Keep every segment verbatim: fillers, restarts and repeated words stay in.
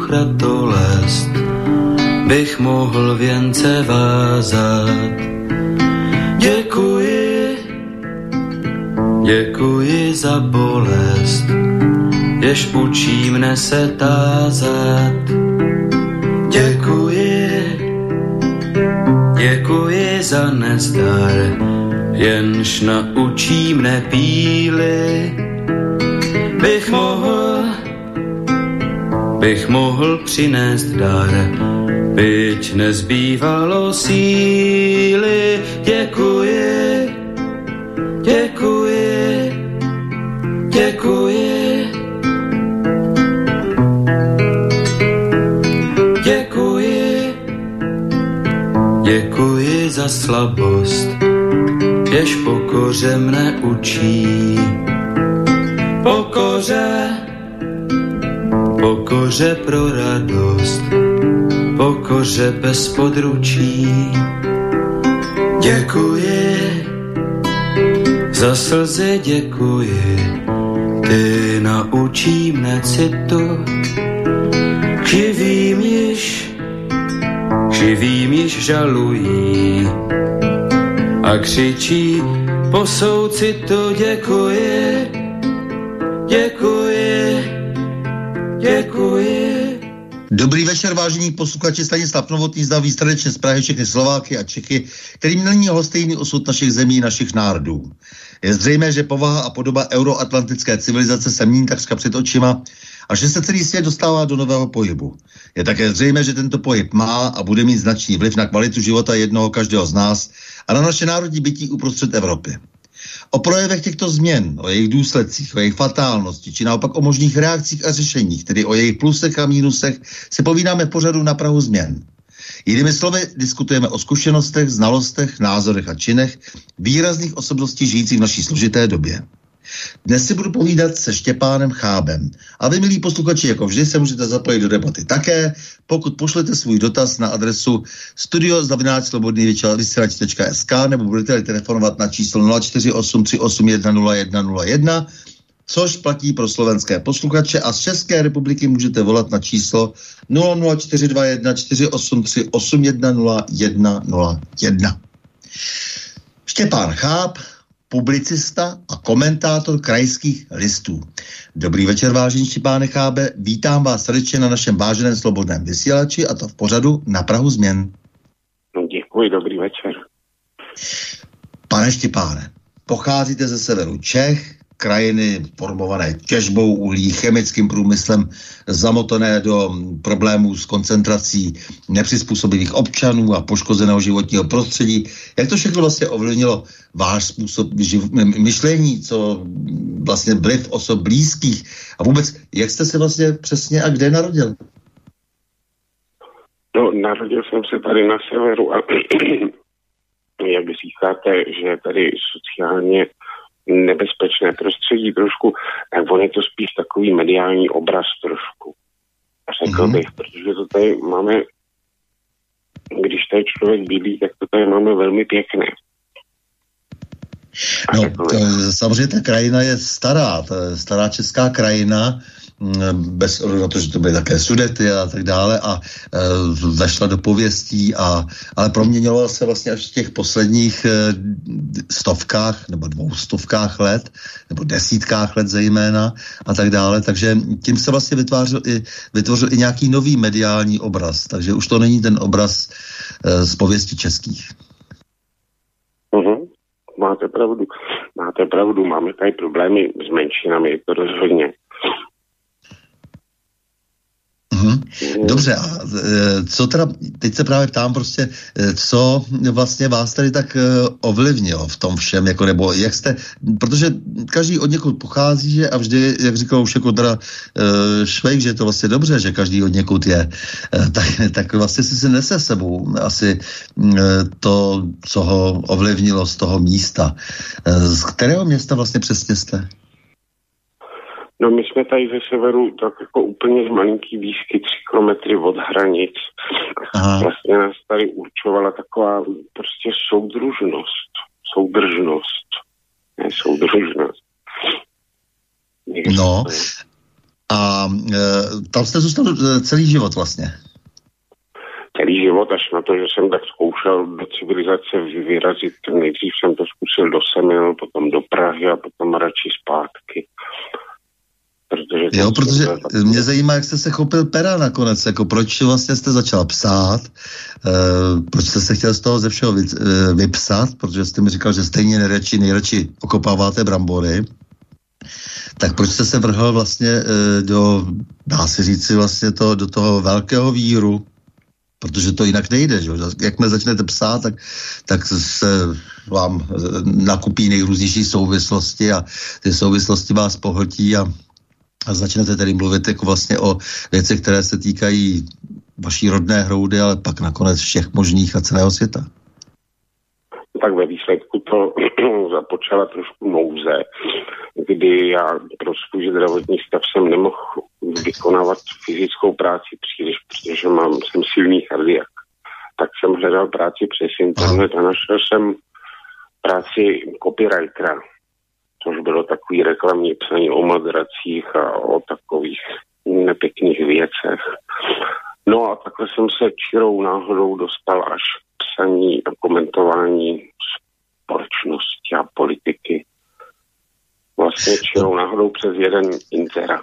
ratolest, bych mohl věnce vázat. Děkuji, děkuji za bolest, jež učí mne se tázat. Děkuji, děkuji za nezdar, jenž naučí mne píly. Bych mohl, bych mohl přinést dar, byť nezbývalo síly. Děkuji, děkuji, děkuji, děkuji, děkuji za slabost, jež pokoře mne učí. Pokoře, pokoře pro radost, pokoře bez područí. Děkuji, za slzy děkuji, ty naučí mne citu. Živým již, živým již žalují a křičí po soucitu. Děkuji, děkuji, děkuji. Dobrý večer, vážení posluchači, Stanislav Novotný zdraví srdečně z Prahy všechny Slováky a Čechy, kterým není lhostejný osud našich zemí, našich národů. Je zřejmé, že povaha a podoba euroatlantické civilizace se mění takřka před očima a že se celý svět dostává do nového pohybu. Je také zřejmé, že tento pohyb má a bude mít značný vliv na kvalitu života jednoho každého z nás a na naše národní bytí uprostřed Evropy. O projevech těchto změn, o jejich důsledcích, o jejich fatálnosti, či naopak o možných reakcích a řešeních, tedy o jejich plusech a mínusech, si povídáme v pořadu Na prahu změn. Jinými slovy, diskutujeme o zkušenostech, znalostech, názorech a činech výrazných osobností žijících v naší složité době. Dnes si budu povídat se Štěpánem Chábem. A vy, milí posluchači, jako vždy se můžete zapojit do debaty také, pokud pošlete svůj dotaz na adresu studio zavináč slobodný vysílač tečka es ká nebo budete telefonovat na číslo nula čtyři osm tři osm jedna nula jedna nula jedna, což platí pro slovenské posluchače, a z České republiky můžete volat na číslo nula nula čtyři dva jedna čtyři osm tři osm jedna nula jedna nula jedna. Štěpán Cháb, publicista a komentátor krajských listů. Dobrý večer, vážení Štěpáne Chábe, vítám vás srdečně na našem váženém slobodném vysílači, a to v pořadu Na prahu změn. Děkuji, dobrý večer. Pane Štěpáne, pocházíte ze severu Čech, krajiny formované těžbou uhlí, chemickým průmyslem, zamotané do problémů s koncentrací nepřizpůsobivých občanů a poškozeného životního prostředí. Jak to všechno vlastně ovlivnilo váš způsob živ- myšlení, co vlastně vliv osob blízkých a vůbec, jak jste se vlastně přesně a kde narodil? No, narodil jsem se tady na severu a jak říkáte, že tady sociálně nebezpečné prostředí trošku, tak on je to spíš takový mediální obraz trošku. Řekl mm-hmm. bych, protože to tady máme, když tady člověk bydlí, tak to tady máme velmi pěkné. No, to, samozřejmě ta krajina je stará, ta stará česká krajina, bez ohledu na to, že to byly také Sudety a tak dále, a e, zašla do pověstí, a, ale proměnilo se vlastně až v těch posledních e, stovkách nebo dvoustovkách let, nebo desítkách let zejména a tak dále, takže tím se vlastně vytvářil i, vytvořil i nějaký nový mediální obraz, takže už to není ten obraz e, z pověstí českých. Uh-huh. Máte pravdu, máte pravdu, máme tady problémy s menšinami, je to rozhodně. Uhum. Dobře, a co teda, teď se právě ptám prostě, co vlastně vás tady tak ovlivnilo v tom všem, jako nebo jak jste, protože každý od někud pochází, že, a vždy, jak říkal už jako teda Švejk, že je to vlastně dobře, že každý od někud je, tak, tak vlastně si si nese sebou asi to, co ho ovlivnilo z toho místa. Z kterého města vlastně přesně jste? No, my jsme tady ze severu tak jako úplně z malinký výšky, tři kilometry od hranic. Aha. Vlastně nás tady určovala taková prostě soudružnost. Soudržnost. Ne, soudružnost. Někde no, A e, tam jste zůstal celý život vlastně. Celý život, až na to, že jsem tak zkoušel do civilizace vyrazit. Nejdřív jsem to zkusil do Semil, potom do Prahy a potom radši zpátky. Protože jo, protože tak... mě zajímá, jak jste se chopil pera nakonec, jako proč vlastně jste začal psát, e, proč jste se chtěl z toho ze všeho vy, e, vypsat, protože jste mi říkal, že stejně nejradši, nejradši okopáváte brambory. Tak proč jste se vrhl vlastně e, do, dá se říci vlastně to, do toho velkého víru, protože to jinak nejde, že? Jakmile začnete psát, tak, tak se vám nakupí nejrůznější souvislosti a ty souvislosti vás pohltí a, a začnete tedy mluvit jako vlastně o věcech, které se týkají vaší rodné hroudy, ale pak nakonec všech možných a celého světa. Tak ve výsledku to započala trošku nouze, kdy já pro svůj zdravotní stav jsem nemohl vykonávat fyzickou práci příliš, protože mám, jsem silný kardiak. Tak jsem hledal práci přes internet a našel jsem práci copywritera, což bylo takový reklamní psaní o madracích a o takových nepěkných věcech. No a takhle jsem se čirou náhodou dostal až k psaní a komentování společnosti a politiky. Vlastně čirou náhodou přes jeden inzerát.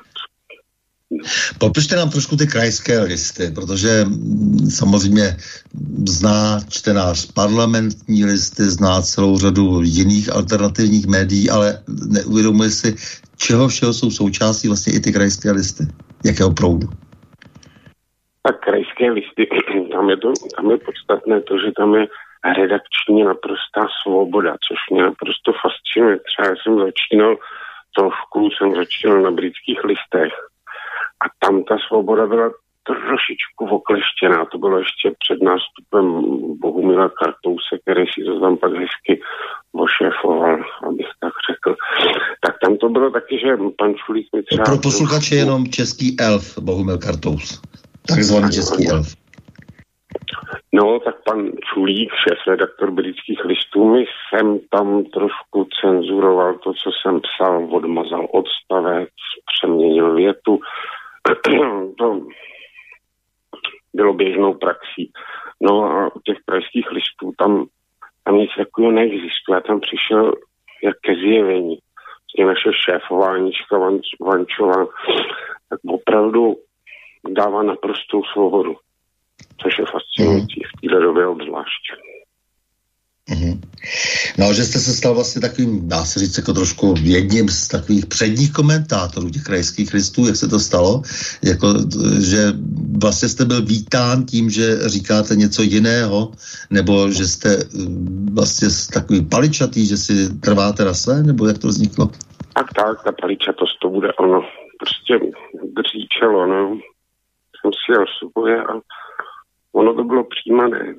Popište nám trošku ty krajské listy, protože samozřejmě zná čtenář parlamentní listy, zná celou řadu jiných alternativních médií, ale neuvědomuje si, čeho všeho jsou součástí vlastně i ty krajské listy. Jakého proudu? Tak krajské listy, tam je, to, tam je podstatné to, že tam je redakční naprostá svoboda, což mě naprosto fascinuje. Třeba já jsem začínal trošku, jsem začínal na britských listech a tam ta svoboda byla trošičku okleštěná. To bylo ještě před nástupem Bohumila Kartouse, který si to tam pak hezky ošéfoval, abych tak řekl. Tak tam to bylo taky, že pan Čulík mi třeba... Pro posluchače jenom český elf Bohumil Kartous. Takzvaný český elf. No, tak pan Čulík, šéf-redaktor britských listů, mi jsem tam trošku cenzuroval to, co jsem psal, odmazal odstavec, přeměnil větu. To bylo běžnou praxí. No a u těch krajských listů tam, tam nic takového neexistuje. Já tam přišel jak ke zjevení. Vlastně naše šéfová Anička Vančová tak opravdu dává naprostou svobodu. Což je fascinující v této době obzvlášť. Mm-hmm. No, že jste se stal vlastně takovým, dá se říct, jako trošku jedním z takových předních komentátorů těch krajských listů, jak se to stalo, jako, že vlastně jste byl vítán tím, že říkáte něco jiného, nebo že jste vlastně takový paličatý, že si trváte na své, nebo jak to vzniklo? Tak, tak, ta paličatost to bude ono. Prostě dříčelo, no. Jsem si jel svoje a ono to bylo přijímané.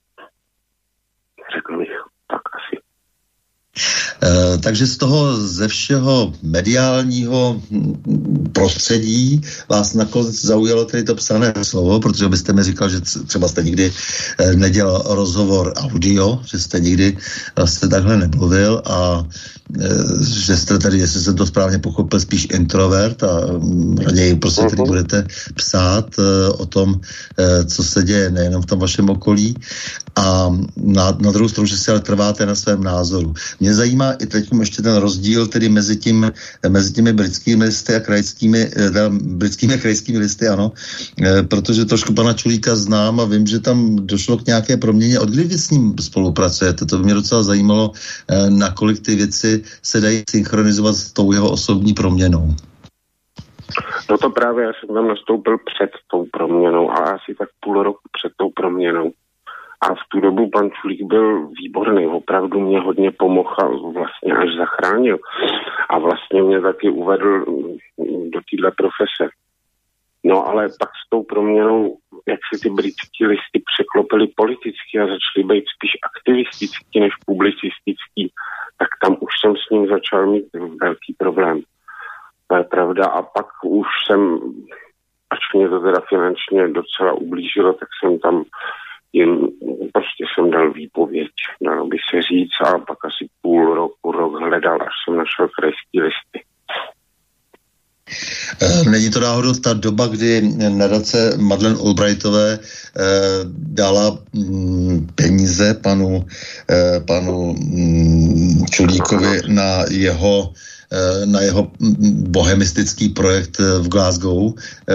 Řekl bych, tak asi. E, takže z toho ze všeho mediálního prostředí vás nakonec zaujalo tedy to psané slovo, protože byste mi říkal, že třeba jste nikdy nedělal rozhovor audio, že jste nikdy vlastně takhle nemluvil a e, že jste tady, jestli jsem to správně pochopil, spíš introvert a raději prostě tady budete psát e, o tom, e, co se děje nejenom v tom vašem okolí a na, na druhou stranu, že si ale trváte na svém názoru. Mě zajímá i teď ještě ten rozdíl tedy mezi, tím, mezi těmi britskými listy a krajskými, teda britskými a krajskými listy, ano, e, protože trošku pana Čulíka znám a vím, že tam došlo k nějaké proměně. Od kdy vy s ním spolupracujete? To by mě docela zajímalo, e, nakolik ty věci se dají synchronizovat s tou jeho osobní proměnou. No to právě já jsem tam nastoupil před tou proměnou, ale asi tak půl roku před tou proměnou. A v tu dobu pan Čulík byl výborný, opravdu mě hodně pomohl a vlastně až zachránil. A vlastně mě taky uvedl do téhle profese. No ale pak s tou proměnou, jak se ty britské listy překlopily politicky a začaly být spíš aktivistický než publicistický, tak tam už jsem s ním začal mít velký problém. To je pravda. A pak už jsem, ač mě to teda finančně docela ublížilo, tak jsem tam jen prostě jsem dal výpověď, dalo by se říct, a pak asi půl roku, rok hledal, až jsem našel krajský listy. není to náhodou ta doba, kdy nadace Madeleine Albrightové eh, dala mm, peníze panu, eh, panu mm, Čulíkovi na jeho na jeho bohemistický projekt v Glasgow,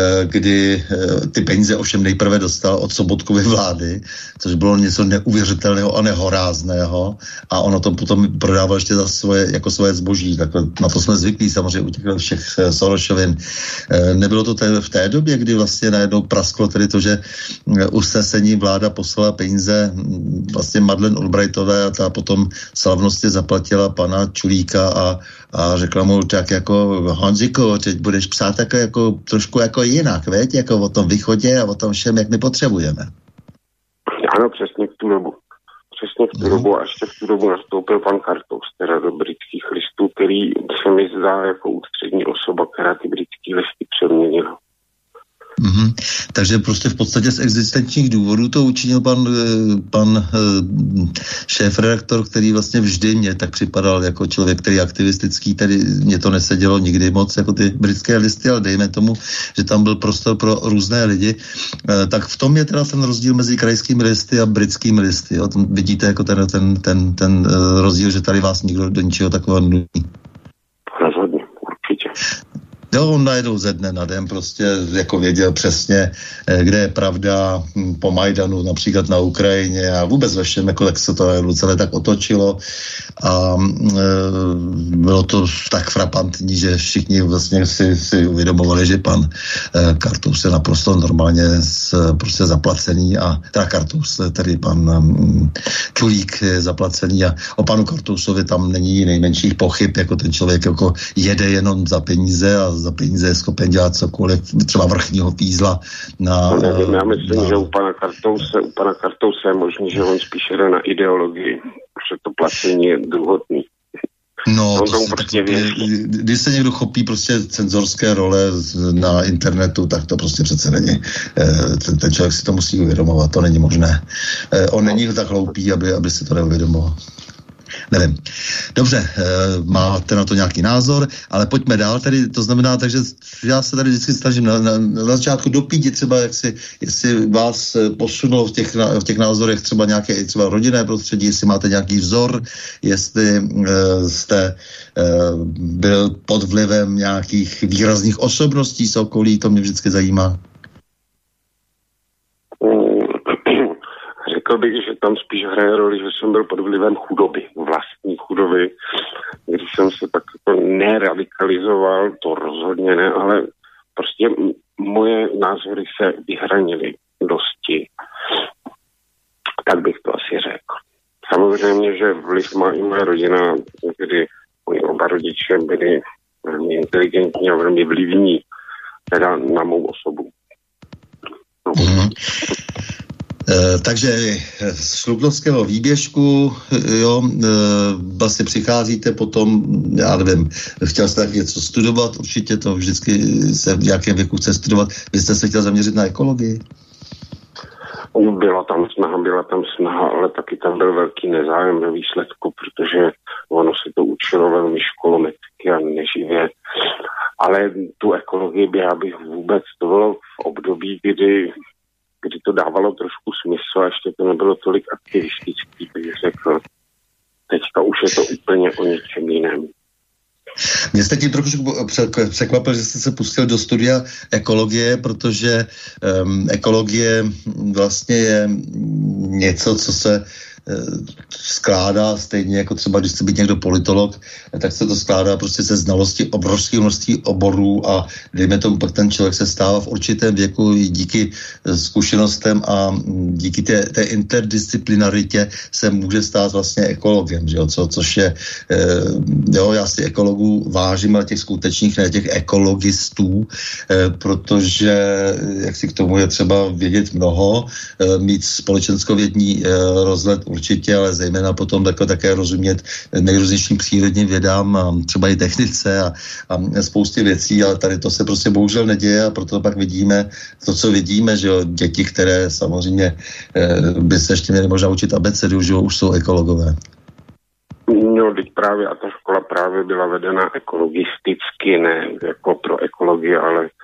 kdy ty peníze ovšem nejprve dostal od Sobotkovy vlády, což bylo něco neuvěřitelného a nehorázného, a ono to potom prodával ještě za svoje, jako svoje zboží. Tak na to jsme zvyklí samozřejmě u těch všech Sorosovin. Nebylo to té, v té době, kdy vlastně najednou prasklo tedy to, že usnesení vláda poslala peníze vlastně Madeleine Albrightové a ta potom slavnostně zaplatila pana Čulíka a, a řekla mu tak jako Honziko, teď budeš psát tak jako trošku jako jinak, veď? Jako o tom východě a o tom všem, jak my potřebujeme. Ano, přesně v tu dobu. Přesně v tu no. dobu a ještě v tu dobu nastoupil pan Kartous, teda do britských listů, který se mi zdá jako ústřední osoba, která ty britský listy přeměnila. Mm-hmm. Takže prostě v podstatě z existenčních důvodů to učinil pan, pan šéfredaktor, který vlastně vždy mě tak připadal jako člověk, který je aktivistický, tedy mě to nesedělo nikdy moc jako ty britské listy, ale dejme tomu, že tam byl prostor pro různé lidi. Tak v tom je teda ten rozdíl mezi krajskými listy a britskými listy. Jo? Tam vidíte jako ten, ten, ten, ten rozdíl, že tady vás nikdo do ničeho takového nutí. Rozhodně, určitě. Jo, on najednou ze dne na den prostě jako věděl přesně, kde je pravda po Majdanu, například na Ukrajině a vůbec ve všem, jako tak se to celé tak otočilo a e, bylo to tak frapantní, že všichni vlastně si, si uvědomovali, že pan e, Kartous je naprosto normálně z, prostě zaplacený a teda Kartous, tedy pan um, Čulík je zaplacený a o panu Kartousovi tam není nejmenších pochyb, jako ten člověk jako jede jenom za peníze a za peníze je schopen dělat cokoliv, třeba vrchního fízla na... No, nevím, já myslím, na... že u pana Kartouse, u pana Kartouse je možný, že on spíše jde na ideologii, protože to placení je druhotný. No, to si, prostě tak, když se někdo chopí prostě cenzorské role na internetu, tak to prostě přece není. Ten, ten člověk si to musí uvědomovat, to není možné. On není tak hloupý, aby, aby si to neuvědomoval. Nevím. Dobře, máte na to nějaký názor, ale pojďme dál tedy, to znamená, takže já se tady vždycky snažím na, na, na začátku dopídit třeba, jak si, jestli vás posunulo v těch, v těch názorech třeba nějaké třeba rodinné prostředí, jestli máte nějaký vzor, jestli uh, jste uh, byl pod vlivem nějakých výrazných osobností z okolí, to mě vždycky zajímá. Řekl bych, že tam spíš hraje roli, že jsem byl pod vlivem chudoby, vlastní chudoby, když jsem se tak jako neradikalizoval, to rozhodně ne, ale prostě moje názory se vyhranily dosti. Tak bych to asi řekl. Samozřejmě, že vliv má i moje rodina, kdy oni oba rodiče byli velmi inteligentní a velmi vlivní, teda na mou osobu. No. Mm-hmm. Takže z Šluknovského výběžku, jo, vlastně přicházíte potom, já nevím, chtěl jste tak něco studovat, určitě to vždycky se v nějakém věku chce studovat. Vy jste se chtěl zaměřit na ekologii? Byla tam snaha, byla tam snaha, ale taky tam byl velký nezájem ve výsledku, protože ono se to učilo velmi školometricky a neživě. Ale tu ekologii by já bych vůbec, to bylo v období, kdy kdy to dávalo trošku smysl a ještě to nebylo tolik aktivistický, takže řekl, teďka už je to úplně o něčem jiném. Mě jste tím trošku překvapil, že jste se pustil do studia ekologie, protože um, ekologie vlastně je něco, co se skládá stejně jako třeba, když chce být někdo politolog, tak se to skládá prostě ze znalosti obrovských množství oborů a dejme tomu, pak ten člověk se stává v určitém věku díky zkušenostem a díky té, té interdisciplinaritě se může stát vlastně ekologem, že jo? Co, což je, jo, já si ekologů vážím, ale těch skutečných, ne těch ekologistů, protože jak si k tomu je třeba vědět mnoho, mít společenskovědní rozhled určitě, ale zejména potom takhle také rozumět nejrůznějším přírodním vědám a třeba i technice a, a spoustě věcí, ale tady to se prostě bohužel neděje a proto pak vidíme to, co vidíme, že jo, děti, které samozřejmě eh, by se ještě měly možná učit abecedu, že jo, už jsou ekologové. No, teď právě a ta škola právě byla vedena ekologisticky, ne jako pro ekologii, ale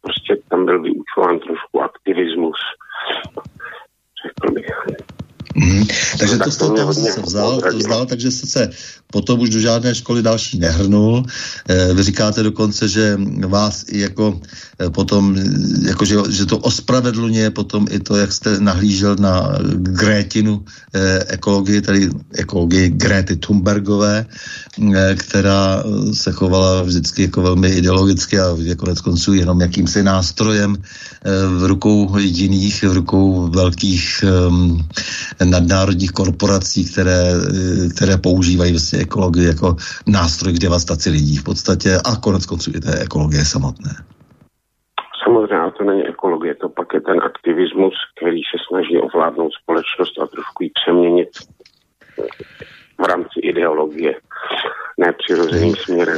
prostě tam byl vyučován trošku aktivismus, řekl bych. Mm, takže no, to z toho toho se vzal, to vzal, takže jste se potom už do žádné školy další nehrnul. E, vy říkáte dokonce, že vás i jako e, potom, jako že, že to ospravedlňuje potom i to, jak jste nahlížel na Grétinu e, ekologii, tedy ekologii Gréty Thunbergové, e, která se chovala vždycky jako velmi ideologicky a konec konců jenom jakýmsi nástrojem e, v rukou jiných, v rukou velkých e, nadnárodních korporací, které, které používají vlastně ekologii jako nástroj k devastaci lidí v podstatě a konec konců i té ekologie samotné. Samozřejmě, to není ekologie, to pak je ten aktivismus, který se snaží ovládnout společnost a trošku ji přeměnit v rámci ideologie, ne přirozeným směrem.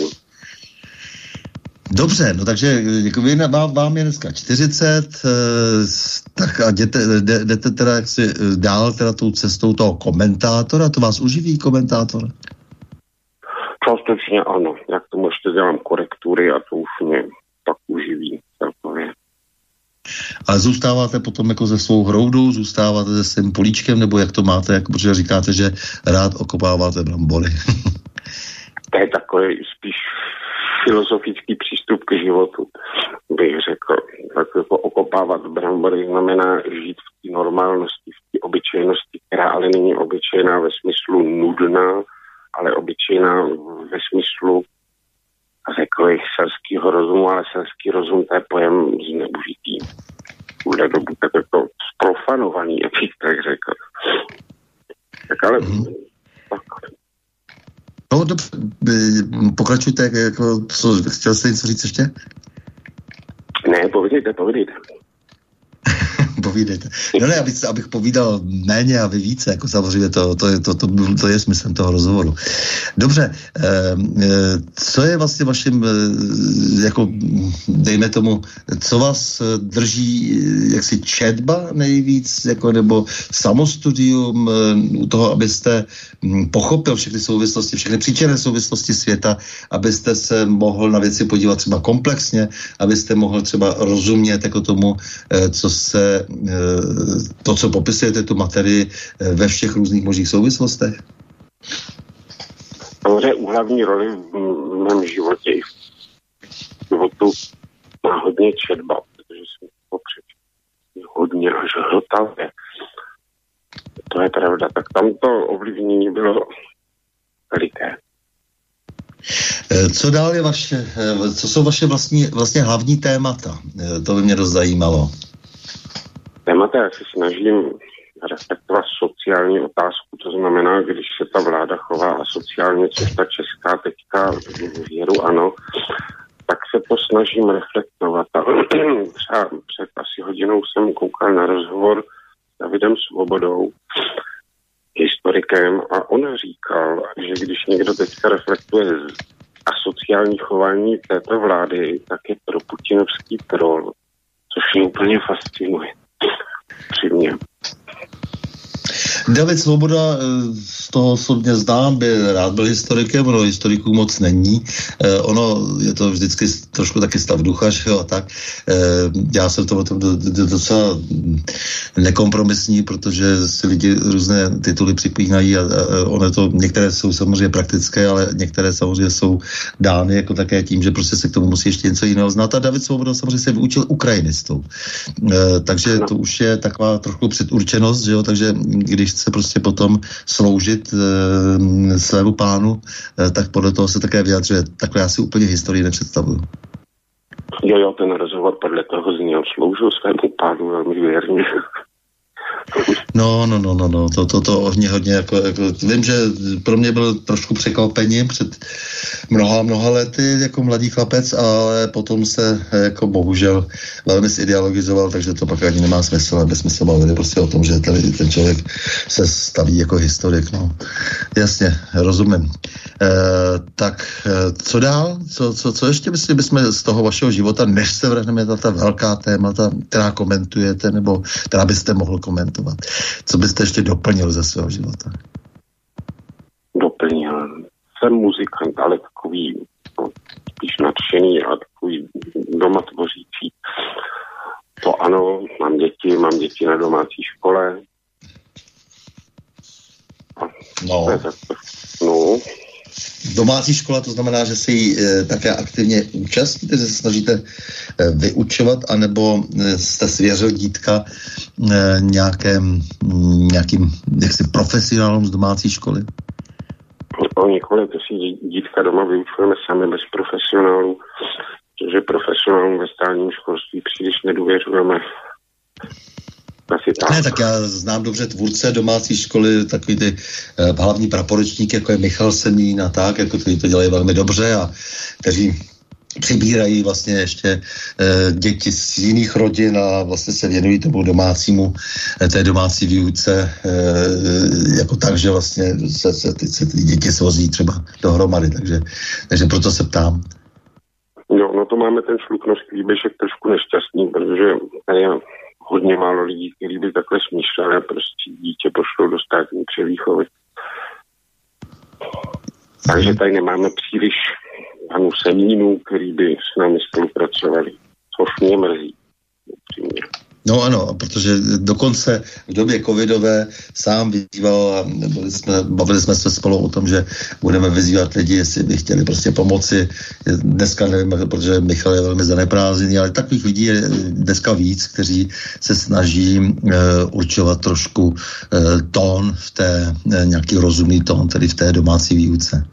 Dobře, no takže vy, vám, vám je dneska čtyřicet, tak a jdete, jdete teda jaksi dál teda tou cestou toho komentátora, to vás uživí komentátor? Částečně ano, jak tomu ještě dělám korektury a to už mě tak uživí celkově. Ale zůstáváte potom jako se svou hroudou, zůstáváte se svým políčkem, nebo jak to máte, jako, protože říkáte, že rád okopáváte brambory. To je takový spíš filozofický přístup k životu, bych řekl. Tak jako okopávat brambory znamená žít v té normálnosti, v té obyčejnosti, která ale není obyčejná ve smyslu nudná, ale obyčejná ve smyslu, řekl bych, selského rozumu, ale selský rozum to je pojem zneužitý. Bude dobu tak jako sprofanovaný, jak bych tak řekl. Tak ale mm. tak. No dobře, pokračujte, jako, co, chtěl jste něco říct ještě? Ne, povídejte, povídejte. Povídejte. No ne, abych, abych povídal méně a vy více, jako samozřejmě to, to, je, to, to, to je smyslem toho rozhovoru. Dobře, eh, co je vlastně vaším, eh, jako dejme tomu, co vás drží, jaksi četba nejvíc, jako, nebo samostudium eh, u toho, abyste hm, pochopil všechny souvislosti, všechny příčinné souvislosti světa, abyste se mohl na věci podívat třeba komplexně, abyste mohl třeba rozumět jako tomu, eh, co se to, co popisujete, tu materii ve všech různých možných souvislostech? Samozřejmě u hlavní roli v mém životě i v životu má hodně četba, protože jsem popřečil hodně až hltavě. To je pravda. Tak tam to ovlivnění bylo veliké. Co dál je vaše, co jsou vaše vlastní, vlastně hlavní témata? To by mě dost zajímalo. Témata, já se snažím respektovat sociální otázku, to znamená, když se ta vláda chová asociálně, což ta česká teďka věru ano, tak se to snažím reflektovat. A třeba před asi hodinou jsem koukal na rozhovor s Davidem Svobodou, historikem, a on říkal, že když někdo teďka reflektuje asociální chování této vlády, tak je pro putinovský troll, což mě úplně fascinuje. Přímě. David Svoboda, z toho, co mě znám, by rád byl historikem, ono historiků moc není. Eh, ono je to vždycky trošku taky stav ducha, že jo, a tak. Eh, já jsem to tom do, do, docela nekompromisní, protože si lidi různé tituly připínají a, a ono to, některé jsou samozřejmě praktické, ale některé samozřejmě jsou dány jako také tím, že prostě se k tomu musí ještě něco jiného znát. A David Svoboda samozřejmě se vyučil ukrajinistou. Eh, takže to už je taková trochu předurčenost, že jo, takže když chce prostě potom sloužit e, svému pánu, e, tak podle toho se také vyjadřuje. Takhle já si úplně historii nepředstavuju. Jo, jo, ten rozhovor podle toho zněl, sloužil svému pánu velmi věrně. No, no, no, no, no, to, to, to hodně, hodně, jako, jako, vím, že pro mě byl trošku překvapením před mnoha, mnoha lety, jako mladý chlapec, ale potom se, jako bohužel, velmi zideologizoval, takže to pak ani nemá smysl, aby jsme se bavili prostě o tom, že tady ten člověk se staví jako historik, no. Jasně, rozumím. E, tak, co dál? Co, co, co ještě myslím, bychom z toho vašeho života, než se vrhneme na ta velká témata, která komentujete, nebo která byste mohl komentovat? Co byste ještě doplnil ze svého života? Doplnil. Jsem muzikant, ale takový no, spíš nadšený a takový doma tvořící. Ano, mám děti, mám děti na domácí škole. No. no. Domácí škola, to znamená, že si ji e, také aktivně účastníte, že se snažíte e, vyučovat, anebo e, jste svěřil dítka e, nějakém, nějakým jaksi profesionálům z domácí školy? No, nikoli, to si dítka doma vyučujeme sami bez profesionálů, protože profesionálům ve státním školství příliš nedůvěřujeme. Ne, tak já znám dobře tvůrce domácí školy, takový ty eh, hlavní praporečníky, jako je Michal Semín a tak, jako kteří to dělají velmi dobře a kteří přibírají vlastně ještě eh, děti z jiných rodin a vlastně se věnují tomu domácímu, eh, té domácí výuce eh, jako tak, že vlastně se, se, ty, se ty děti svozí třeba dohromady, takže, takže proto se ptám. No, no to máme ten Šluknovský výběžek trošku nešťastný, protože tady je hodně málo lidí, kteří by takhle smýšleli a prostě dítě pošlou do státní převýchovy. Takže tady nemáme příliš panu Semínů, který by s námi spolupracovali, což mě mrzí. Upřímně. No ano, protože dokonce v době covidové sám vyzýval a bavili jsme, bavili jsme se spolu o tom, že budeme vyzývat lidi, jestli by chtěli prostě pomoci. Dneska nevím, protože Michal je velmi zaneprázdněný, ale takových lidí je dneska víc, kteří se snaží uh, určovat trošku uh, tón v té, uh, nějaký rozumný tón, tedy v té domácí výuce.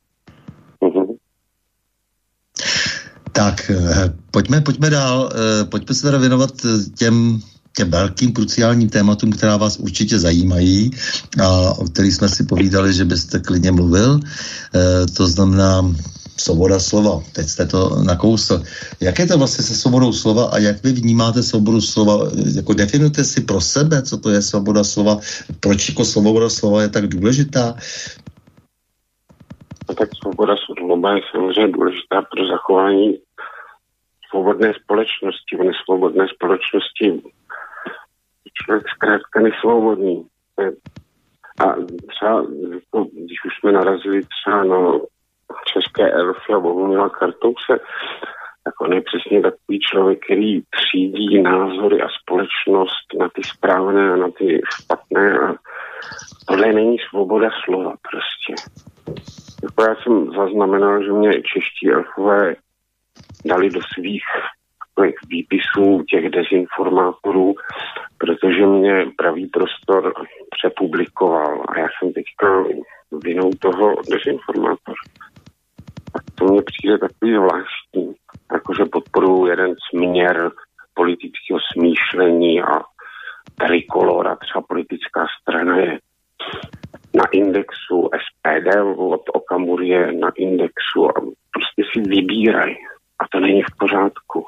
Tak, pojďme, pojďme dál, pojďme se teda věnovat těm, těm velkým kruciálním tématům, která vás určitě zajímají a o kterých jsme si povídali, že byste klidně mluvil. To znamená svoboda slova. Teď jste to nakousl. Jak je to vlastně se svobodou slova a jak vy vnímáte svobodu slova? Jako definujete si pro sebe, co to je svoboda slova? Proč jako svoboda slova je tak důležitá? No tak svoboda slova je samozřejmě důležitá pro zachování svobodné společnosti. V nesvobodné společnosti člověk zkrátka nesvobodný. A třeba, když už jsme narazili třeba na české elfy a Bohumila Kartouse, tak on je přesně takový člověk, který třídí názory a společnost na ty správné a na ty špatné. A tohle není svoboda slova prostě. Jako já jsem zaznamenal, že mě čeští elfové dali do svých výpisů těch dezinformátorů, protože mě Pravý prostor přepublikoval a já jsem teďka vinou toho dezinformátor. A to mně přijde takový zvláštní, jakože podporuji jeden směr politického smýšlení a trikolora, třeba politická strana je na indexu, S P D od Okamury je na indexu a prostě si vybírají. A to není v pořádku.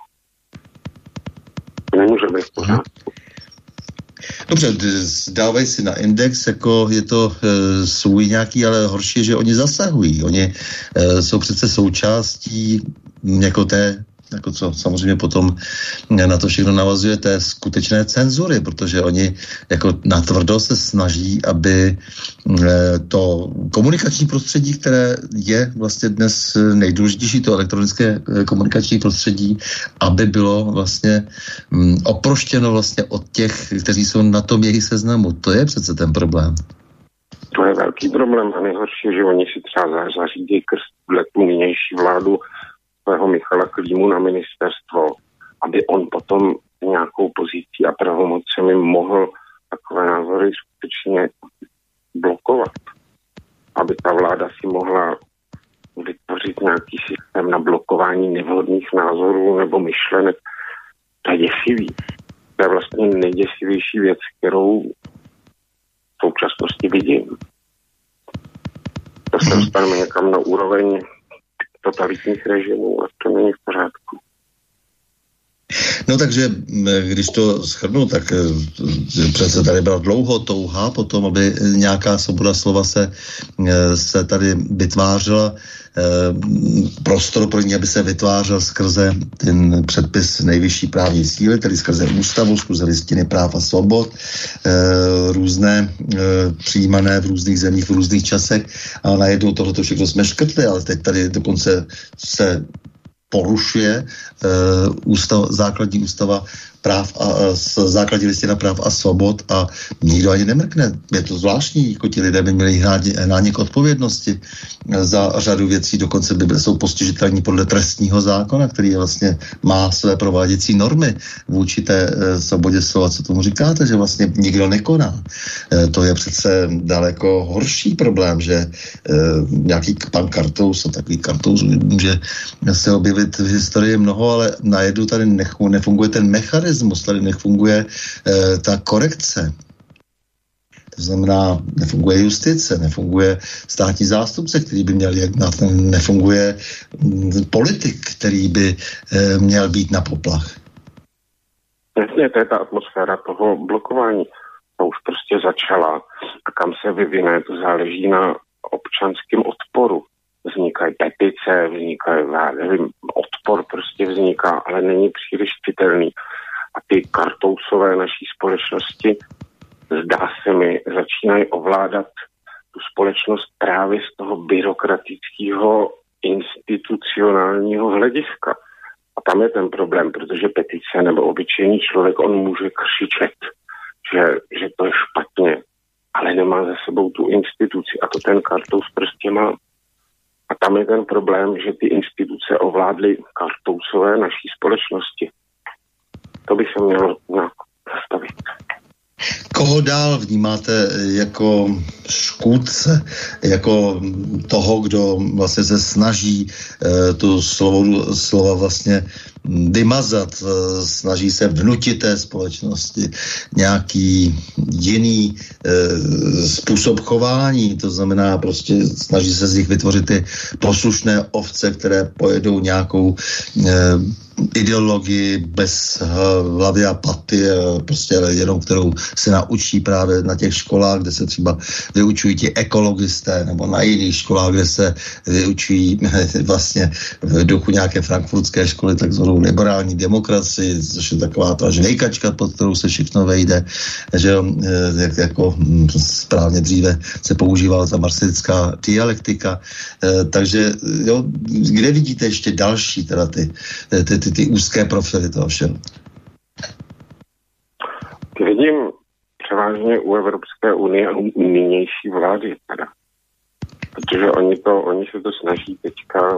To nemůže být v pořádku. Dobře, dávají si na index, jako je to e, svůj nějaký, ale horší je, že oni zasahují. Oni e, jsou přece součástí jako té, jako co samozřejmě potom na to všechno navazuje, té skutečné cenzury, protože oni jako natvrdo se snaží, aby to komunikační prostředí, které je vlastně dnes nejdůležitější, to elektronické komunikační prostředí, aby bylo vlastně oproštěno vlastně od těch, kteří jsou na tom jejich seznamu. To je přece ten problém. To je velký problém a nejhorší, že oni si třeba zařídí krst tu nynější vládu svého Michala Klímu na ministerstvo, aby on potom nějakou pozicí a pravomocemi mohl takové názory skutečně blokovat. Aby ta vláda si mohla vytvořit nějaký systém na blokování nevhodných názorů nebo myšlenek. To je děsivý. To je vlastně nejděsivější věc, kterou v současnosti vidím. To se dostaneme někam na úroveň totalitních režimů a to není v pořádku. No takže, když to shrnu, tak přece tady byla dlouho touha potom, aby nějaká svoboda slova se, se tady vytvářela, prostor pro ní, aby se vytvářel skrze ten předpis nejvyšší právní síly, tedy skrze ústavu, skrze listiny práv a svobod, různé přijímané v různých zemích, v různých časech a najednou tohleto všechno jsme škrtli, ale teď tady dokonce se porušuje uh, ústav, základní ústava práv a, a základní listina práv a svobod a nikdo ani nemrkne. Je to zvláštní, jako ti lidé by měli hnát k odpovědnosti za řadu věcí, dokonce by jsou postižitelní podle trestního zákona, který je vlastně má své prováděcí normy vůči té e, svobodě slova. Co tomu říkáte, že vlastně nikdo nekoná? E, to je přece daleko horší problém, že e, nějaký pan Kartous a takový Kartous může se objevit v historii mnoho, ale najednou tady nech, nefunguje ten mechanismus, tady nefunguje e, ta korekce. To znamená, nefunguje justice, nefunguje státní zástupce, který by měl jednat, nefunguje politik, který by e, měl být na poplach. Jasně, to je ta atmosféra toho blokování. To už prostě začala a kam se vyvine, to záleží na občanském odporu. Vznikají petice, vznikají, já nevím, odpor prostě vzniká, ale není příliš citelný. A ty Kartousové naší společnosti, zdá se mi, začínají ovládat tu společnost právě z toho byrokratického institucionálního hlediska. A tam je ten problém, protože petice nebo obyčejný člověk, on může křičet, že, že to je špatně, ale nemá za sebou tu instituci. A to ten Kartous prostě má. A tam je ten problém, že ty instituce ovládly Kartousové naší společnosti. To by se mělo nějak zastavit. Koho dál vnímáte jako škůdce, jako toho, kdo vlastně se snaží eh, tu slovo, slova vlastně vymazat, eh, snaží se vnutit té společnosti nějaký jiný eh, způsob chování, to znamená prostě snaží se z nich vytvořit ty poslušné ovce, které pojedou nějakou eh, ideologii bez hlavy a paty, prostě jenom kterou se naučí právě na těch školách, kde se třeba vyučují ti ekologisté, nebo na jiných školách, kde se vyučují vlastně v duchu nějaké frankfurtské školy takzvanou liberální demokracii, což je taková ta žvejkačka, pod kterou se všechno vejde, že jak, jako správně dříve se používala ta marxistická dialektika. Takže jo, kde vidíte ještě další teda ty, ty, ty, ty úzké profily toho všeho? Vidím převážně u Evropské unie a u nynější vlády teda. Protože oni, to, oni se to snaží teďka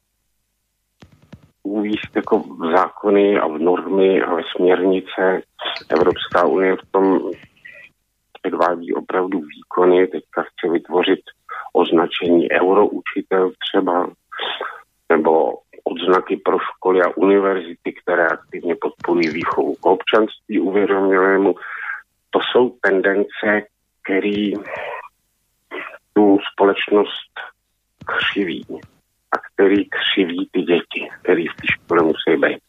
uvíct jako v zákony a v normy a ve směrnice. Evropská unie v tom předvádí opravdu výkony. Teďka chce vytvořit označení euroučitel třeba, nebo odznaky pro školy a univerzity, které aktivně podporují výchovu k občanství uvědomělému. To jsou tendence, které tu společnost křiví a který křiví ty děti, které v té škole musí být.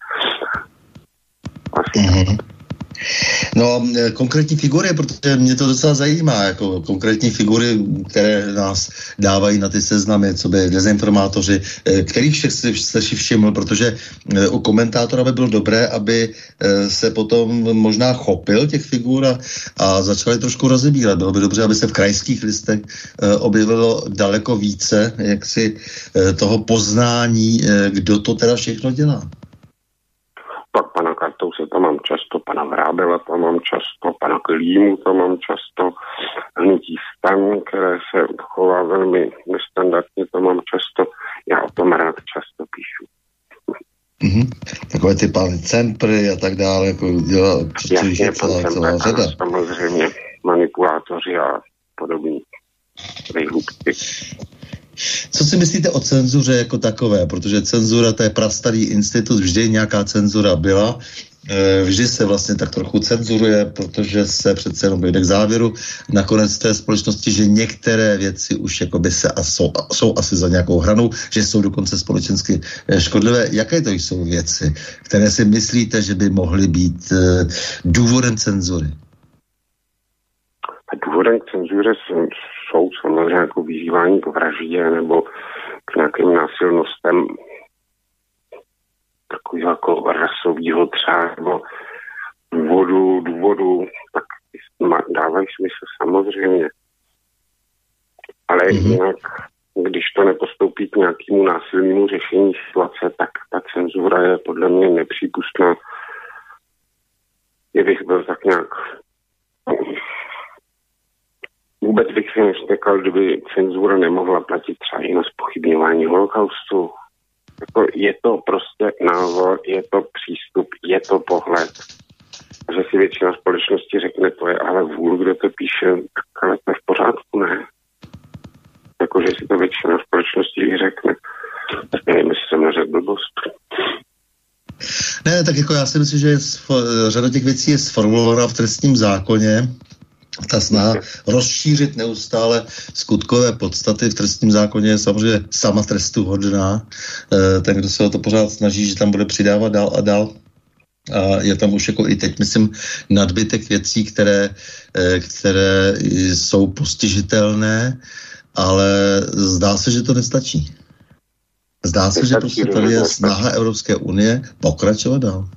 Asi mm-hmm. No, konkrétní figury, protože mě to docela zajímá, jako konkrétní figury, které nás dávají na ty seznamy, co by dezinformátoři, kterých všech jste si všiml, protože u komentátora by bylo dobré, aby se potom možná chopil těch figur a, a začali trošku rozebírat. Bylo by dobře, aby se v krajských listech objevilo daleko více jaksi toho poznání, kdo to teda všechno dělá. Pak pana Kartouse to mám často, pana Vrábela to mám často, pana Klímu to mám často, hnutí STAN, které se chová velmi nestandardně, to mám často, já o tom rád často píšu. Mm-hmm. Takové ty pány Cempry a tak dále, jako dělá, Jasně, je celá, celá řada. Samozřejmě manipulátoři a podobní vejhlubky. Co si myslíte o cenzuře jako takové? Protože cenzura, to je prastarý institut, vždy nějaká cenzura byla. Vždy se vlastně tak trochu cenzuruje, protože se přece jenom dojde k závěru nakonec té společnosti, že některé věci už jakoby se a jsou, jsou asi za nějakou hranou, že jsou dokonce společensky škodlivé. Jaké to jsou věci, které si myslíte, že by mohly být důvodem cenzury? Důvodem k cenzuře jsou samozřejmě jako vyzývání k vraždě nebo k nějakým násilnostem takového jako rasového třeba nebo důvodu, důvodu, tak dávají smysl samozřejmě. Ale mm-hmm. jinak, když to nepostoupí k nějakému násilnému řešení situace, tak ta cenzura je podle mě nepřípustná. kdybych byl tak nějak... Vůbec bych si neštěkal, kdyby cenzura nemohla platit třeba i na zpochybňování holokaustu. Jako je to prostě názor, je to přístup, je to pohled. Že si většina společnosti řekne, to je ale vůl, kdo to píše, tak ale to je v pořádku, ne? Jakože si to většina společnosti řekne. Tak nevím, jestli jsem neřekl blbost. Ne, tak jako já si myslím, že je, řada těch věcí je sformulovaná v trestním zákoně. Ta snaha rozšířit neustále skutkové podstaty v trestním zákoně je samozřejmě sama trestuhodná. Ten, kdo se o to pořád snaží, že tam bude přidávat dál a dál. A je tam už jako i teď, myslím, nadbytek věcí, které, které jsou postižitelné, ale zdá se, že to nestačí. Zdá se, že prostě tady je snaha Evropské unie pokračovat dál.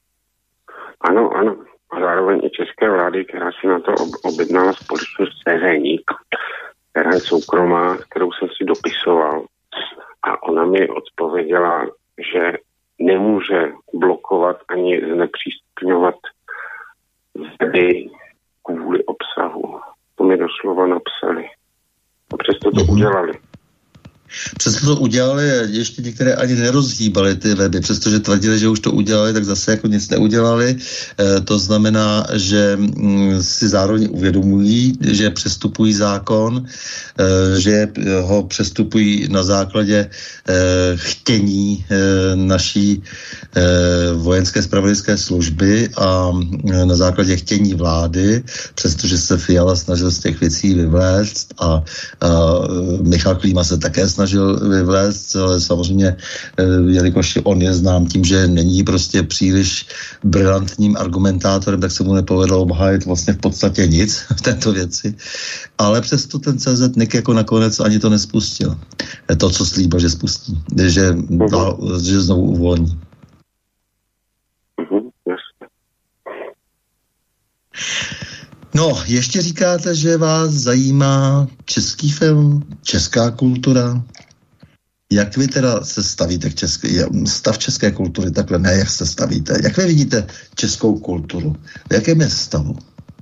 Ano, ano. A zároveň i české vlády, která si na to objednala společnost Seřeník, která je soukromá, kterou jsem si dopisoval. A ona mi odpověděla, že nemůže blokovat ani znepřístupňovat weby kvůli obsahu. To mi doslova napsali. A přesto to mm-hmm. udělali. Přesto to udělali, ještě některé ani nerozhýbali ty weby, přestože tvrdili, že už to udělali, tak zase jako nic neudělali. E, to znamená, že mm, si zároveň uvědomují, že přestupují zákon, e, že ho přestupují na základě e, chtění e, naší e, vojenské zpravodajské služby a e, na základě chtění vlády, přestože se Fiala snažil z těch věcí vyvléct a, a Michal Klíma se také snažil vyvléct, ale samozřejmě, jelikož on je znám tím, že není prostě příliš brilantním argumentátorem, tak se mu nepovedlo obhájit vlastně v podstatě nic v této věci. Ale přesto ten C Z N I C jako nakonec ani to nespustil. To, co slíbil, že spustí. Že, dal, že znovu uvolní. No, ještě říkáte, že vás zajímá český film, česká kultura. Jak vy teda se stavíte k české, stav české kultury, takhle ne, jak se stavíte? Jak vy vidíte českou kulturu? V jakém je stavu?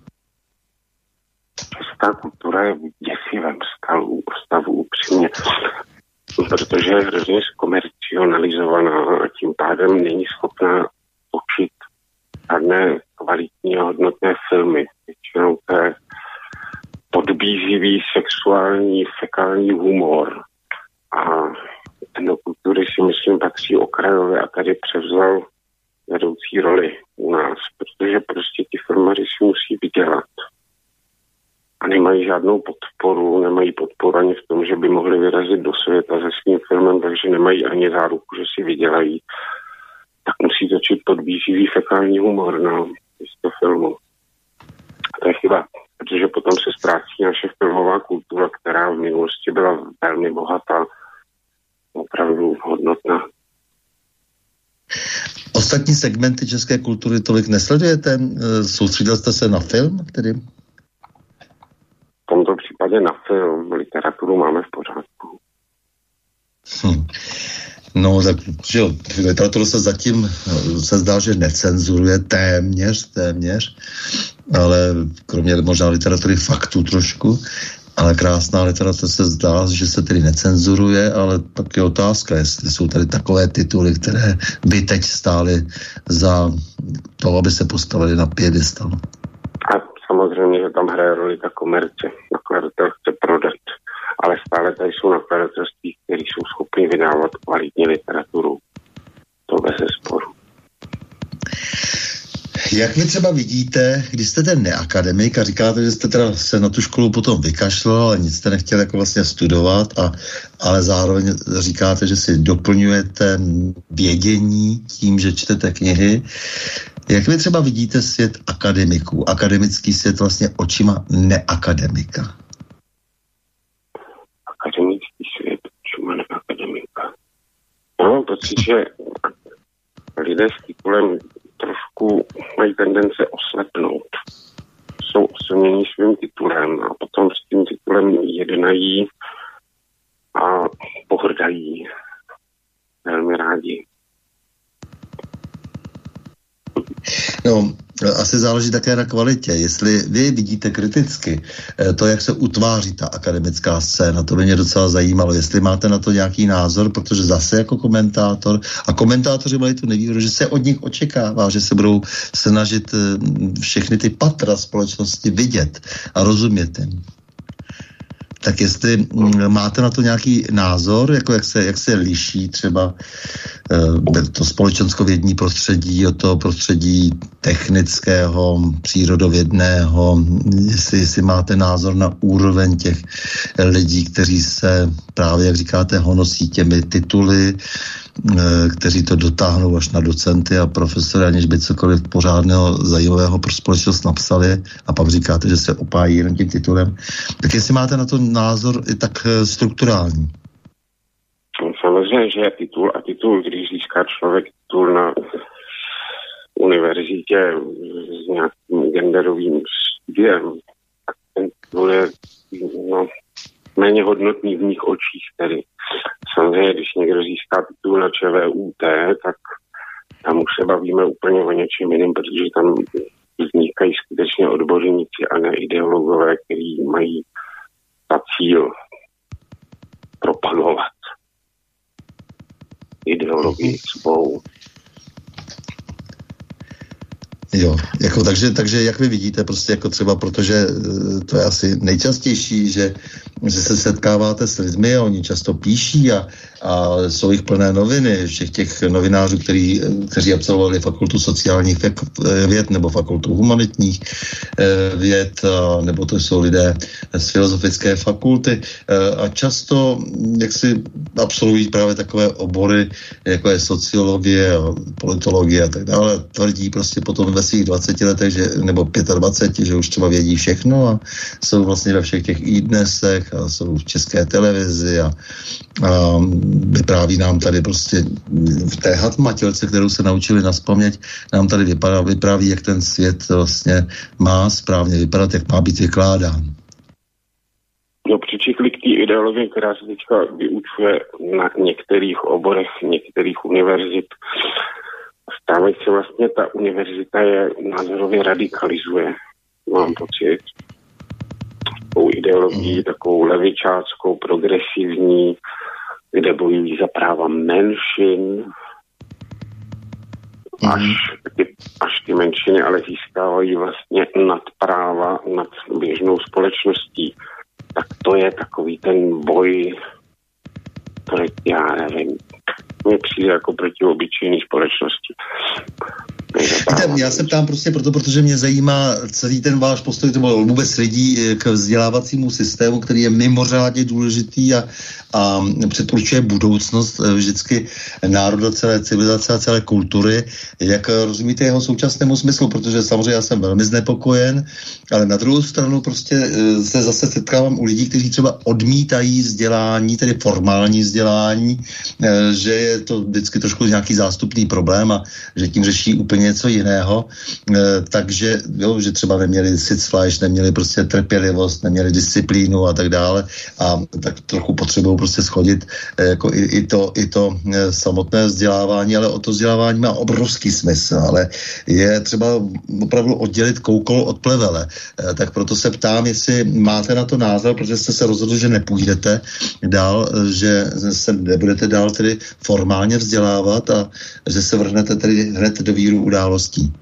Česká kultura je v děsivém stavu, stavu upřímně, protože je hrozně zkomercionalizovaná a tím pádem není schopná točit žádné kvalitní a hodnotné filmy. Většinou to je podbízivý sexuální, fekální humor. A do kultury si myslím patří okrajově a tady převzal vedoucí roli u nás, protože prostě ti filmaři si musí vydělat. A nemají žádnou podporu, nemají podporu ani v tom, že by mohli vyrazit do světa se svým filmem, takže nemají ani záruku, že si vydělají. Tak musí točit podbízivý fekální humor na místo filmu. A to je chyba, protože potom se ztrácí naše filmová kultura, která v minulosti byla velmi bohatá, opravdu hodnotná. Ostatní segmenty české kultury tolik nesledujete? Soustředil jste se na film tedy? V tomto případě na film, literaturu máme v pořádku. Hm. No, tak že jo, literaturu se zatím se zdá, že necenzuruje téměř, téměř, ale kromě možná literatury faktů trošku, ale krásná literatura se zdá, že se tedy necenzuruje, ale pak je otázka, jestli jsou tady takové tituly, které by teď stály za to, aby se postavili na piedestal. A samozřejmě, že tam hraje roli ta komerce. Nakladatel chce prodat. Ale stále tady jsou nakladatelství, které jsou schopni vydávat kvalitní literaturu. To bez sporu. Jak vy třeba vidíte, když jste ten neakademik a říkáte, že jste teda se na tu školu potom vykašlal, ale nic jste nechtěl jako vlastně studovat, a, ale zároveň říkáte, že si doplňujete vědění tím, že čtete knihy. Jak vy třeba vidíte svět akademiků, akademický svět vlastně očima neakademika? Akademický svět očima neakademika. No, pocit, že lidé s titulem trošku mají tendence oslepnout. Jsou oslnění svým titulem a potom s tím titulem jednají a pohrdají velmi rádi. No, asi záleží také na kvalitě. Jestli vy vidíte kriticky to, jak se utváří ta akademická scéna, to by mě docela zajímalo. Jestli máte na to nějaký názor, protože zase jako komentátor, a komentátoři mají tu nevýhodu, že se od nich očekává, že se budou snažit všechny ty patra společnosti vidět a rozumět jim. Tak jestli máte na to nějaký názor, jako jak se, jak se liší třeba eh, to společenskovědní prostředí od toho prostředí technického, přírodovědného, jestli, jestli máte názor na úroveň těch lidí, kteří se právě, jak říkáte, honosí těmi tituly, kteří to dotáhnou až na docenty a profesory, aniž by cokoliv pořádného zajímavého pro společnost napsali, a pak říkáte, že se opájí jen tím titulem. Tak jestli máte na to názor i tak strukturální? Samozřejmě, že je titul a titul, když získá člověk titul na univerzitě s nějakým genderovým studiem, tak ten titul je no, méně hodnotný v mých očích tedy. Samozřejmě, když někdo získá titul na ČVUT, tak tam už se bavíme úplně o něčem jiném, protože tam vznikají skutečně odborníci a ne ideologové, kteří mají za cíl propagovat ideologii svou. Jo, jako takže, takže jak vy vidíte, prostě jako třeba, protože to je asi nejčastější, že, že se setkáváte s lidmi a oni často píší a, a jsou jich plné noviny, všech těch novinářů, který, kteří absolvovali fakultu sociálních věd nebo fakultu humanitních věd, a, nebo to jsou lidé z filozofické fakulty a často jak si absolvují právě takové obory, jako je sociologie a politologie a tak dále, tvrdí prostě potom ve svých dvaceti letech, že, nebo dvaceti pěti, že už třeba vědí všechno a jsou vlastně ve všech těch iDnesech a jsou v České televizi a, a vypráví nám tady prostě v té hatmatilce, kterou se naučili nazpaměť, nám tady vypadá, vypráví, jak ten svět vlastně má správně vypadat, jak má být vykládán. No, přičekli k té ideologii, která se teďka vyučuje na některých oborech, některých univerzit. Stávající se vlastně ta univerzita je názorově radikalizuje, mám pocit. Takovou ideologii, takovou levičáckou, progresivní, kde bojují za práva menšin, až ty, až ty menšiny ale získávají vlastně nadpráva nad běžnou společností. Tak to je takový ten boj proti, já nevím, mně přijde jako proti obyčejné společnosti. Víte, já se ptám prostě proto, protože mě zajímá celý ten váš postoj, to bylo vůbec lidí k vzdělávacímu systému, který je mimořádně důležitý a, a předurčuje budoucnost vždycky národa, celé civilizace a celé kultury. Jak rozumíte jeho současnému smyslu? Protože samozřejmě já jsem velmi znepokojen, ale na druhou stranu prostě se zase setkávám u lidí, kteří třeba odmítají vzdělání, tedy formální vzdělání, že je to vždycky trošku nějaký zástupný problém a že tím řeší úplně něco jiného, e, takže jo, že třeba neměli sitzfleisch, neměli prostě trpělivost, neměli disciplínu a tak dále a tak trochu potřebují prostě schodit e, jako i, i to, i to e, samotné vzdělávání, ale o to vzdělávání má obrovský smysl, ale je třeba opravdu oddělit koukol od plevele. E, tak proto se ptám, jestli máte na to názor, protože jste se rozhodli, že nepůjdete dál, že se nebudete dál tedy formálně vzdělávat a že se vrhnete tedy hned do víru událostí.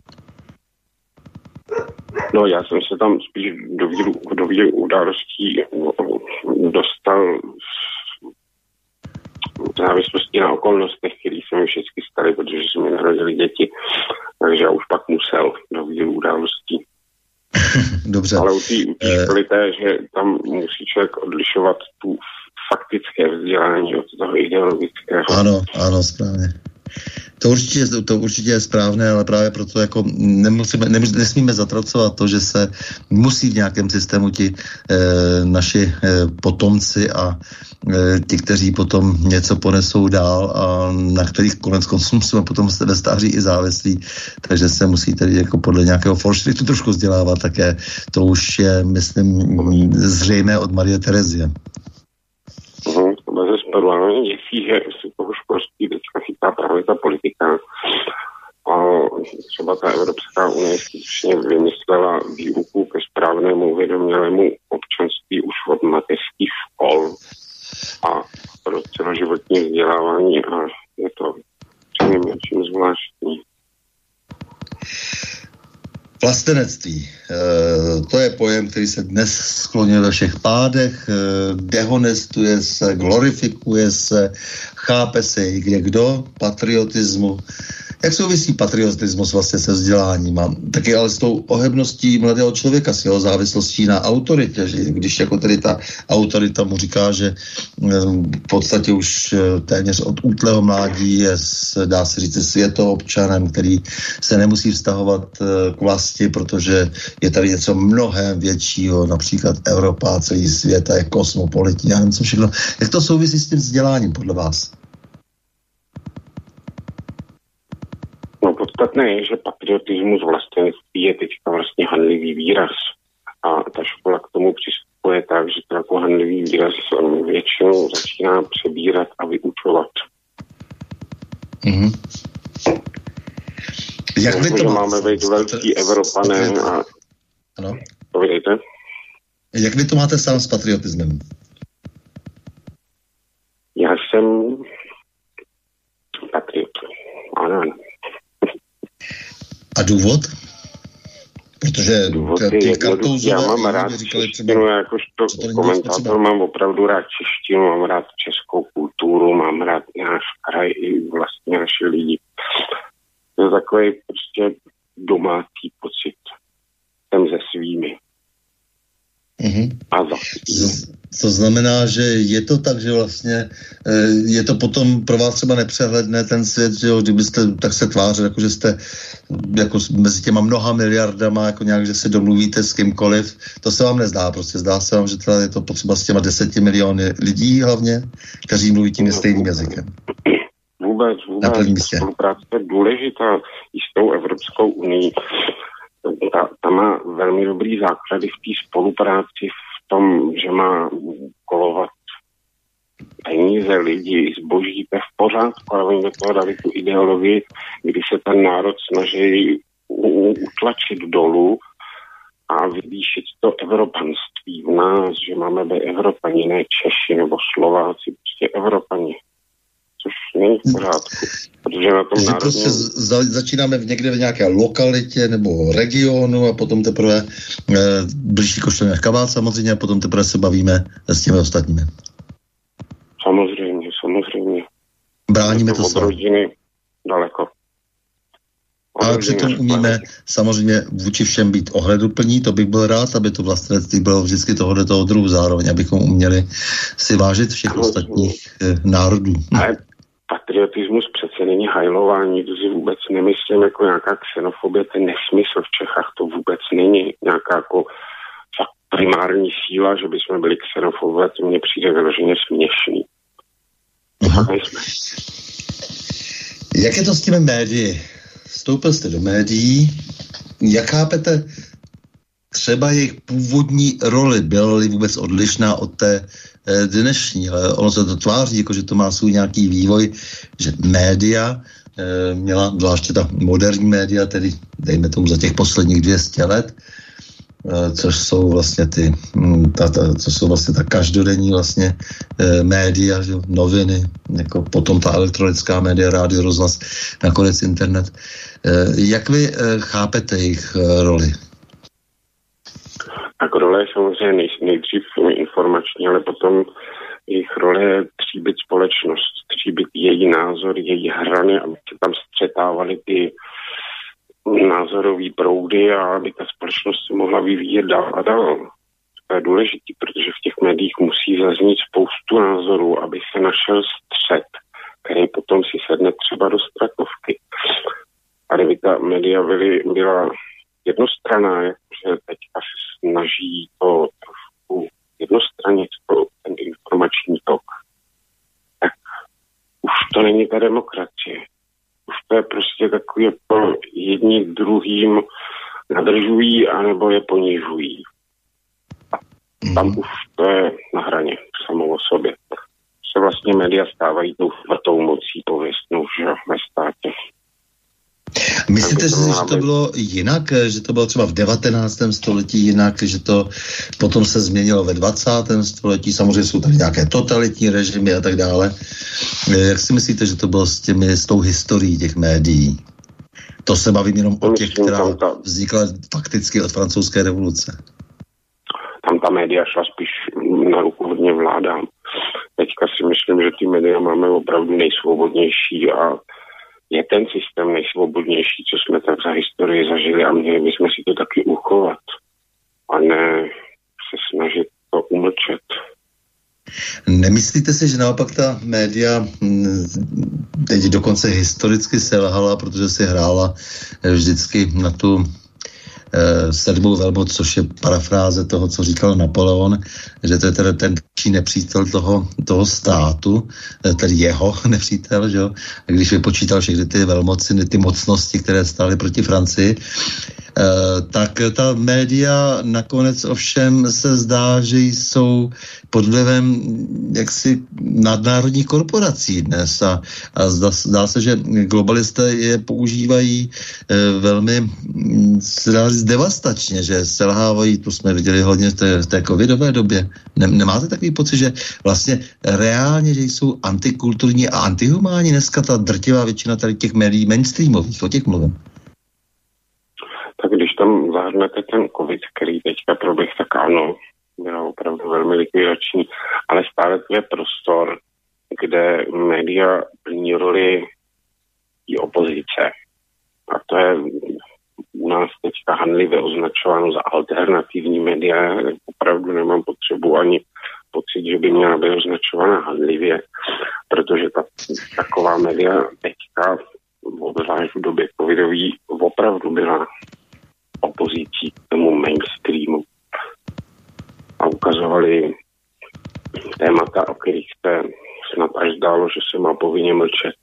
No, já jsem se tam spíš do víru, do víru událostí dostal v závislosti na okolnostech, které se mi všechny staly, protože se mi narodili děti, takže já už pak musel do víru událostí. Dobře. Ale u té školy té, že tam musí člověk odlišovat tu faktické vzdělání od toho ideologického. Ano, ano, správně. To určitě, to určitě je správné, ale právě proto jako nemusíme, nesmíme zatracovat to, že se musí v nějakém systému ti e, naši e, potomci a e, ti, kteří potom něco ponesou dál a na kterých konec konců jsme potom ve stáří i závislí, takže se musí tedy jako podle nějakého forštritu trošku vzdělávat také. To už je, myslím, zřejmé od Marie Terezie. Mhm, to bez zesporu, ale mě děsí, že si toho školství teďka chytá právě ta politika. A třeba ta Evropská unie skutečně vymyslela výuku ke správnému vědomělému občanství už od mateřských škol a pro celoživotní vzdělávání a je to přinejmenším zvláštní. Vlastenectví. E, to je pojem, který se dnes sklonil ve všech pádech, e, dehonestuje se, glorifikuje se, chápe se i kde kdo, patriotismu. Jak souvisí patriotismus vlastně se vzděláním? A taky ale s tou ohebností mladého člověka, s jeho závislostí na autoritě, že když jako tedy ta autorita mu říká, že v podstatě už téměř od útlého mládí je, dá se říct, světoobčanem, který se nemusí vztahovat k vlasti, protože je tady něco mnohem většího, například Evropa, celý svět a je kosmopolitní, já nevím co všechno. Jak to souvisí s tím vzděláním podle vás? No podstatné je, že patriotismus vlastenectví je teďka vlastně hanlivý výraz. A ta škola k tomu přistupuje tak, že to jako hanlivý výraz většinou začíná přebírat a vyučovat. Mm-hmm. Jak vy to máme být velký Evropané a... Ano. Povídejte. Jak vy to máte sám s patriotismem? Já jsem patriot. Ano, ano. A důvod? Protože těch kartouzové... Já mám rád češtinu, jakožto komentátor mám opravdu rád češtinu, mám rád českou kulturu, mám rád náš kraj i vlastně naše lidi. To je takový prostě domácí pocit. Jsem se svými. Mm-hmm. A za svými. To znamená, že je to tak, že vlastně je to potom pro vás třeba nepřehledné ten svět, že jo, kdybyste tak se tvářili, jako že jste jako mezi těma mnoha miliardama, jako nějak, že se domluvíte s kýmkoliv, to se vám nezdá, prostě zdá se vám, že teda je to potřeba s těma deseti miliony lidí hlavně, kteří mluví tím stejným jazykem. Vůbec, vůbec, spolupráce je důležitá i s tou Evropskou unii. Ta, ta má velmi dobrý základy v té spolupráci v tom, že má kolovat peníze, lidi, zboží, to je v pořádku, ale oni do toho dali tu ideologii, kdy se ten národ snaží utlačit dolů a vyvýšit to evropanství v nás, že máme být Evropani, ne Češi nebo Slováci, prostě Evropani. Což není v pořádku. Protože na tom národním... prostě za, začínáme v někde v nějaké lokalitě nebo regionu a potom teprve e, blížší koštěné kabát samozřejmě a potom teprve se bavíme s těmi ostatními. Samozřejmě, samozřejmě. Bráníme to od rodiny daleko. Od ale přitom umíme samozřejmě vůči všem být ohleduplní, to bych byl rád, aby to vlastenectví bylo vždycky tohoto toho druhu zároveň, abychom uměli si vážit všech samozřejmě ostatních e, národů. Ale patriotismus přece není hajlování, to si vůbec nemyslím jako nějaká xenofobie, ten nesmysl v Čechách to vůbec není nějaká jako primární síla, že bychom byli xenofobové, to mně přijde vyloženě směšný. Jak je to s těmi médii? Vstoupil jste do médií, jak chápete třeba jejich původní roli, byla-li vůbec odlišná od té eh, dnešní, ale ono se to tváří, jako že to má svůj nějaký vývoj, že média eh, měla, zvláště ta moderní média, tedy dejme tomu za těch posledních dvě stě let, eh, což jsou vlastně ty, ta, ta, co jsou vlastně ta každodenní vlastně eh, média, že, noviny, jako potom ta elektronická média, rádio, rozhlas, nakonec internet. Eh, jak vy eh, chápete jejich eh, roli? Tak role je samozřejmě nejdřív informační, ale potom jejich role je tříbit společnost, tříbit její názor, její hrany, aby se tam střetávaly ty názorové proudy a aby ta společnost se mohla vyvíjet dál a dál. To je důležité, protože v těch médiích musí zaznít spoustu názorů, aby se našel střet, který potom si sedne třeba do ztratovky. A kdyby ta média byly, byla jednostranná, jakože teďka se snaží to trošku jednostranně, to, ten informační tok, tak už to není ta demokracie. Už to je prostě takový, jako jedni druhým nadržují, anebo je ponižují. A tam mm. už to je na hraně samo o sobě. Se vlastně média stávají tou čtvrtou mocí pověstnou, že ve státě. Myslíte si, že to bylo jinak, že to bylo třeba v devatenáctém století jinak, že to potom se změnilo ve dvacátém století, samozřejmě jsou tady nějaké totalitní režimy a tak dále. Jak si myslíte, že to bylo s těmi, s tou historií těch médií? To se bavím jenom o těch, která vznikla fakticky od francouzské revoluce. Tam ta média šla spíš na ruku hodně vládám. Teďka si myslím, že ty média máme opravdu nejsvobodnější a je ten systém nejsvobodnější, co jsme tak za historii zažili a měli bychom si to taky uchovat a ne se snažit to umlčet. Nemyslíte si, že naopak ta média teď dokonce historicky selhala, protože si hrála vždycky na tu sedmou velmoc, což je parafráze toho, co říkal Napoleon, že to je teda ten nepřítel toho, toho státu, tedy jeho nepřítel, že jo? Když vypočítal všechny ty velmoci, ty mocnosti, které stály proti Francii, tak ta média nakonec ovšem se zdá, že jsou pod vlivem jaksi nadnárodních korporací dnes a, a zdá, zdá se, že globalisté je používají e, velmi devastačně, že selhávají, to jsme viděli hodně v té, v té covidové době. Ne, nemáte takový pocit, že vlastně reálně, že jsou antikulturní a antihumánní dneska ta drtivá většina tady těch médií mainstreamových, o těch mluvím? Tak když tam zahrnete ten covid, který teďka proběh, tak ano, byla opravdu velmi likvidační, ale stále to je prostor, kde média plní roli i opozice. A to je u nás teďka hanlivě označováno za alternativní média. Opravdu nemám potřebu ani pocit, že by měla být označována hanlivě, protože ta, taková média teďka, obzvlášť v době covidový, opravdu byla opozicí k tomu mainstreamu. A ukazovali témata, o kterých se snad až zdálo, že se má povinně mlčet.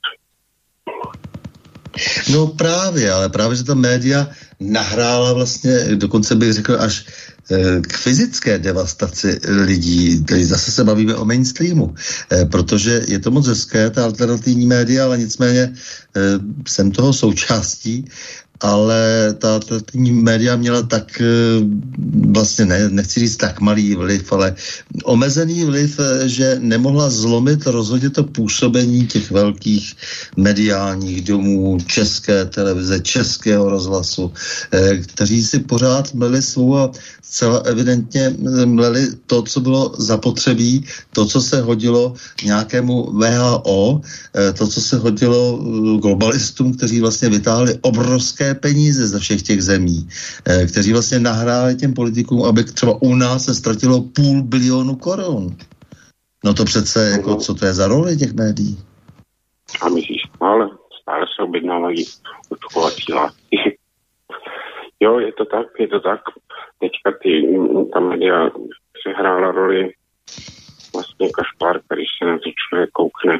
No právě, ale právě, že ta média nahrála vlastně, dokonce bych řekl, až k fyzické devastaci lidí, tedy zase se bavíme o mainstreamu, protože je to moc hezké, ta alternativní média, ale nicméně jsem toho součástí, ale ta alternativní média měla tak vlastně, ne, nechci říct tak malý vliv, ale omezený vliv, že nemohla zlomit rozhodně to působení těch velkých mediálních domů, České televize, Českého rozhlasu, kteří si pořád mleli svou a zcela evidentně mleli to, co bylo zapotřebí, to, co se hodilo nějakému V H O, to, co se hodilo globalistům, kteří vlastně vytáhli obrovské peníze ze všech těch zemí, kteří vlastně nahráli těm politikům, aby třeba u nás se ztratilo půl bilionu korun. No to přece, jako, co to je za roli těch médií? A myslíš, stále, stále se objednávají očkovací látky. Jo, je to tak, je to tak. Teďka ty, ta média se hrála roli vlastně kašpár, když se na to člověk koukne.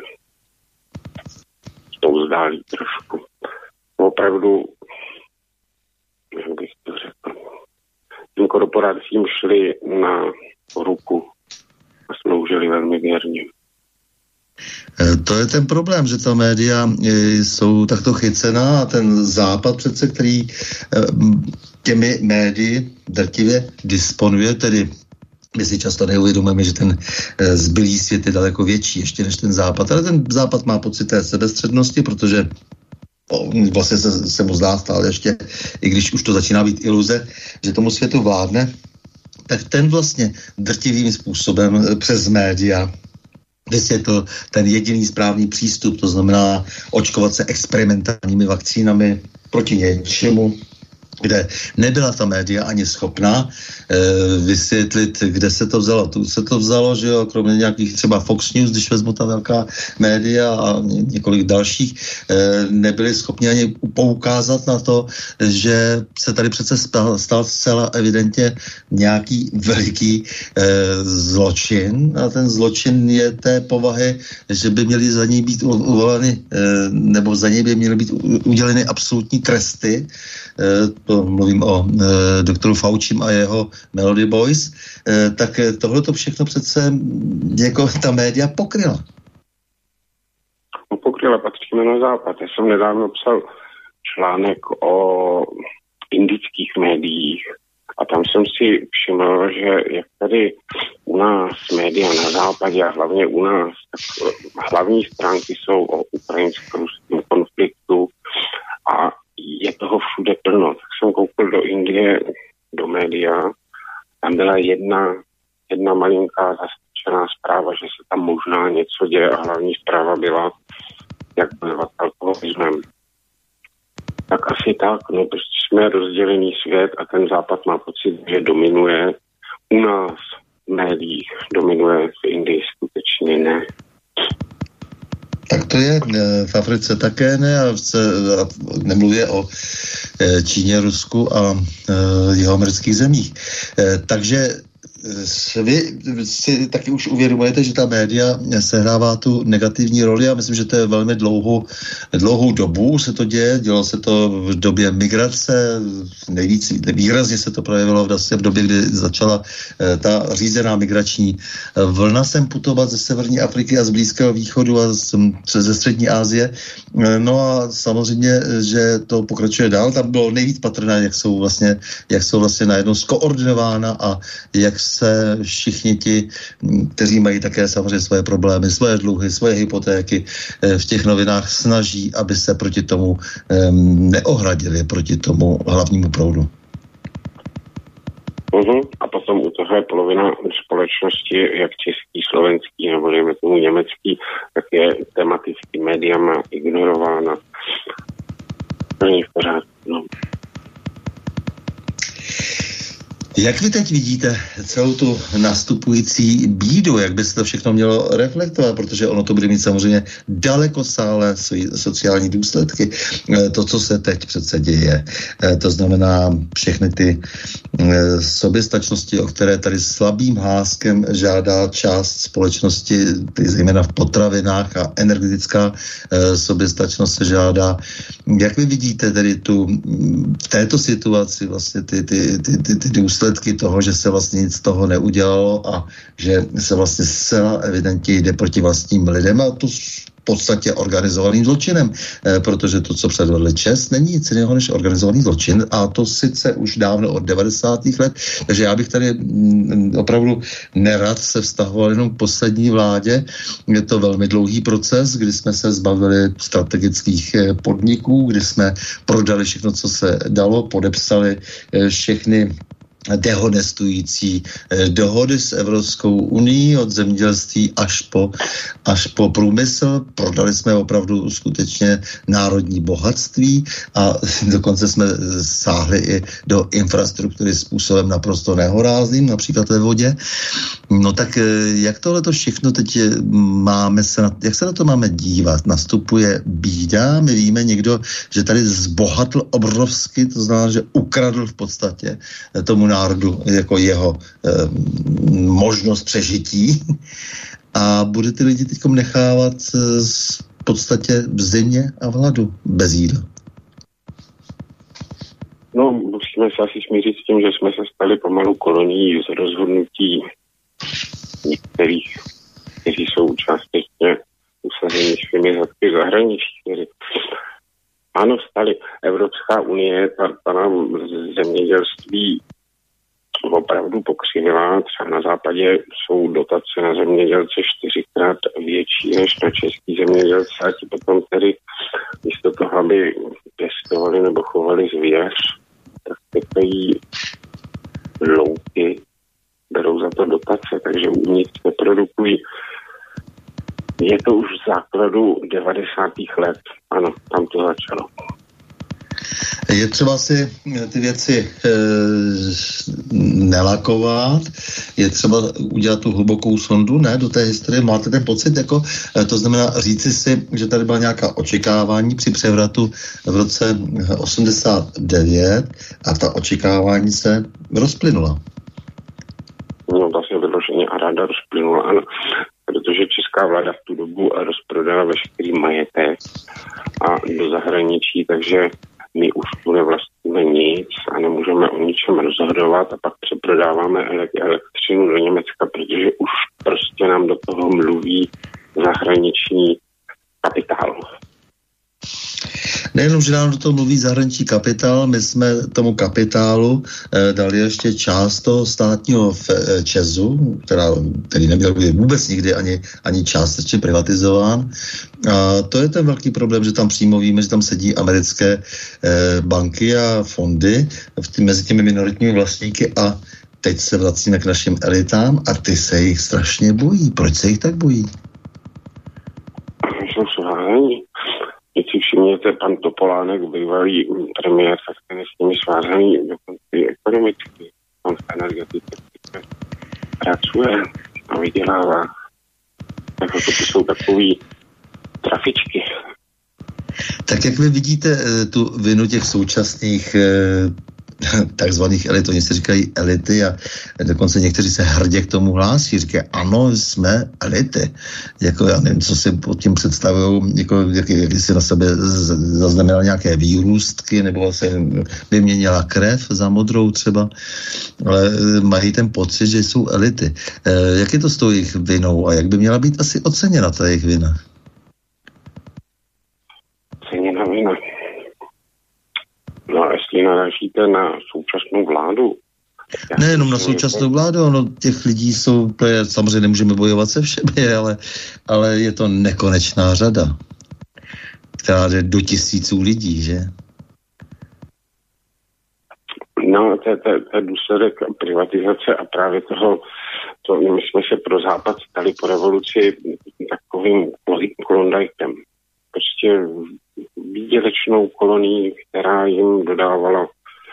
To vzdálí trošku. Opravdu, jak bych to řekl, tím korporacím šli na ruku a sloužili velmi věrně. To je ten problém, že ta média jsou takto chycená a ten západ přece, který těmi médii drtivě disponuje, tedy my si často neuvědomujeme, že ten zbylý svět je daleko větší ještě než ten západ, ale ten západ má pocit té sebestřednosti, protože vlastně se, se mu zdá stále ještě, i když už to začíná být iluze, že tomu světu vládne, tak ten vlastně drtivým způsobem přes média vysvětl ten jediný správný přístup, to znamená očkovat se experimentálními vakcínami proti něčemu, kde nebyla ta média ani schopná e, vysvětlit, kde se to vzalo. Tu se to vzalo, že jo, kromě nějakých třeba Fox News, když vezmu ta velká média a ně, několik dalších, e, nebyli schopni ani poukázat na to, že se tady přece stal, stal zcela evidentně nějaký veliký e, zločin a ten zločin je té povahy, že by měly za něj být uvoleny, e, nebo za něj by měly být uděleny absolutní tresty. E, to mluvím o e, doktoru Faučím a jeho Melody Boys, e, tak tohle to všechno přece jako ta média pokryla. No pokryla, patříme na západ. Já jsem nedávno psal článek o indických médiích a tam jsem si všiml, že jak tady u nás média na západě a hlavně u nás, tak hlavní stránky jsou o ukrajinsko-ruském konfliktu a je toho všude plno. Tak jsem koukal do Indie, do média, tam byla jedna, jedna malinká zastrčená zpráva, že se tam možná něco děje a hlavní zpráva byla, jak bojovat alkoholismem. Tak asi tak, no prostě jsme rozdělený svět a ten západ má pocit, že dominuje u nás v médiích, dominuje v Indii skutečně ne. Tak to je v Africe také ne a nemluvě o Číně, Rusku a jeho amerických zemích. Takže vy si taky už uvědomujete, že ta média sehrává tu negativní roli a myslím, že to je velmi dlouhou, dlouhou dobu se to děje. Dělo se to v době migrace, nejvíc výrazně se to projevilo vlastně v době, kdy začala ta řízená migrační vlna sem putovat ze severní Afriky a z Blízkého východu a z, ze střední Asie. No a samozřejmě, že to pokračuje dál. Tam bylo nejvíc patrné, jak jsou vlastně, jak jsou vlastně najednou skoordinována a jak se všichni ti, kteří mají také samozřejmě svoje problémy, svoje dluhy, svoje hypotéky, v těch novinách snaží, aby se proti tomu um, neohradili, proti tomu hlavnímu proudu. Uhum. A potom u toho je polovina společnosti, jak český, slovenský nebo dejme tomu německý, tak je tematicky médiama ignorována. Není v pořádku, no. Jak vy teď vidíte celou tu nastupující bídu, jak by se to všechno mělo reflektovat, protože ono to bude mít samozřejmě dalekosáhlé sociální důsledky. To, co se teď přece děje, to znamená všechny ty soběstačnosti, o které tady slabým háskem žádá část společnosti, zejména v potravinách a energetická soběstačnost se žádá. Jak vy vidíte tedy tu, v této situaci vlastně ty, ty, ty, ty, ty důsledky toho, že se vlastně nic z toho neudělalo a že se vlastně zcela evidentně jde proti vlastním lidem a to v podstatě organizovaným zločinem, e, protože to, co předvedli ČEZ, není nic jiného než organizovaný zločin a to sice už dávno od devadesátých let, takže já bych tady m, opravdu nerad se vztahoval jenom k poslední vládě. Je to velmi dlouhý proces, kdy jsme se zbavili strategických podniků, kdy jsme prodali všechno, co se dalo, podepsali e, všechny dehonestující eh, dohody s Evropskou unií od zemědělství až po, až po průmysl. Prodali jsme opravdu skutečně národní bohatství a dokonce jsme sáhli i do infrastruktury způsobem naprosto nehorázným, například ve vodě. No tak eh, jak tohleto všechno teď máme se na, jak se na to máme dívat? Nastupuje bída, my víme někdo, že tady zbohatl obrovsky, to znamená, že ukradl v podstatě tomu národu jako jeho eh, možnost přežití a bude ty lidi teď nechávat eh, v podstatě v zimě a v hladu bez jídla. No, musíme se asi smířit s tím, že jsme se stali pomalu kolonií z rozhodnutí některých, kteří jsou částečně usazení svými zadky v zahraničí, kteří ano, stali. Evropská unie, ta, ta nám zemědělství opravdu pokřivila. Třeba na západě jsou dotace na zemědělce čtyřikrát větší než na český zemědělce a ti potom tedy místo toho, aby pěstovali nebo chovali zvěř, tak pěkají louky, berou za to dotace, takže nic neprodukují. Je to už v základu devadesátých let. Ano, tam to začalo. Je třeba si ty věci e, nelakovat, je třeba udělat tu hlubokou sondu, ne, do té historie. Máte ten pocit, jako, e, to znamená říci si, že tady byla nějaká očekávání při převratu v roce osmdesát devět a ta očekávání se rozplynula. No, to se vyloženě a ráda rozplynula, ano. Protože česká vláda v tu dobu rozprodala veškerý majetek a do zahraničí, takže my už tu nevlastníme nic a nemůžeme o ničem rozhodovat a pak přeprodáváme elektřinu do Německa, protože už prostě nám do toho mluví zahraniční kapitál. Nejenom, že nám do toho mluví zahraniční kapitál, my jsme tomu kapitálu eh, dali ještě část toho státního f, eh, Česu, která, který neměl být vůbec nikdy ani, ani částečně privatizován. A to je ten velký problém, že tam přímo víme, že tam sedí americké eh, banky a fondy v tý, mezi těmi minoritními vlastníky a teď se vracíme k našim elitám a ty se jich strašně bojí. Proč se jich tak bojí? Jsou svázaní. Když si všimněte, pan Topolánek, bývalý premiér, tak ten je s nimi svázaný dokonce ekonomicky. On v energetice pracuje a vydělává. Tak to jsou takový trafičky. Tak jak vy vidíte tu vinu těch současných takzvaných elit, oni se říkají elity a dokonce někteří se hrdě k tomu hlásí, říkají, ano, jsme elity. Jako já nevím, co si pod tím představují, jako, jak, jak si na sebe zaznamenal nějaké výrůstky, nebo se vyměnila krev za modrou třeba, ale mají ten pocit, že jsou elity. E, jak je to s tou jejich vinou a jak by měla být asi oceněna ta jejich vina? Oceněna vina. No a jestli narážíte na současnou vládu. Nejenom na současnou vládu, no těch lidí jsou, to je, samozřejmě nemůžeme bojovat se všemi, ale, ale je to nekonečná řada, která jde do tisíců lidí, že? No, to je, to, to je důsledek privatizace a právě toho, to, my jsme se pro Západ stali po revoluci takovým klondajkem. Prostě výdělečnou kolonii, která jim dodávala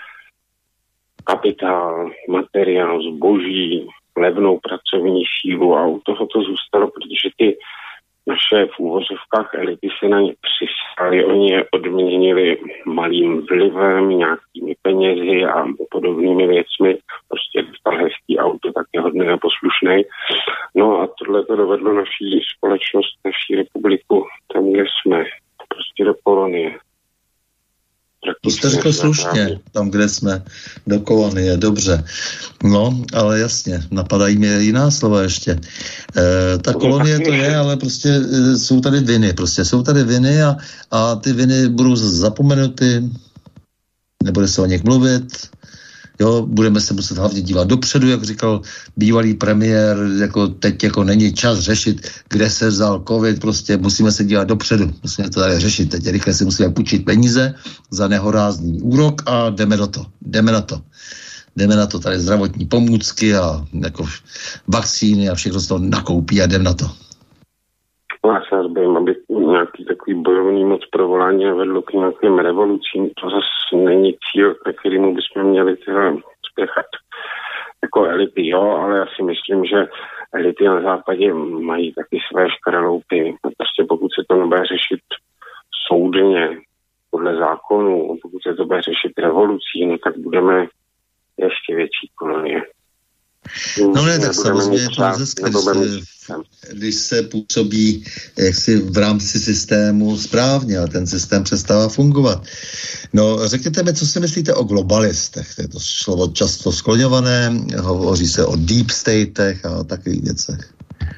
kapitál, materiál, zboží, levnou pracovní sílu a u toho to zůstalo, protože ty naše v úvozovkách elity se na ně přistali, oni je odměnili malým vlivem, nějakými penězi a podobnými věcmi, prostě dostal hezký auto, tak je hodně neposlušnej. No a tohle to dovedlo naší společnost, naší republiku, tam, kde jsme, prostě do kolonie. To jste řekl slušně, tam, kde jsme, do kolonie, dobře. No, ale jasně, napadají mě jiná slova ještě. E, ta kolonie to je, ale prostě e, jsou tady viny, prostě jsou tady viny a, a ty viny budou zapomenuty, nebude se o nich mluvit, jo, budeme se muset hlavně dívat dopředu, jak říkal bývalý premiér, jako teď jako není čas řešit, kde se vzal covid, prostě musíme se dívat dopředu, musíme to tady řešit, teď rychle si musíme půjčit peníze za nehorázný úrok a jdeme do to, jdeme na to. Jdeme na to, tady zdravotní pomůcky a jako vakcíny a všechno z toho nakoupí a jdeme na to. Já se rozbím, aby nějaký takový bojovný moc pro volání nevedlo k nějakým revolucím. To zase není cíl, ke kterému bychom měli teda spěchat. Jako elity, jo, ale já si myslím, že elity na západě mají taky své škraloupy. Prostě pokud se to nebude řešit soudně, podle zákonu, pokud se to bude řešit revolucí, no tak budeme ještě větší kolonie. No ne, tak samozřejmě je to rozeskač, když se působí jaksi v rámci systému správně a ten systém přestává fungovat. No, řekněte mi, co si myslíte o globalistech? To je to slovo často skloňované, hovoří se o deep statech a o takových věcech.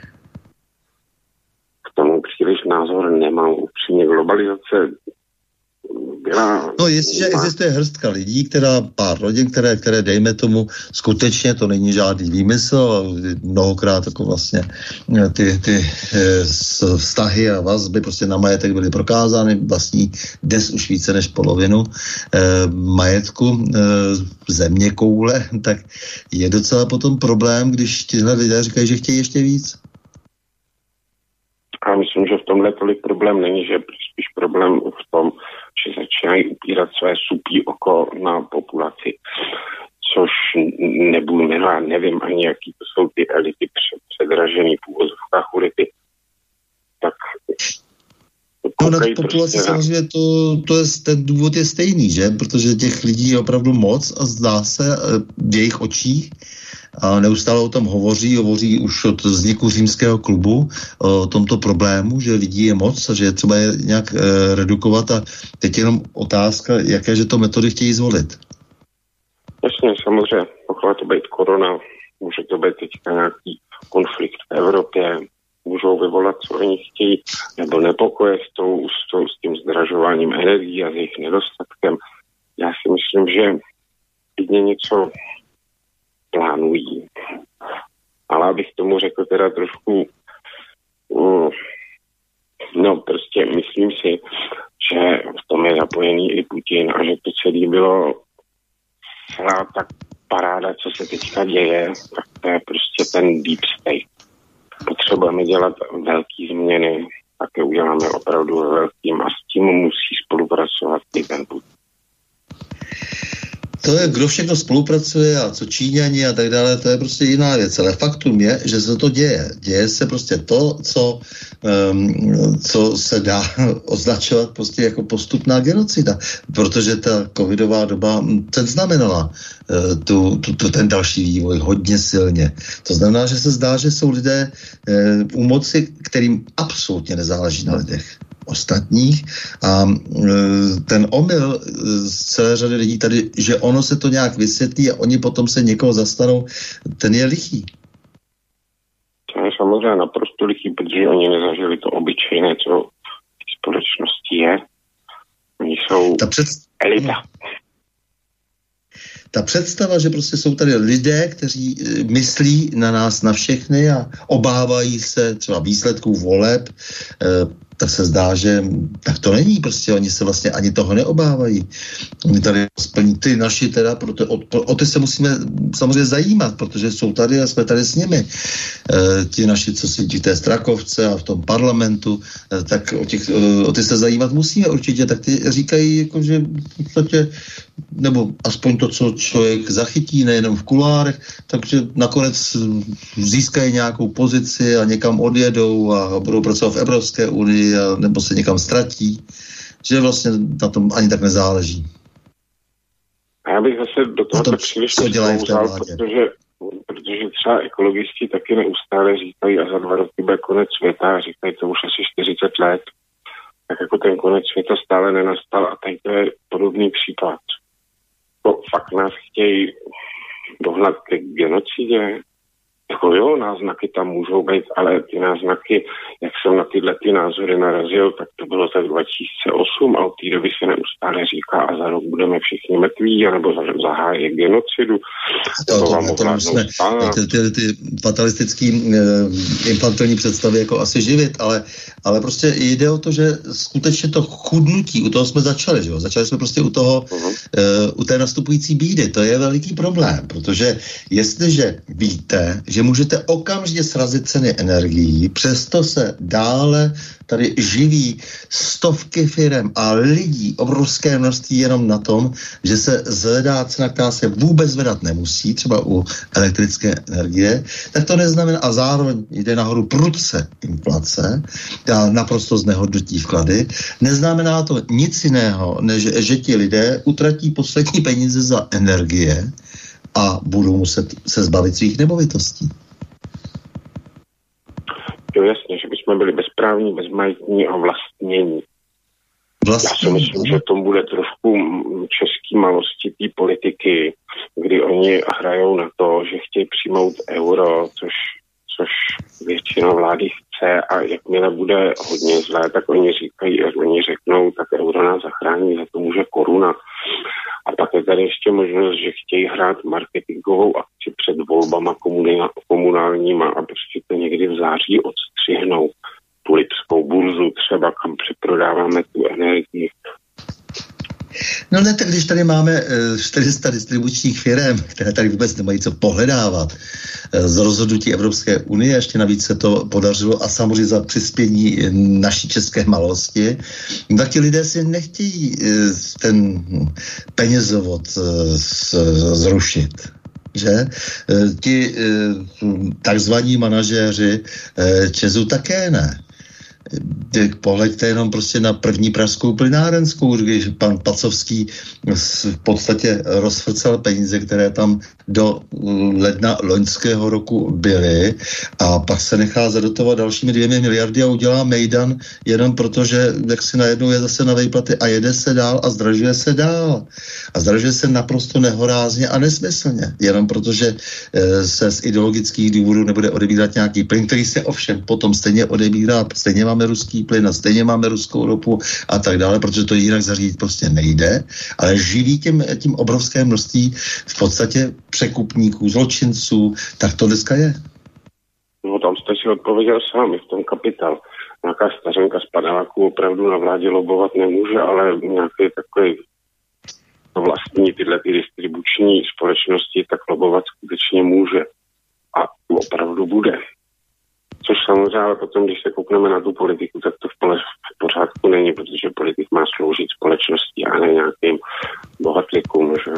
K tomu příliš názor nemám. Upřímně globalizace byla... No, jestliže existuje hrstka lidí, která, pár rodin, které, které dejme tomu, skutečně to není žádný výmysl, mnohokrát jako vlastně ty, ty vztahy a vazby prostě na majetek byly prokázány, vlastní dnes už více než polovinu eh, majetku eh, země koule, tak je docela potom problém, když tihle lidé říkají, že chtějí ještě víc. A myslím, že v tomhle tolik problém není, že spíš problém v tom, že začínají upírat své supí oko na populaci. Což nebudu jmenovat, nevím ani, jaký to jsou ty elity předražený v úvozovkách ulity. Tak no na tu populaci prostě samozřejmě to, to je, ten důvod je stejný, že? Protože těch lidí je opravdu moc a zdá se v jejich očích a neustále o tom hovoří, hovoří už od vzniku římského klubu o tomto problému, že lidí je moc a že je třeba je nějak e, redukovat a teď jenom otázka, jaké že to metody chtějí zvolit. Jasně, samozřejmě, mohla to být korona, může to být teďka nějaký konflikt v Evropě, můžou vyvolat, co oni chtějí, nebo nepokoje s, tou, s, tou, s tím zdražováním energií a s jejich nedostatkem. Já si myslím, že klidně něco plánují. Ale abych tomu řekl teda trošku, uh, no prostě myslím si, že v tom je zapojený i Putin a že to celé bylo celá ta paráda, co se teďka děje, tak to je prostě ten deep state. Potřebujeme dělat velké změny, také uděláme opravdu velkým a s tím musí spolupracovat i ten Putin. To je, kdo všechno spolupracuje a co Číňani a tak dále, to je prostě jiná věc. Ale faktum je, že se to děje. Děje se prostě to, co, um, co se dá označovat prostě jako postupná genocida. Protože ta covidová doba ten znamenala uh, tu, tu, tu, ten další vývoj hodně silně. To znamená, že se zdá, že jsou lidé uh, u moci, kterým absolutně nezáleží na lidech ostatních a ten omyl z celé řady lidí tady, že ono se to nějak vysvětlí a oni potom se někoho zastanou, ten je lichý. To je samozřejmě naprosto lichý, protože oni nezažili to obyčejné, co v společnosti je. Oni jsou Ta před... elita. Ta představa, že prostě jsou tady lidé, kteří myslí na nás, na všechny a obávají se třeba výsledků voleb, tak se zdá, že tak to není, prostě oni se vlastně ani toho neobávají. Oni tady splní ty naši teda, proto, o, o ty se musíme samozřejmě zajímat, protože jsou tady a jsme tady s nimi. E, ti naši, co si v té Strakovce a v tom parlamentu, e, tak o, těch, e, o ty se zajímat musíme určitě, tak ty říkají, jako, že v podstatě, nebo aspoň to, co člověk zachytí, nejenom v kulárech, takže nakonec získají nějakou pozici a někam odjedou a budou pracovat v Evropské unii a nebo se někam ztratí, že vlastně na tom ani tak nezáleží. A já bych zase do toho příliš nesouzal, protože, protože třeba ekologisti taky neustále říkají a za dva roky bude konec světa a říkají to už asi čtyřicet let, tak jako ten konec světa stále nenastal a tady to je podobný případ. To fakt nás chtějí dohnat k genocidě. Jako jo, náznaky tam můžou být, ale ty náznaky, jak jsem na tyhle ty názory narazil, tak to bylo tak dva tisíce osm a od té doby se neustále říká a za rok budeme všichni mrtví, anebo zahájí genocidu. To, to, to, to musíme ty, ty, ty fatalistický eh, infantilní představy jako asi živit, ale, ale prostě jde o to, že skutečně to chudnutí, u toho jsme začali, že jo? Začali jsme prostě u toho, uh-huh. eh, u té nastupující bídy. To je veliký problém, protože jestliže víte, že můžete okamžitě srazit ceny energií, přesto se dále tady živí stovky firem a lidí, obrovské množství jenom na tom, že se zvedá cena, která se vůbec zvedat nemusí, třeba u elektrické energie, tak to neznamená, a zároveň jde nahoru prudce inflace, a naprosto znehodnotí vklady, neznamená to nic jiného, než že ti lidé utratí poslední peníze za energie a budou muset se zbavit svých nemovitostí. Jo, jasně, že bychom byli bezprávní, bezmajetní a vlastnění. Vlastní. Já si myslím, že to bude trošku český malosti té politiky, kdy oni hrajou na to, že chtějí přijmout euro, což, což většina vlády chce a jakmile bude hodně zlé, tak oni říkají, až oni řeknou, tak euro nás zachrání, za to může koruna. A pak je tady ještě možnost, že chtějí hrát marketingovou akci před volbama komunálníma a prostě to někdy v září odstřihnou tu lipskou burzu třeba, kam přeprodáváme tu energii. No ne, tak když tady máme čtyři sta distribučních firm, které tady vůbec nemají co pohledávat z rozhodnutí Evropské unie, ještě navíc se to podařilo a samozřejmě za přispění naší české malosti, tak ti lidé si nechtějí ten penězovod zrušit. Že? Ti takzvaní manažéři Česu také ne. Pohleďte jenom prostě na první pražskou plynárenskou, když pan Pacovský v podstatě rozfrcal peníze, které tam do ledna loňského roku byly a pak se nechá zadotovat dalšími dvěmi miliardy a udělá mejdan jenom proto, že jak si najednou je zase na výplaty a jede se dál a zdražuje se dál. A zdražuje se naprosto nehorázně a nesmyslně. Jenom proto, že se z ideologických důvodů nebude odebírat nějaký plyn, který se ovšem potom stejně odebírá, stejně máme ruský plyn a stejně máme ruskou ropu a tak dále, protože to jinak zařídit prostě nejde, ale živí tím, tím obrovské množství v podstatě překupníků, zločinců, tak to dneska je. No tam jste si odpověděl sám, v tom Kapitál. Nějaká stařenka z paneláku opravdu na vládě lobovat nemůže, ale nějaký takový vlastní tyhle ty distribuční společnosti tak lobovat skutečně může. A opravdu bude. Což samozřejmě, ale potom, když se koukneme na tu politiku, tak to v pořádku není, protože politik má sloužit společnosti a ne nějakým bohatlíkům, že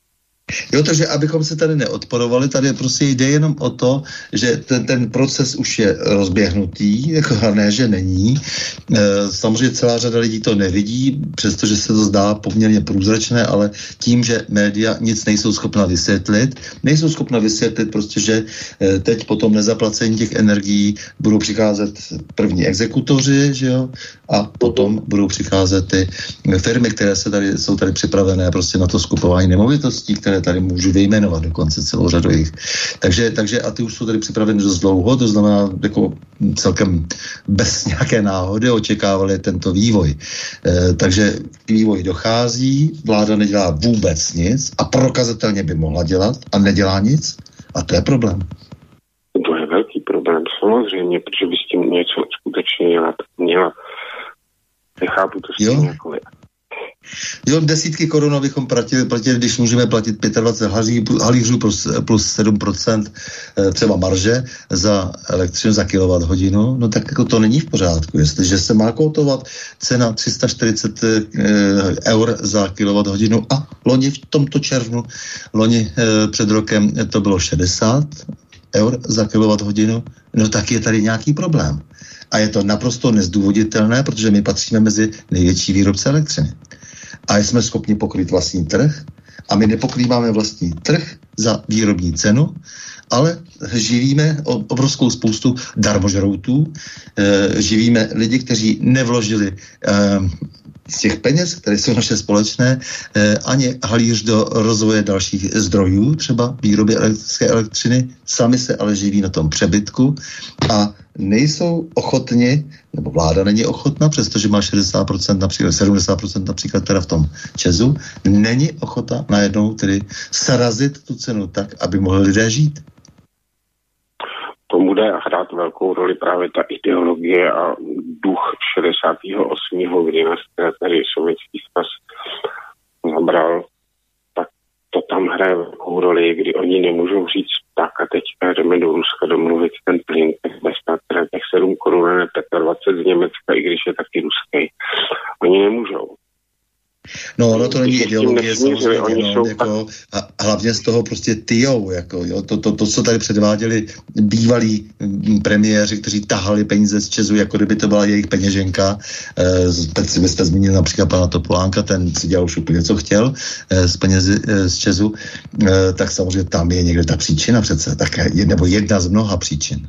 Jo, takže abychom se tady neodporovali, tady prostě jde jenom o to, že ten, ten proces už je rozběhnutý, jako ne, že není. E, samozřejmě celá řada lidí to nevidí, přestože se to zdá poměrně průzračné, ale tím, že média nic nejsou schopna vysvětlit, nejsou schopna vysvětlit prostě, že e, teď po tom nezaplacení těch energií budou přicházet první exekutoři, že jo, a potom budou přicházet ty firmy, které se tady, jsou tady připravené prostě na to skupování nemovitostí, které tady můžu vyjmenovat dokonce celou řadu jich. Takže, takže a ty už jsou tady připraveny dost dlouho, to znamená jako celkem bez nějaké náhody očekávali tento vývoj. E, takže vývoj dochází, vláda nedělá vůbec nic a prokazatelně by mohla dělat a nedělá nic a to je problém. To je velký problém, samozřejmě, protože by s tím něco skutečně dělat měla. Nechápu to s tím jako je. Jo, desítky korun bychom platili, platili, když můžeme platit dvacet pět halířů plus, plus sedm procent třeba marže za elektřinu za kilowatt hodinu, no tak jako to není v pořádku. Jestliže se má kotovat cena tři sta čtyřicet eur za kilowatt hodinu a loni v tomto červnu, loni před rokem to bylo šedesát eur za kilowatt hodinu, no tak je tady nějaký problém. A je to naprosto nezdůvoditelné, protože my patříme mezi největší výrobce elektřiny. A jsme schopni pokrýt vlastní trh a my nepokrýváme vlastní trh za výrobní cenu, ale živíme obrovskou spoustu darmožroutů, e, živíme lidi, kteří nevložili e, z těch peněz, které jsou naše společné, eh, ani halíř do rozvoje dalších zdrojů, třeba výroby elektrické elektřiny, sami se ale živí na tom přebytku a nejsou ochotni, nebo vláda není ochotna, přestože má šedesát procent, například sedmdesát procent například teda v tom ČEZu, není ochota najednou tedy srazit tu cenu tak, aby mohli lidé žít. To bude hrát velkou roli právě ta ideologie a duch šedesátého osmého kdy nás tady Sovětský svaz zabral, tak to tam hraje velkou roli, kdy oni nemůžou říct tak a teď jdeme do Ruska domluvit ten plyn, tak bez teda těch sedm korun, ne dvacet pět z Německa, i když je taky ruský. Oni nemůžou. No, ono to není ideologie, samozřejmě, no, jako, a hlavně z toho prostě tyjou, jako, jo, to, to, to, co tady předváděli bývalí premiéři, kteří tahali peníze z ČEZu, jako kdyby to byla jejich peněženka. E, teď si byste zmínil například pana Topolánka, ten si dělal už úplně, co chtěl e, z penězi e, z ČEZu, e, tak samozřejmě tam je někde ta příčina přece, tak je, nebo jedna z mnoha příčin.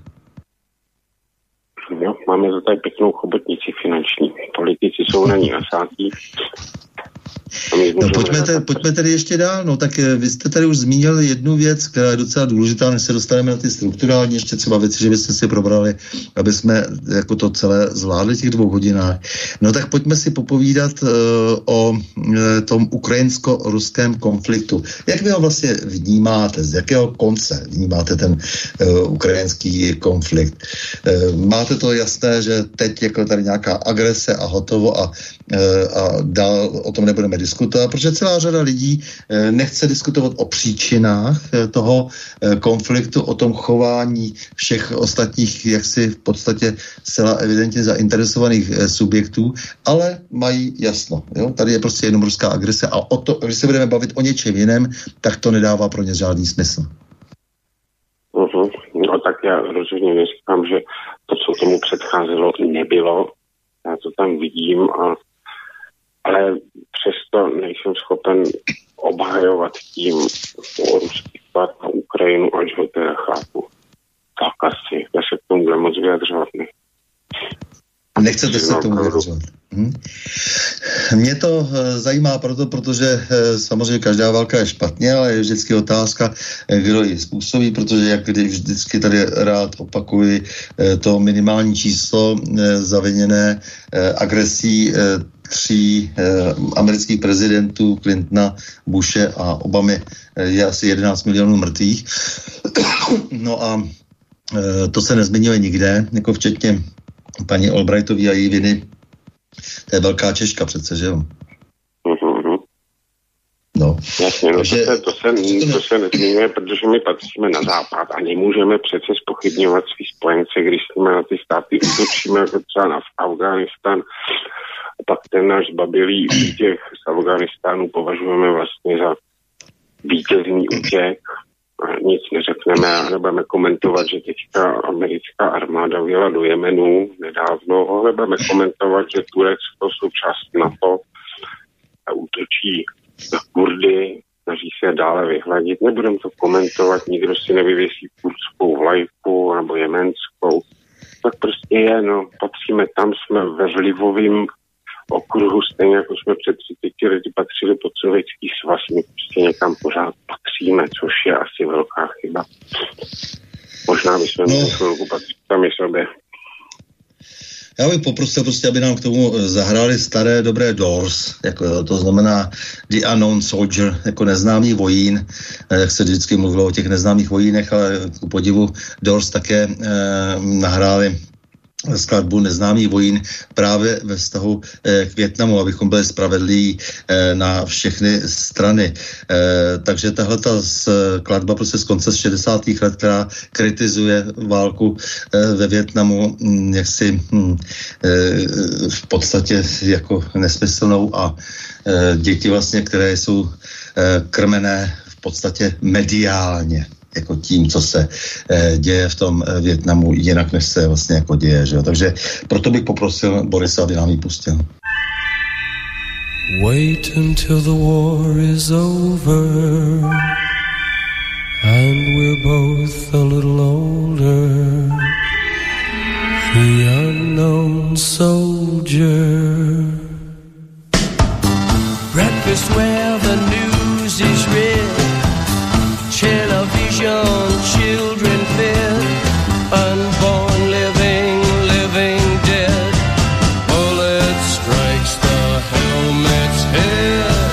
Jo, máme za tady pěknou chobotnici finanční. Politici jsou na ní nasátí. No, pojďme, te, pojďme tedy ještě dál. No, tak vy jste tady už zmínil jednu věc, která je docela důležitá, než se dostaneme na ty strukturální ještě třeba věci, že byste si probrali, aby jsme jako to celé zvládli těch dvou hodinách. No tak pojďme si popovídat uh, o uh, tom ukrajinsko-ruském konfliktu. Jak vy ho vlastně vnímáte? Z jakého konce vnímáte ten uh, ukrajinský konflikt? Uh, máte to jasné, že teď jako tady nějaká agrese a hotovo a, uh, a dál o tom nebudeme diskutovat, protože celá řada lidí nechce diskutovat o příčinách toho konfliktu, o tom chování všech ostatních, jaksi v podstatě zcela evidentně zainteresovaných subjektů, ale mají jasno. Jo? Tady je prostě jenom ruská agrese a o to, když se budeme bavit o něčem jiném, tak to nedává pro ně žádný smysl. Uh-huh. No tak já rozhodně neříkám, že to, co tomu předcházelo, nebylo. Já to tam vidím, a, ale přesto nejsem schopen obhajovat tím ruský vpad na Ukrajinu, až ho teda chápu. Tak asi, já se k tomu moc vyjadřovat ne. Nechcete se k tomu vyjadřovat. Hm? Mě to zajímá proto, protože samozřejmě každá válka je špatně, ale je vždycky otázka, kdo ji způsobí, protože jak vždycky tady rád opakuji, to minimální číslo zaviněné agresí tří amerických prezidentů, Clintona, Bushe a Obamy, je asi jedenáct milionů mrtvých. No a to se nezmiňuje nikde, jako včetně paní Albrightový a její viny. To je velká Češka přece, že jo? Mm-hmm. No. Jasně, no Takže, to, se, to, se, to se nezmiňuje, protože my patříme na západ a nemůžeme přece zpochybňovat svý spojence, když jsme na ty státy útočíme, jako třeba na Afghánistán. A pak ten náš babilý útěk z Afghánistánu považujeme vlastně za vítězný útěk. Nic neřekneme a nebudeme komentovat, že teďka americká armáda vjela do Jemenu nedávno, nebudeme komentovat, že Turecko součást NATO a útočí na Kurdy, snaží se dále vyhladit. Nebudeme to komentovat, nikdo si nevyvěsí kurdskou vlajku nebo jemenskou. Tak prostě je, no, patříme tam, jsme ve vlivovým okruhu, stejně jako jsme před třiceti lety patřili pod Sovětský svaz, my prostě někam pořád patříme, což je asi velká chyba. Možná bychom měli no. chvilku patřit sami sobě. Já bych poprosil prostě, aby nám k tomu zahráli staré dobré Doors, jako to znamená The Unknown Soldier, jako neznámý vojín, jak se vždycky mluvilo o těch neznámých vojínech, ale ku podivu Doors také eh, nahráli skladbu Neznámý vojín právě ve vztahu eh, k Vietnamu, abychom byli spravedliví eh, na všechny strany. Eh, takže tahle ta skladba prostě z konce z šedesátých let, která kritizuje válku eh, ve Vietnamu, hm, jaksi hm, eh, v podstatě jako nesmyslnou a eh, děti vlastně, které jsou eh, krmené v podstatě mediálně, jako tím, co se eh, děje v tom eh, Vietnamu, jinak než se vlastně jako děje, že jo. Takže proto bych poprosil Borisa, aby nám ji pustil. Wait until the war is over and we're both a little older. The unknown soldier. Breakfast where the news is read, television, children fed, unborn living, living dead. Bullet strikes the helmet's head,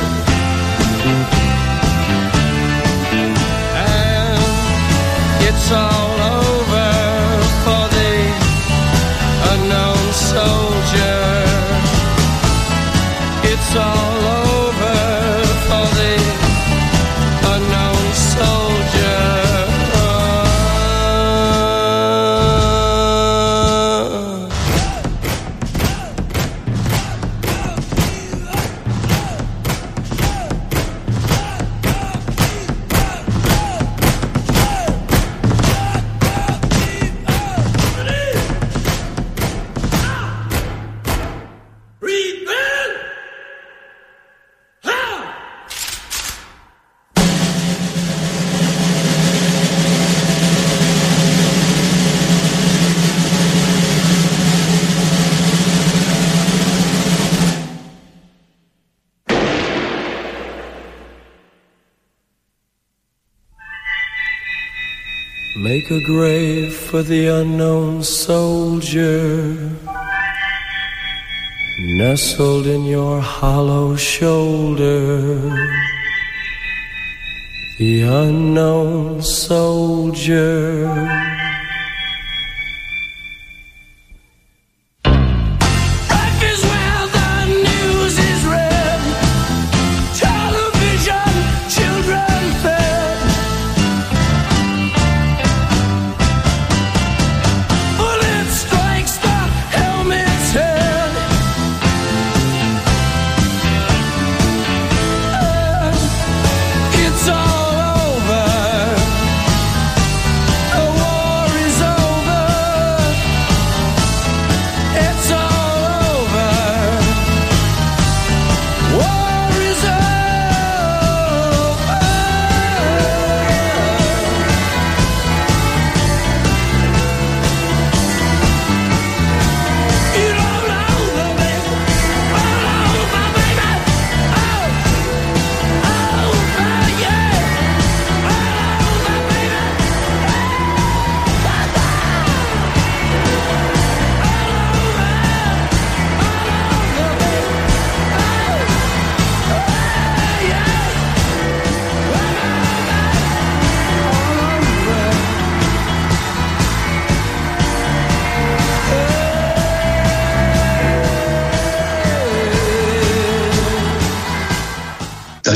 and it's all over for the unknown soldier. It's all over for the unknown soldier. Make a grave for the unknown soldier, nestled in your hollow shoulder. The unknown soldier. War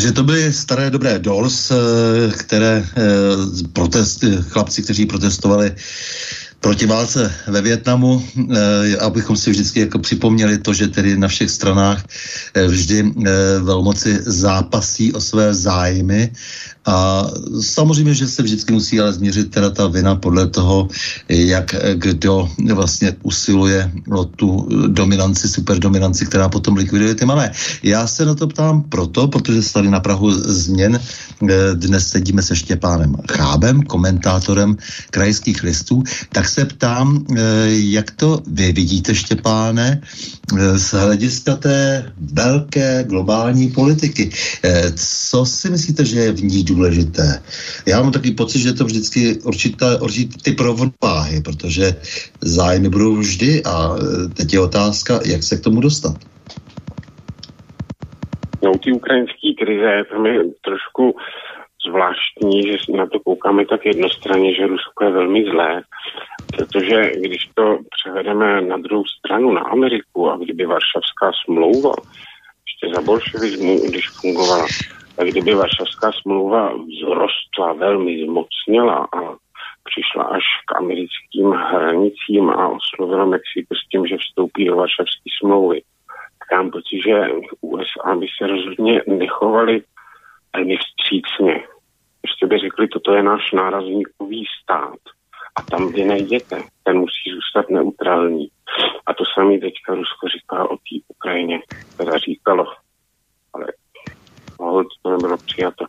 Takže to byly staré dobré Doors, které protest, chlapci, kteří protestovali proti válce ve Vietnamu, eh, abychom si vždycky jako připomněli to, že tedy na všech stranách eh, vždy eh, velmoci zápasí o své zájmy a samozřejmě, že se vždycky musí ale změřit teda ta vina podle toho, jak kdo vlastně usiluje o tu dominanci, superdominanci, která potom likviduje ty malé. Já se na to ptám proto, protože se tady na prahu změn dnes sedíme se Štěpánem Chábem, komentátorem Krajských listů, tak se ptám, jak to vy vidíte, Štěpáne, z hlediska té velké globální politiky. Co si myslíte, že je v ní důležité? Já mám takový pocit, že je to vždycky určitá, určitý typ rovnováhy, protože zájmy budou vždy a teď je otázka, jak se k tomu dostat. No, ty ukrajinské krize, tam je trošku zvláštní, že na to koukáme tak jednostranně, že Rusko je velmi zlé, protože když to převedeme na druhou stranu, na Ameriku, a kdyby Varšavská smlouva, ještě za bolševismu, když fungovala, tak kdyby Varšavská smlouva vzrostla, velmi zmocněla a přišla až k americkým hranicím a oslovila Mexiko s tím, že vstoupí do Varšavské smlouvy, tak mám pocit, že U S A by se rozhodně nechovali velmi vstřícně. Prostě by řekli, toto je náš nárazníkový stát a tam vy nejděte, ten musí zůstat neutrální. A to samé teďka Rusko říká o té Ukrajině, teda říkalo, ale no, to nebylo přijato.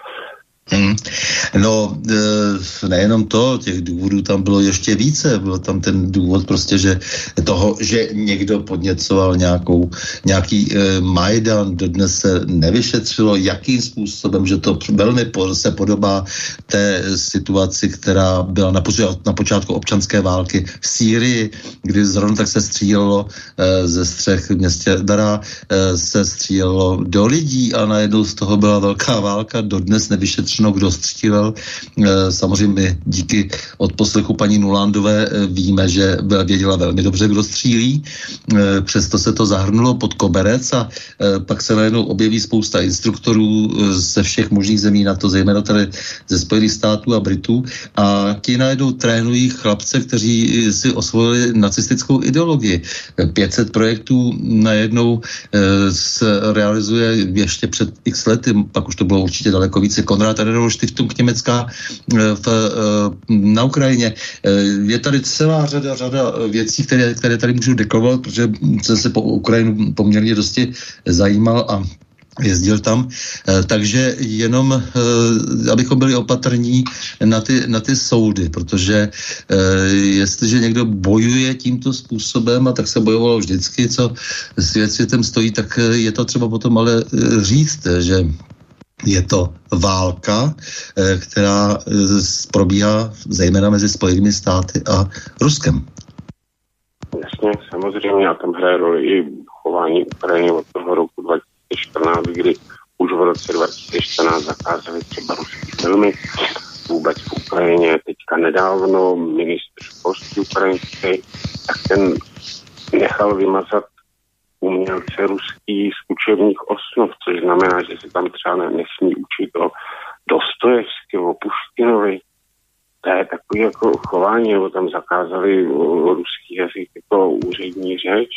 Hmm. No, nejenom to, těch důvodů tam bylo ještě více. Byl tam ten důvod prostě, že toho, že někdo podněcoval nějakou, nějaký eh, Majdan, dodnes se nevyšetřilo, jakým způsobem, že to velmi po, se podobá té situaci, která byla na, poč- na počátku občanské války v Sýrii, kdy zrovna tak se střílelo eh, ze střech v městě Dara, eh, se střílelo do lidí a najednou z toho byla velká válka, dodnes nevyšetřilo, kdo střílel. Samozřejmě díky odposlechu paní Nulandové víme, že věděla velmi dobře, kdo střílí. Přesto se to zahrnulo pod koberec a pak se najednou objeví spousta instruktorů ze všech možných zemí na to, zejména tady ze Spojených států a Britů, a ti najednou trénují chlapce, kteří si osvojili nacistickou ideologii. pět set projektů najednou se realizuje ještě před x lety, pak už to bylo určitě daleko více. Konrad Adenauer Stiftung Německa v, na Ukrajině. Je tady celá řada, řada věcí, které, které tady můžu deklarovat, protože jsem se po Ukrajinu poměrně dosti zajímal a jezdil tam, takže jenom, abychom byli opatrní na ty, na ty soudy, protože jestliže někdo bojuje tímto způsobem, a tak se bojovalo vždycky, co svět světem stojí, tak je to třeba potom ale říct, že je to válka, která probíhá zejména mezi Spojenými státy a Ruskem. Jasně, samozřejmě, a tam hraje roli i chování Ukrajiny od toho roku dva tisíce čtrnáct, kdy už v roce dva tisíce čtrnáct zakázali třeba ruské filmy. Vůbec v Ukrajině teďka nedávno ministr školství ukrajinský, tak ten nechal vymazat umělce ruský z učebních osnov, což znamená, že se tam třeba nesmí učit o Dostojevsky, o Puštinovi. To je takový jako chování, nebo tam zakázali ruský jazyk jako úřední řeč.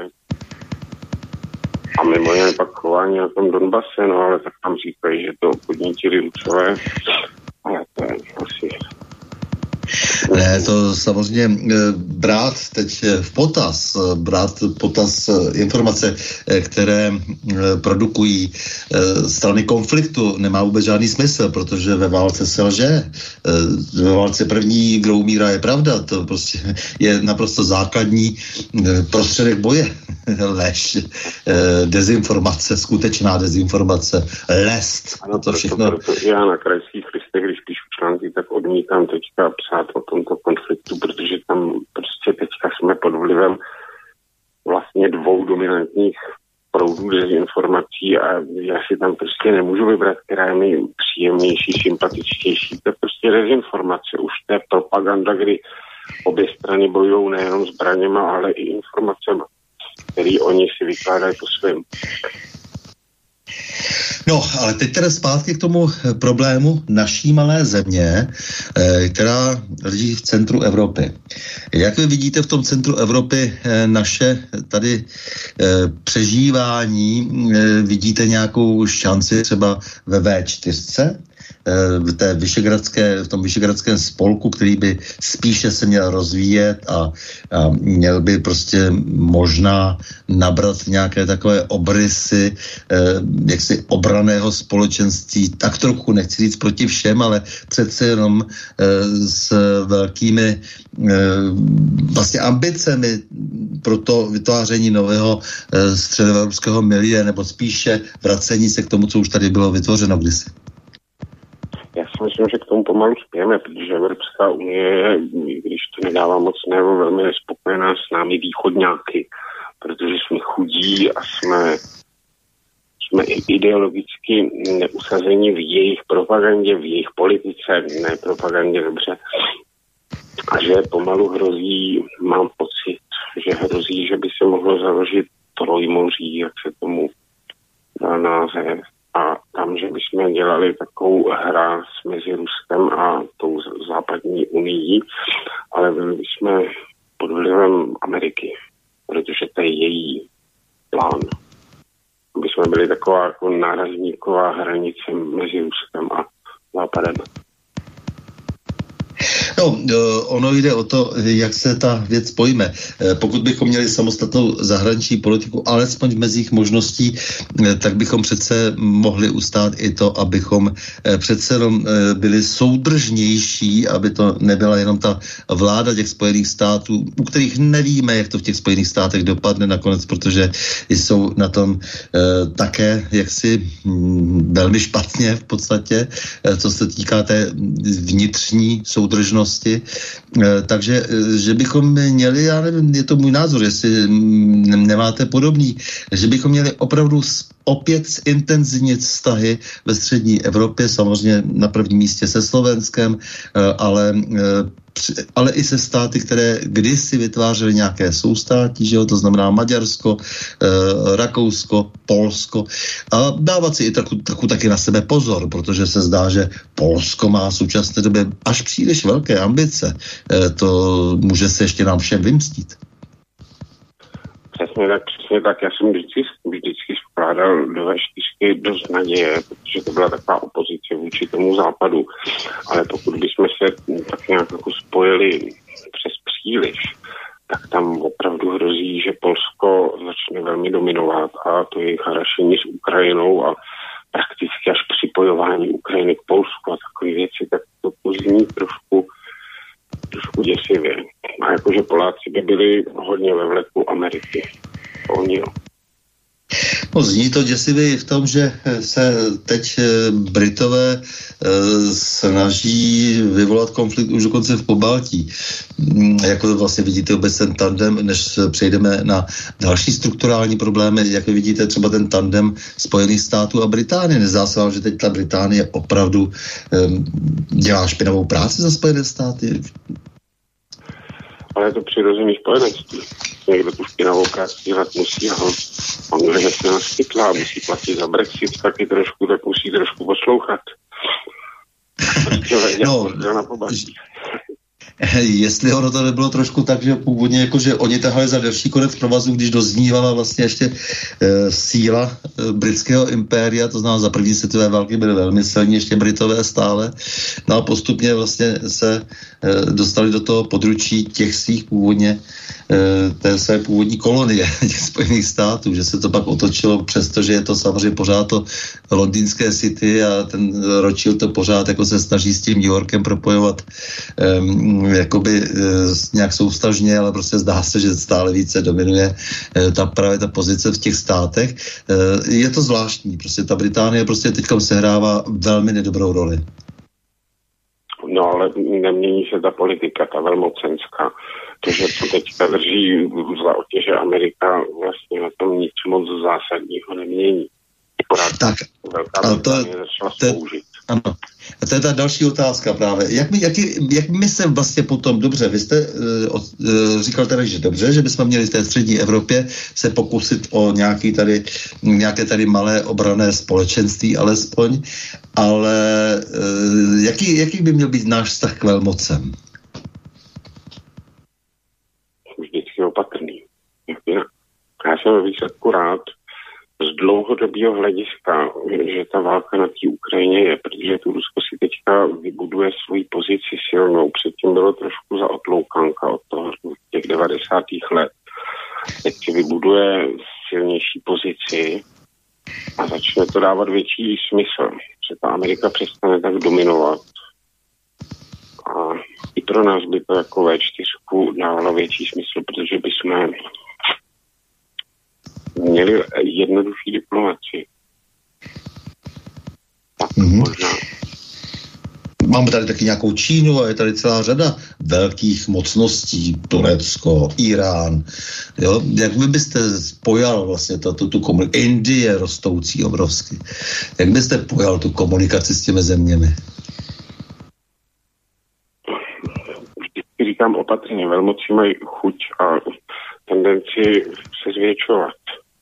A mimo jiné pak chování na tom Donbase, no ale tak tam říkají, že to podnítili Rusové. Ale to je asi... Ne, to samozřejmě brát teď v potaz, brát v potaz informace, které produkují strany konfliktu, nemá vůbec žádný smysl, protože ve válce se lže. Ve válce první, kdo umírá, je pravda. To prostě je naprosto základní prostředek boje. Lež, dezinformace, skutečná dezinformace, lest. Ano, to všechno. Proto, proto já na krajských listech, když píšu články, tak odmítám teďka psát o tomto konfliktu, protože tam prostě teďka jsme pod vlivem vlastně dvou dominantních proudů dezinformací a já si tam prostě nemůžu vybrat, která je mi příjemnější, sympatičtější. To je prostě dezinformace. Už to je propaganda, kdy obě strany bojují nejenom zbraněma, ale i informacemi, který oni si vykládají po svém. No, ale teď teda zpátky k tomu problému naší malé země, která leží v centru Evropy. Jak vy vidíte v tom centru Evropy naše tady přežívání? Vidíte nějakou šanci třeba ve vé čtyři? V, té vyšegradské, v tom vyšegradském spolku, který by spíše se měl rozvíjet a, a měl by prostě možná nabrat nějaké takové obrysy eh, jaksi obraného společenství, tak trochu nechci říct proti všem, ale přece jenom eh, s velkými eh, vlastně ambicemi pro to vytváření nového eh, středoevropského milie, nebo spíše vracení se k tomu, co už tady bylo vytvořeno kdysi. Já si myslím, že k tomu pomalu spějeme, protože Evropská unie, když to nedává moc najevo, velmi nespokojená s námi východňáky, protože jsme chudí a jsme, jsme ideologicky neusazeni v jejich propagandě, v jejich politice, ne propagandě dobře. A že pomalu hrozí, mám pocit, že hrozí, že by se mohlo založit trojmoří, jak se tomu dá název. A tam, že bychom dělali takovou hráz mezi Ruskem a tou západní unii, ale byli bychom pod vlivem Ameriky, protože to je její plán. Aby jsme byli taková jako nárazníková hranice mezi Ruskem a Západem. No, ono jde o to, jak se ta věc pojme. Pokud bychom měli samostatnou zahraniční politiku, alespoň v mezích možností, tak bychom přece mohli ustát i to, abychom přece jenom byli soudržnější, aby to nebyla jenom ta vláda těch Spojených států, u kterých nevíme, jak to v těch Spojených státech dopadne nakonec, protože jsou na tom také jaksi velmi špatně v podstatě, co se týká té vnitřní soudržnosti. Takže, že bychom měli, já nevím, je to můj názor, jestli nemáte podobný, že bychom měli opravdu opět zintenzivnit vztahy ve střední Evropě, samozřejmě na prvním místě se Slovenskem, ale ale i se státy, které kdysi vytvářely nějaké soustátí, že jo, to znamená Maďarsko, e, Rakousko, Polsko, a dávat si i trochu, trochu taky na sebe pozor, protože se zdá, že Polsko má v současné době až příliš velké ambice. E, to může se ještě nám všem vymstít. Přesně tak, přesně tak. Já jsem vždycky, vždycky vkládal do vé čtyřky dost naděje, protože to byla taková opozice vůči tomu západu. Ale pokud bychom se tak nějak jako spojili přes příliš, tak tam opravdu hrozí, že Polsko začne velmi dominovat a to jejich harašení s Ukrajinou a prakticky až připojování Ukrajiny k Polsku a takové věci, tak to zní trošku trošku děsivě. A jakože Poláci by byli hodně ve vleku Ameriky. Oni jo. No, zní to děsivě i v tom, že se teď Britové snaží vyvolat konflikt už dokonce v Pobaltí. Jako to vlastně vidíte vůbec ten tandem, než přejdeme na další strukturální problémy, jak vidíte třeba ten tandem Spojených států a Británie. Nezdá se vám, že teď ta Británie opravdu um, dělá špinavou práci za Spojené státy? Ale je to přirozený spojenectví. Někdo tu špinavou práci dělat musí a Anglie se naskytla, musí platit za Brexit taky trošku, tak musí trošku poslouchat. No, jestli ono to nebylo trošku tak, že původně jako, že oni tahali za další konec provazu, když doznívala vlastně ještě e, síla e, britského impéria, to znamená za první světové války byly velmi silní ještě Britové stále, no a postupně vlastně se e, dostali do toho područí těch svých původně e, té své původní kolonie těch Spojených států, že se to pak otočilo, přestože je to samozřejmě pořád to londýnské city a ten Rothschild to pořád jako se snaží s tím New Yorkem propojovat e, jakoby e, nějak soustažně, ale prostě zdá se, že stále více dominuje e, ta právě ta pozice v těch státech. E, je to zvláštní, prostě ta Británie prostě teďka sehrává velmi nedobrou roli. No, ale nemění se ta politika, ta velmocenská. To, že to teďka drží za otěže Amerika, vlastně na tom nic moc zásadního nemění. Pořád tak, Velká ale to, začala to, sloužit. Ano. A to je ta další otázka právě. Jak my, jak, jak my se vlastně potom, dobře, vy jste uh, uh, říkal tady, že dobře, že bychom měli v té střední Evropě se pokusit o nějaký tady, nějaké tady malé obranné společenství alespoň, ale uh, jaký, jaký by měl být náš vztah k velmocem? Vždycky opatrný. Já jsem ve výsledku rád, z dlouhodobého hlediska, že ta válka na té Ukrajině je, protože tu Rusko si teďka vybuduje svoji pozici silnou. Předtím bylo trošku za otloukánka od toho těch devadesátých let. Teď si vybuduje silnější pozici a začne to dávat větší smysl. Že ta Amerika přestane tak dominovat. A i pro nás by to jako vé čtyři dávalo větší smysl, protože bychom měli jednoduchý diplomaci. Tak mm-hmm. možná. Máme tady taky nějakou Čínu a je tady celá řada velkých mocností, Turecko, Irán. Jo? Jak vy byste pojal vlastně tu, tu komunikaci, Indie rostoucí obrovsky. Jak byste pojal tu komunikaci s těmi zeměmi? Vždycky říkám opatrně, velmoci mají chuť a tendenci se zvětšovat.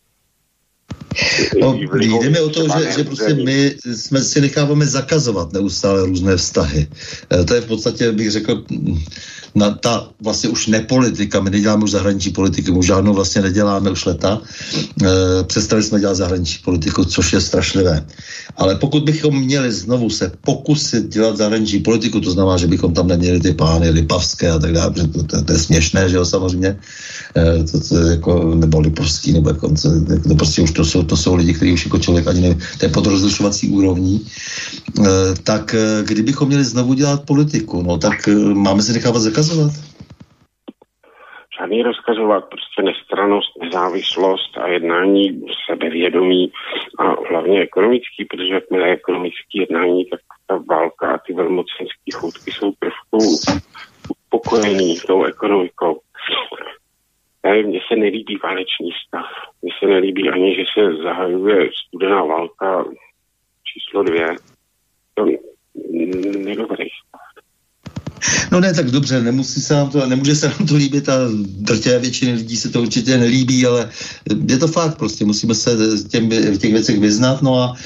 No, jde mi o to, že, že prostě my jsme si necháváme zakazovat neustále různé vztahy. To je v podstatě, bych řekl, na ta vlastně už nepolitika, my neděláme už zahraniční politiku, už žádnou vlastně neděláme už leta. E, přestali jsme dělat zahraniční politiku, což je strašlivé. Ale pokud bychom měli znovu se pokusit dělat zahraniční politiku, to znamená, že bychom tam neměli ty pány Lipavské a tak dále, to, to, to je směšné, že jo, samozřejmě. E, to, to je jako, nebo Lipovský, nebo jako, to, to prostě už to jsou, to jsou lidi, kteří už jako člověk ani nevím, to je pod rozlišovací úrovní. E, tak kdybychom měli znovu dělat politiku, no tak máme si nechávat zakazovat? Žádný rozkazovat, prostě nestrannost, nezávislost a jednání sebevědomí a hlavně ekonomický, protože jakmile ekonomický jednání, tak ta válka a ty velmocenské choutky jsou trošku uspokojený tou ekonomikou. Mně se nelíbí válečný stav. Mně se nelíbí ani, že se zahajuje studená válka číslo dvě. To nedobrý stav. No ne, tak dobře, nemusí se nám to, nemůže se nám to líbit a drtivé většiny lidí se to určitě nelíbí, ale je to fakt, prostě musíme se těm, v těch věcech vyznat, no a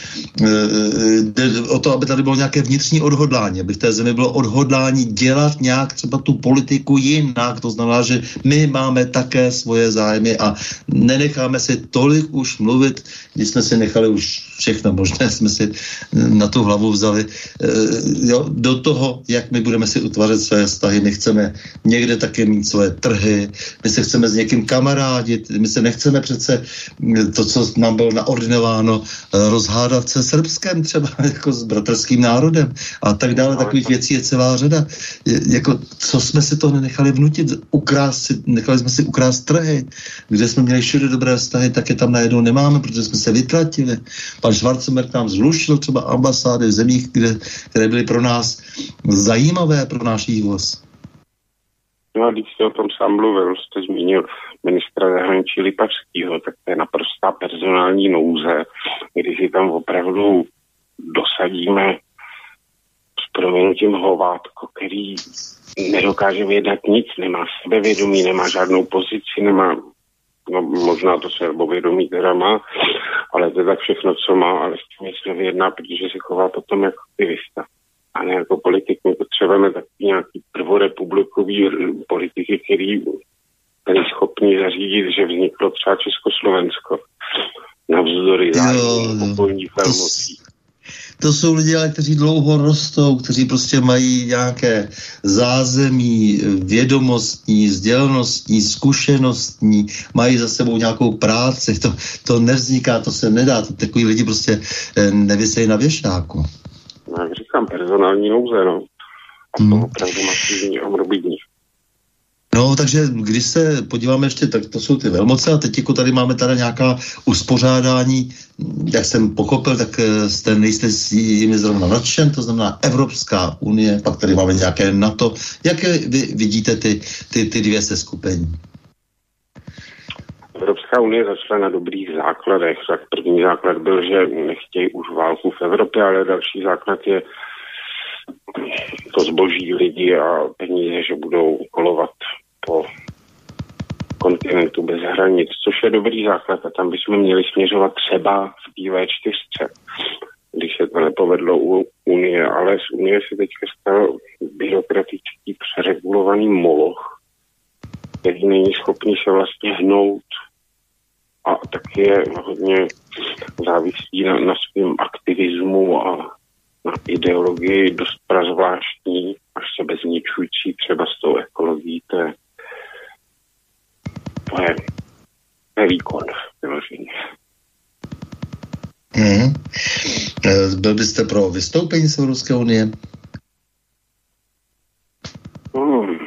jde o to, aby tady bylo nějaké vnitřní odhodlání, aby v té zemi bylo odhodlání dělat nějak třeba tu politiku jinak, to znamená, že my máme také svoje zájmy a nenecháme si tolik už mluvit, když jsme si nechali už všechno možné, jsme si na tu hlavu vzali, jo, do toho, jak my budeme si utvářet své vztahy, my chceme někde také mít svoje trhy, my se chceme s někým kamarádit, my se nechceme přece to, co nám bylo naordinováno, rozhádat se Srbskem třeba, jako s bratrským národem a tak dále, takových věcí je celá řada. Je, jako, co jsme si to nenechali vnutit, ukrást si, nechali jsme si ukrást trhy, kde jsme měli všude dobré vztahy, tak je tam najednou nemáme, protože jsme se vytratili. Pan Schwarzenberg nám zrušil třeba ambasády v zemích, kde, které byly pro nás zajímavé, pro náš vývoz. No a když jste o tom sám mluvil, jste zmínil ministra zahraničí Lipavskýho, tak to je naprostá personální nouze, když si tam opravdu dosadíme s proměnutím hovátko, který nedokáže vědět nic, nemá sebevědomí, nemá žádnou pozici, nemá, no možná to sebevědomí teda má, ale to je tak všechno, co má, ale s tím nic nevyjedná, protože se chová potom jako aktivista. A ne jako politik. My potřebujeme taky nějaký prvorepublikový politiky, který byli schopni zařídit, že vzniklo třeba Československo. Navzdory zájmu okolních velmocí. To jsou lidé, kteří dlouho rostou, kteří prostě mají nějaké zázemí, vědomostní, sdělnostní, zkušenostní, mají za sebou nějakou práci. To, to nevzniká, to se nedá. To takový lidi prostě nevisejí na věšáku. No, jak říkám, personální nouze, no. A hmm. to opravdu masivní a morbidní. No, takže když se podíváme ještě, tak to jsou ty velmoce a teď jako tady máme tady nějaká uspořádání, jak jsem pochopil, tak jste, nejste si jimi zrovna nadšen, to znamená Evropská unie, pak tady máme nějaké NATO. Jak vy vidíte ty, ty, ty dvě seskupení? Evropská unie začala na dobrých základech. Tak první základ byl, že nechtějí už válku v Evropě, ale další základ je to zboží, lidi a peníze, že budou kolovat po kontinentu bez hranic, což je dobrý základ a tam bychom měli směřovat třeba v té vé čtyři, když se to nepovedlo u Unie, ale z Unie se teďka stal byrokratický přeregulovaný moloch, který není schopný se vlastně hnout a taky je hodně závislý na, na svém aktivismu a na ideologii dost prazvláštní, až sebezničující třeba s tou ekologií, to je to je nevýkon vyložení. Hmm. Byl byste pro vystoupení z Evropské unie? Hmm.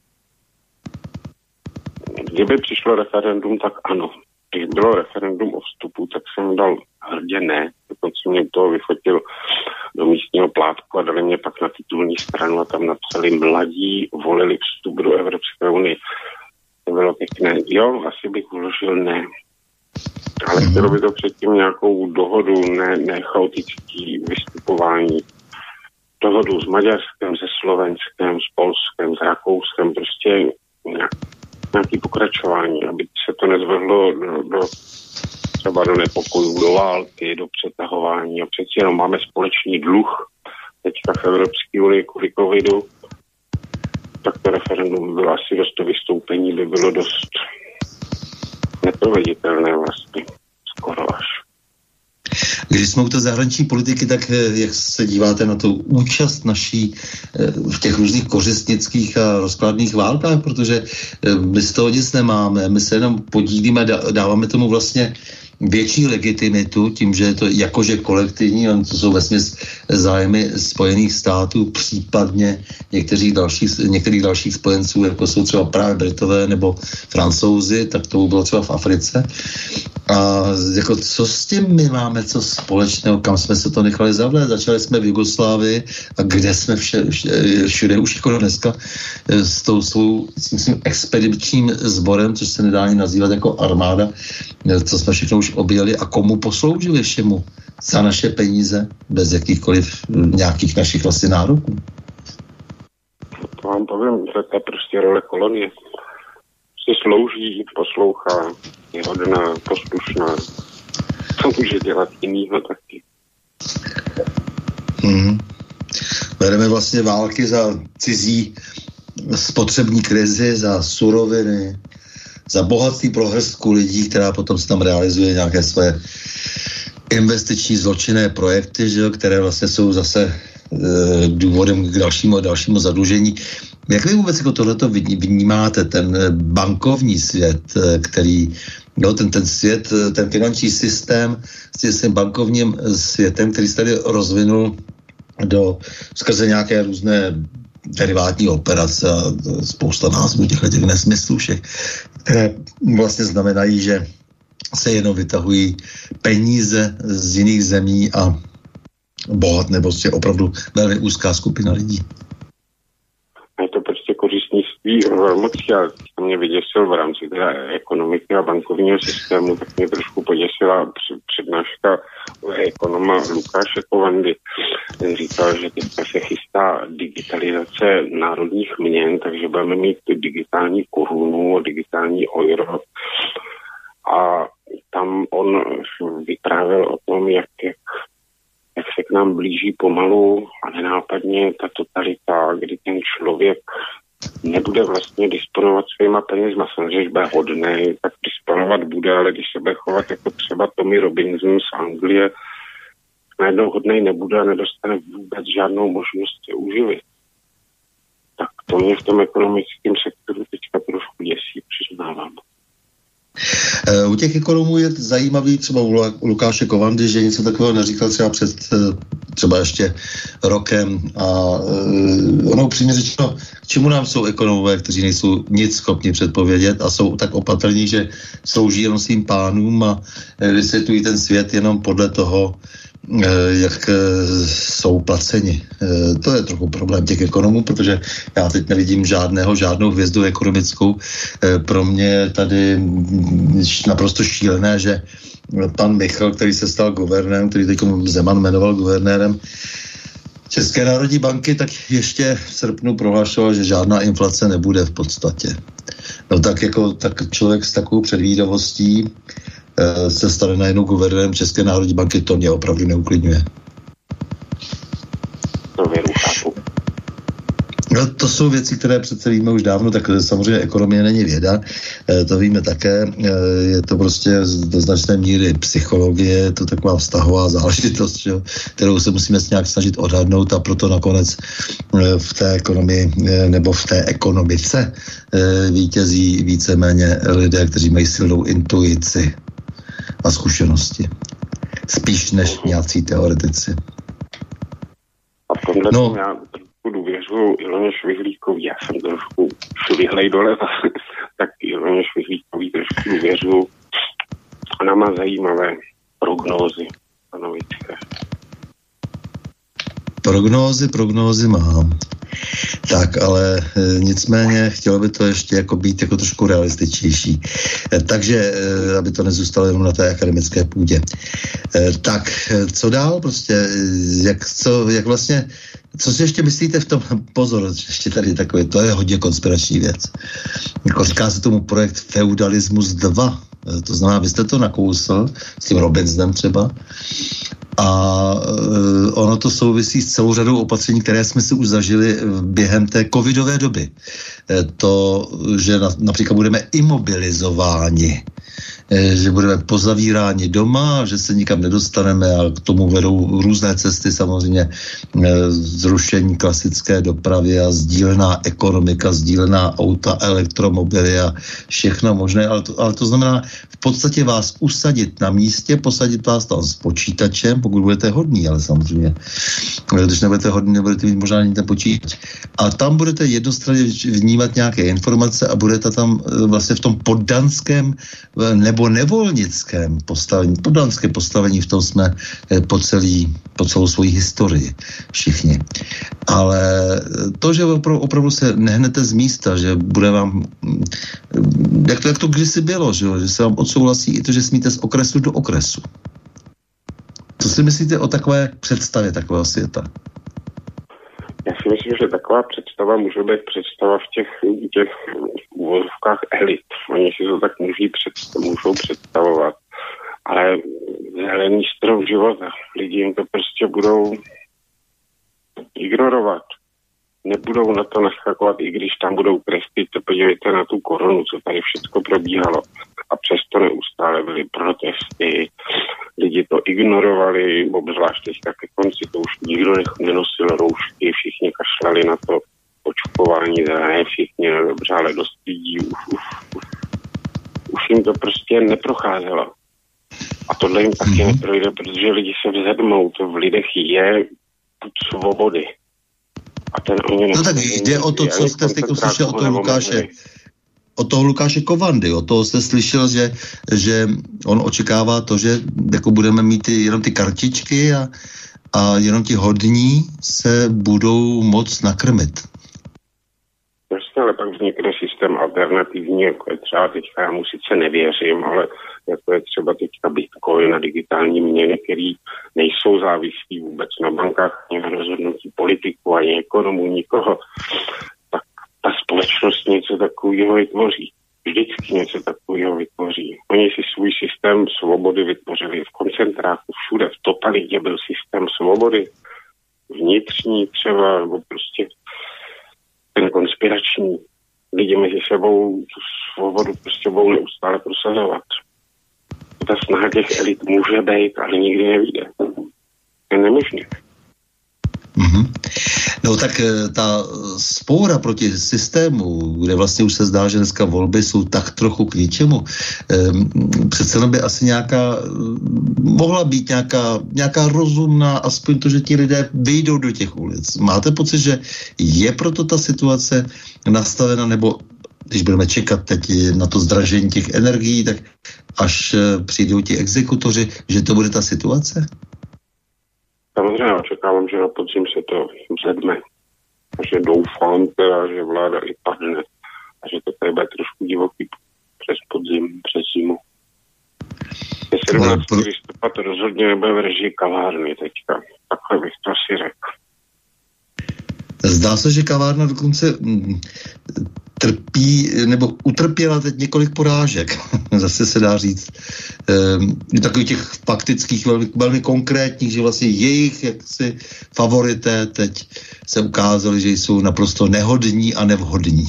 Kdyby přišlo referendum, tak ano. Když bylo referendum o vstupu, tak jsem dal hrdě ne. Dokonce mě toho vyfotil do místního plátku a dali mě pak na titulní stranu a tam napsali mladí volili vstup do Evropské unie. To bylo pěkné. Jo, asi bych uložil ne. Ale chtělo by to předtím nějakou dohodu, ne, ne chaotický vystupování. Dohodu s Maďarskem, se Slovenskem, s Polskem, s Rakouskem, prostě nějaký pokračování, aby se to nezvedlo do, do třeba do nepokojů, do války, do přetahování. A přeci jenom máme společný dluh teďka v Evropské unii kvůli covidu. Tak to referendum by bylo asi dost, to vystoupení by bylo dost neproveditelné vlastně, skoro až. Když jsme u té zahraniční politiky, tak jak se díváte na tu účast naší v těch různých kořistnických a rozkladných válkách, protože my z toho nic nemáme, my se jenom podílíme, dáváme tomu vlastně větší legitimitu tím, že je to jakože kolektivní, to jsou vesměs zájmy Spojených států, případně některých dalších, některých dalších spojenců, jako jsou třeba právě Britové nebo Francouzi, tak to bylo třeba v Africe. A jako co s tím my máme, co společného, kam jsme se to nechali zavlézt? Začali jsme v Jugoslávii a kde jsme vše, vše, všude už jako dneska s tou svou myslím, expedičním sborem, což se nedá ani nazývat jako armáda, co jsme všechno už objeli a komu posloužili všemu za naše peníze, bez jakýchkoliv nějakých našich vlastně nároků. To vám povím, že to je prostě role kolonie. Si slouží, poslouchá, je hodná, poslušná. Co může dělat jinýho taky? Hmm. Bereme vlastně války za cizí spotřební krizi, za suroviny, za bohatství pro hrstku lidí, která potom se tam realizuje nějaké své investiční zločinné projekty, že jo, které vlastně jsou zase e, důvodem k dalšímu a dalšímu zadlužení. Jak vy vůbec jako tohleto vnímáte, ten bankovní svět, který, jo, ten, ten svět, ten finanční systém s tím bankovním světem, který se tady rozvinul do, skrze nějaké různé derivátní operace a spousta názvů těchto těch nesmyslů všech, které vlastně znamenají, že se jenom vytahují peníze z jiných zemí a bohatne prostě opravdu velmi úzká skupina lidí. Je to prostě kořistnictví moc. Já to mě vyděsil v rámci té ekonomiky a bankovního systému, tak mě trošku poděsila přednáška ekonoma Lukáše Kovandy. Ten říkal, že teďka se chystá digitalizace národních měn, takže budeme mít digitální korunu, digitální euro. A tam on vyprávěl o tom, jak, jak, jak se k nám blíží pomalu a nenápadně ta totalita, kdy ten člověk nebude vlastně disponovat svýma penězma. Samozřejmě, že bude hodnej, tak disponovat bude, ale když se bude chovat jako třeba Tommy Robinson z Anglie, najednou hodnej nebude a nedostane vůbec žádnou možnost se uživit. Tak to mě v tom ekonomickém sektoru teďka trošku děsí, přiznávám. U těch ekonomů je zajímavý třeba u Lukáše Kovandy, že něco takového neříkal třeba před třeba ještě rokem a ono upřímně řečeno, k čemu nám jsou ekonomové, kteří nejsou nic schopni předpovědět a jsou tak opatrní, že slouží jenom svým pánům a vysvětlují ten svět jenom podle toho, jak jsou placeni. To je trochu problém těch ekonomů, protože já teď nevidím žádného, žádnou hvězdu ekonomickou. Pro mě je tady naprosto šílené, že pan Michal, který se stal guvernérem, který teď Zeman jmenoval guvernérem České národní banky, tak ještě v srpnu prohlašoval, že žádná inflace nebude v podstatě. No tak jako tak člověk s takovou předvídavostí e, se stane najednou guvernérem České národní banky, to mě opravdu neuklidňuje. To věru chápu. No, to jsou věci, které přece víme už dávno, tak samozřejmě ekonomie není věda, e, to víme také, e, je to prostě do značné míry psychologie, je to taková vztahová záležitost, že, kterou se musíme nějak snažit odhadnout a proto nakonec e, v té ekonomii e, nebo v té ekonomice e, vítězí víceméně lidé, kteří mají silnou intuici a zkušenosti. Spíš než nějací teoretici. A tomhle no. já důvěřuju Iloně Švihlíkový, já jsem trošku švihlej doleva, tak Iloně Švihlíkový trošku důvěřuju. Ona má zajímavé prognózy stanovické. Prognózy, prognózy mám. Tak, ale e, nicméně chtělo by to ještě jako být jako trošku realističtější. E, takže, e, aby to nezůstalo jenom na té akademické půdě. E, tak, e, co dál prostě? E, jak, co, jak vlastně, co si ještě myslíte v tom, pozor, ještě tady takové, to je hodně konspirační věc. Jako říká se tomu projekt Feudalismus dva. E, to znamená, vy jste to nakousl s tím Robinsonem třeba. A uh, ono to souvisí s celou řadou opatření, které jsme si už zažili během té covidové doby. E, to, že na, například budeme imobilizováni, e, že budeme pozavíráni doma, že se nikam nedostaneme a k tomu vedou různé cesty, samozřejmě e, zrušení klasické dopravy a sdílená ekonomika, sdílená auta, elektromobily a všechno možné, ale to, ale to znamená v podstatě vás usadit na místě, posadit vás tam s počítačem, pokud budete hodní, ale samozřejmě, když nebudete hodní, nebudete mít možná ani ten počítač. A tam budete jednostranně vnímat nějaké informace a budete tam vlastně v tom poddanském nebo nevolnickém postavení, poddanské postavení, v tom jsme po, celý, po celou svoji historii všichni. Ale to, že opravdu, opravdu se nehnete z místa, že bude vám, jak to, jak to kdysi bylo, že, že se vám odsouhlasí i to, že smíte z okresu do okresu. Co si myslíte o takové představě takového světa? Já si myslím, že taková představa může být představa v těch, těch úvozovkách elit. Oni si to tak můžou, představ, můžou představovat. Ale zelený strop života, lidi jim to prostě budou ignorovat. Nebudou na to naskakovat, i když tam budou krestit. Podívejte na tu korunu, co tady všechno probíhalo. A přesto neustále byly protesty, lidi to ignorovali, obzvlášť teďka ke konci, to už nikdo nenosil roušky, všichni kašlali na to očkování, ne všichni, no dobře, ale dost lidí už, už, už, už jim to prostě neprocházelo. A tohle jim taky neprojde, protože lidi se vzedmou, to v lidech je svobody. A ten oni no tak jde o to, co jste teď uslyšel od toho Lukáše. Od toho Lukáše Kovandy, od toho jste slyšel, že, že on očekává to, že jako budeme mít ty, jenom ty kartičky a, a jenom ti hodní se budou moc nakrmit. Prostě, ale pak vznikne systém alternativní, jako je třeba teďka, já mu sice nevěřím, ale jako je třeba teďka Bitcoin a digitální měny, které nejsou závislí vůbec na bankách, ani na rozhodnutí politiků, ani ekonomů, nikoho. Tak ta společnost něco takového vytvoří. Vždycky něco takového vytvoří. Oni si svůj systém svobody vytvořili v koncentráku, všude, v totalitě byl systém svobody. Vnitřní třeba, nebo prostě ten konspirační. Lidi mezi sebou tu svobodu prostě budou neustále prosazovat. Ta snaha těch elit může být, ale nikdy nevíde. Je nemožné. Mm-hmm. No tak ta spoura proti systému, kde vlastně už se zdá, že dneska volby jsou tak trochu k ničemu, ehm, přece by asi nějaká, mohla být nějaká, nějaká rozumná, aspoň to, že ti lidé vyjdou do těch ulic. Máte pocit, že je proto ta situace nastavena, nebo když budeme čekat teď na to zdražení těch energií, tak až přijdou ti exekutoři, že to bude ta situace? Samozřejmě očekávám, že na podzim se to zedme. A že doufám teda, že vláda i padne. A že to tady bude trošku divoký přes podzim, přes zimu. Je sedmnáctého listopad to rozhodně nebude v režii kavárny teďka. Takhle bych to asi řekl. Zdá se, že kavárna dokonce trpí, nebo utrpěla teď několik porážek. Zase se dá říct. E, takových těch faktických, velmi, velmi konkrétních, že vlastně jejich jaksi favorité teď se ukázali, že jsou naprosto nehodní a nevhodní.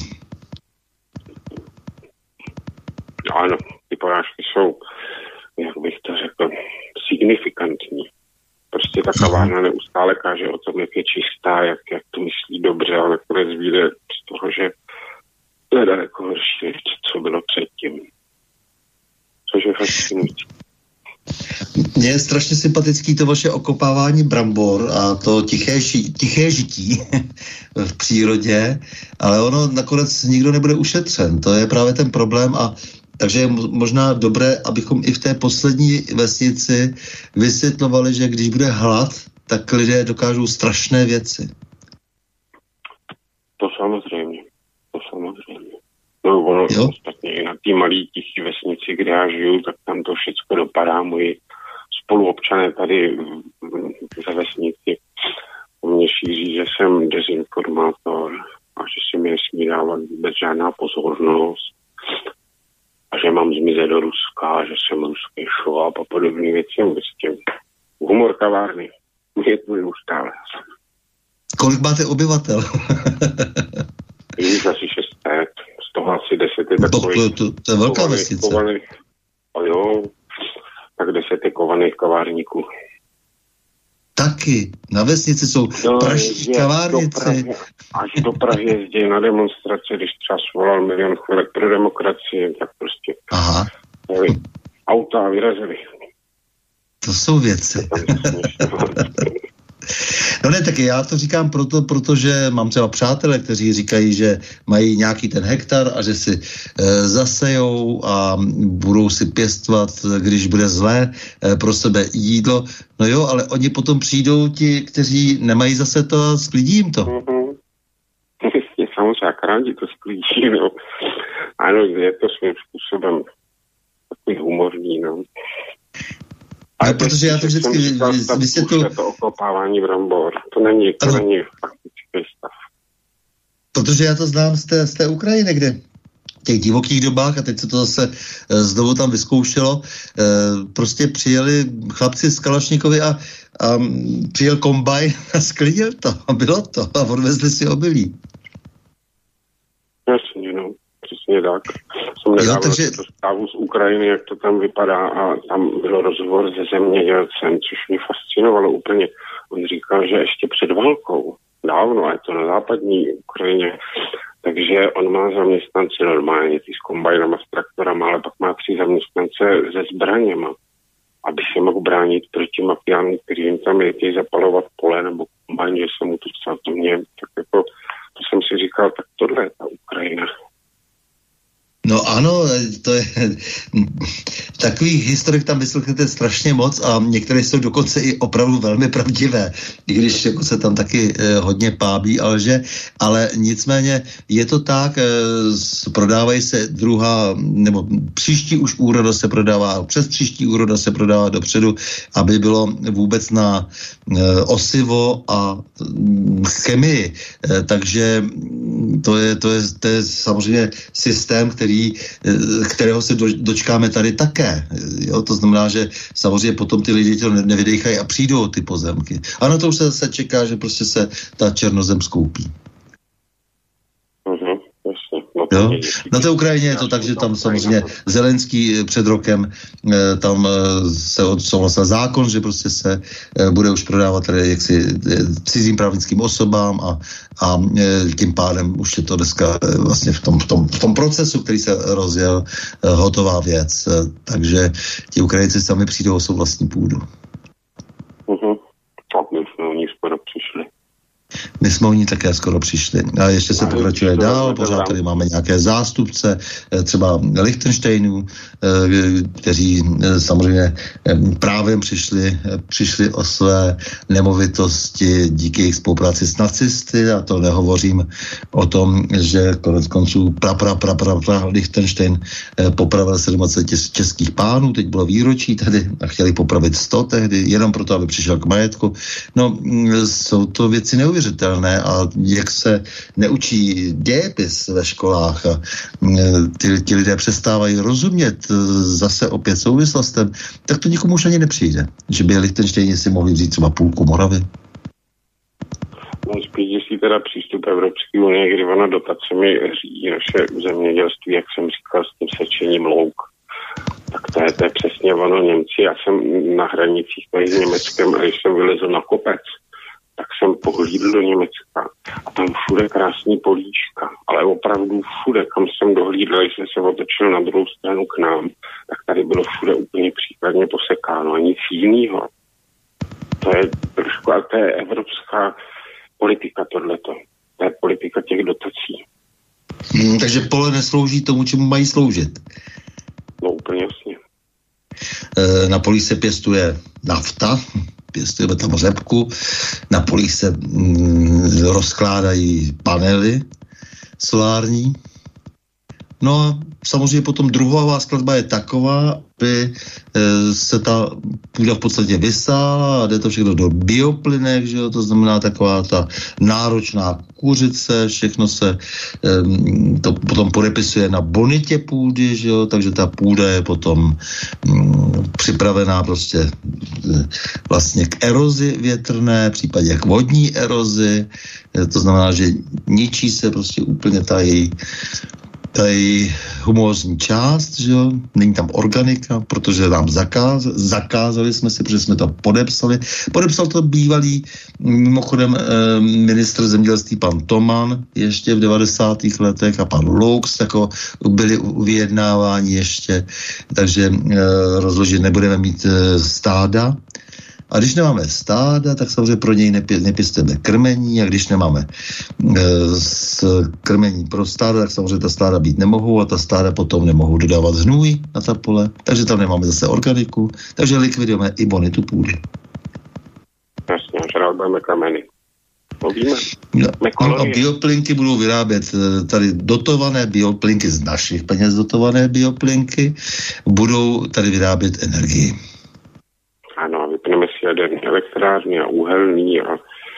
Ano, ty porážky jsou, jak bych to řekl, signifikantní. Prostě ta kavárna neustále káže o tom, jak je čistá, jak, jak to myslí dobře, ale nakonec vyjde z toho, že to je daleko horší, co bylo předtím. Což je fascinující. Mně je strašně sympatický to vaše okopávání brambor a to tiché, ži, tiché žití v přírodě, ale ono nakonec nikdo nebude ušetřen. To je právě ten problém a takže je možná dobré, abychom i v té poslední vesnici vysvětlovali, že když bude hlad, tak lidé dokážou strašné věci. To samozřejmě. To samozřejmě. No ono jo? Ostatně i na té malé tiché vesnici, kde já žiju, tak tam to všechno dopadá. Moji spoluobčané tady ve vesnici u mě šíří, že jsem dezinformátor a že si mi nesmí dávat vůbec žádná pozornost. A že mám zmizet do Ruska, že jsem ruský šlap a podobné věci. Vlastně humor kavárny. Je to neustále. Kolik máte obyvatel? Je už asi šest set. Z toho asi deset je takových... To, to, to je velká vesnice. A jo, tak deset je kovaných kavárníků. Taky. Na vesnici jsou no, pražští kavárnici. Až do Prahy jezdí na demonstrace, když třeba svolal milion chvilek pro demokracii, tak prostě Aha. auta vyrazili. To jsou věci. No ne, tak já to říkám proto, protože mám třeba přátelé, kteří říkají, že mají nějaký ten hektar a že si e, zasejou a budou si pěstovat, když bude zlé, e, pro sebe jídlo. No jo, ale oni potom přijdou ti, kteří nemají zase to a sklidí jim to. Mm-hmm. Samozřejmě, jak rádi to sklidí, no. Ano, je to svým způsobem takový humorní, no. No, protože já to vždycky vysvětlu... To okopávání brambor, to není, to ano. není faktický stav. Protože já to znám z té, z té Ukrajiny, kde v těch divokých dobách, a teď se to zase e, znovu tam vyzkoušelo, e, prostě přijeli chlapci z Kalašnikovy a, a přijel kombajn a sklidil to a bylo to a odvezli si obilí. Jasně, no. Přesně tak. Jsem nedával takže... to zprávu z Ukrajiny, jak to tam vypadá a tam byl rozhovor se zemědělcem, což mě fascinovalo úplně. On říkal, že ještě před válkou, dávno, a je to na západní Ukrajině, takže on má zaměstnance normálně, ty s kombajnama, s traktorama, ale pak má tři zaměstnance se zbraněma, aby se mohl bránit proti mafiánům, který jim tam jezdí zapalovat pole nebo kombajn, že se mu to třeba to mě, tak jako, to jsem si říkal, tak tohle je ta Ukrajina. No ano, to je takových historek tam vyslechnete strašně moc a některé jsou dokonce i opravdu velmi pravdivé, i když jako se tam taky eh, hodně pábí a lže, ale nicméně je to tak, eh, prodávají se druhá, nebo příští už úroda se prodává, přes příští úroda se prodává dopředu, aby bylo vůbec na eh, osivo a hm, chemii, eh, takže to je, to, je, to je samozřejmě systém, který kterého se do, dočkáme tady také. Jo? To znamená, že samozřejmě potom ty lidi to nevydejchají a přijdou ty pozemky. Ano, to už se, se čeká, že prostě se ta černozem skoupí. Uh-huh. Jo? Na té Ukrajině je to tak, že tam samozřejmě Zelenský před rokem tam se odsouhlasil zákon, že prostě se bude už prodávat tady jaksi cizím právnickým osobám a, a tím pádem už je to dneska vlastně v tom, v tom, v tom procesu, který se rozjel, hotová věc. Takže ti Ukrajinci sami přijdou o svou vlastní půdu. Uh-huh. Tak my jsme o ní skoro přišli. My jsme oni také skoro přišli. A ještě se pokračuje dál, pořád tady máme nějaké zástupce, třeba Lichtenštejnů, kteří samozřejmě právě přišli, přišli o své nemovitosti díky jejich spolupráci s nacisty, a to nehovořím o tom, že konec konců pra, pra, pra, pra, pra Lichtenstein popravil dvacet sedm českých pánů, teď bylo výročí tady a chtěli popravit sto tehdy, jenom proto, aby přišel k majetku. No, jsou to věci neuvěřitelné, a jak se neučí dějepis ve školách a ty, ti lidé přestávají rozumět zase opět souvislostem, tak to nikomu už ani nepřijde, že by Lichtenštejni si mohli vzít třeba půlku Moravy. No, spíš, jestli teda přístup Evropské unie, kdy ona dotacemi řídí naše zemědělství, jak jsem říkal, s tím sečením louk. Tak to je, to je přesně ono. Němci, já jsem na hranicích tady s Německem, a když jsem vylezl na kopec, tak jsem pohlídl do Německa a tam všude krásný políčka, ale opravdu všude, kam jsem dohlídl, když jsem se otočil na druhou stranu k nám, tak tady bylo všude úplně příkladně posekáno a nic jiného. To je trošku, ale to je evropská politika tohleto. To je politika těch dotací. Hmm, takže pole neslouží tomu, čemu mají sloužit. No úplně jasně. E, na poli se pěstuje nafta, pěstujeme tam řepku, na polích se mm, rozkládají panely solární. No a samozřejmě potom druhová skladba je taková, aby e, se ta půda v podstatě vysála a jde to všechno do bioplynek, že jo, to znamená taková ta náročná kukuřice, všechno se e, to potom podepisuje na bonitě půdy, že jo, takže ta půda je potom mm, připravená prostě e, vlastně k erozi větrné, případně k vodní erozi, e, to znamená, že ničí se prostě úplně ta její tady humózní část, že jo, není tam organika, protože nám zakáz, zakázali jsme si, protože jsme to podepsali. Podepsal to bývalý mimochodem eh, ministr zemědělství pan Toman ještě v devadesátých letech a pan Lux, jako byli u vyjednávání ještě, takže eh, rozložit nebudeme mít eh, stáda. A když nemáme stáda, tak samozřejmě pro něj nepě, nepěstujeme krmení, a když nemáme e, s krmení pro stáda, tak samozřejmě ta stáda být nemohou a ta stáda potom nemohou dodávat hnůj na ta pole, takže tam nemáme zase organiku, takže likvidujeme i bonitu půdy. Jasně, žrádbeme kameny. Povíme. No, no a bioplynky budou vyrábět tady dotované bioplynky z našich peněz, dotované bioplynky budou tady vyrábět energii. Ano, vypneme si jaderné elektrárny a uhelný a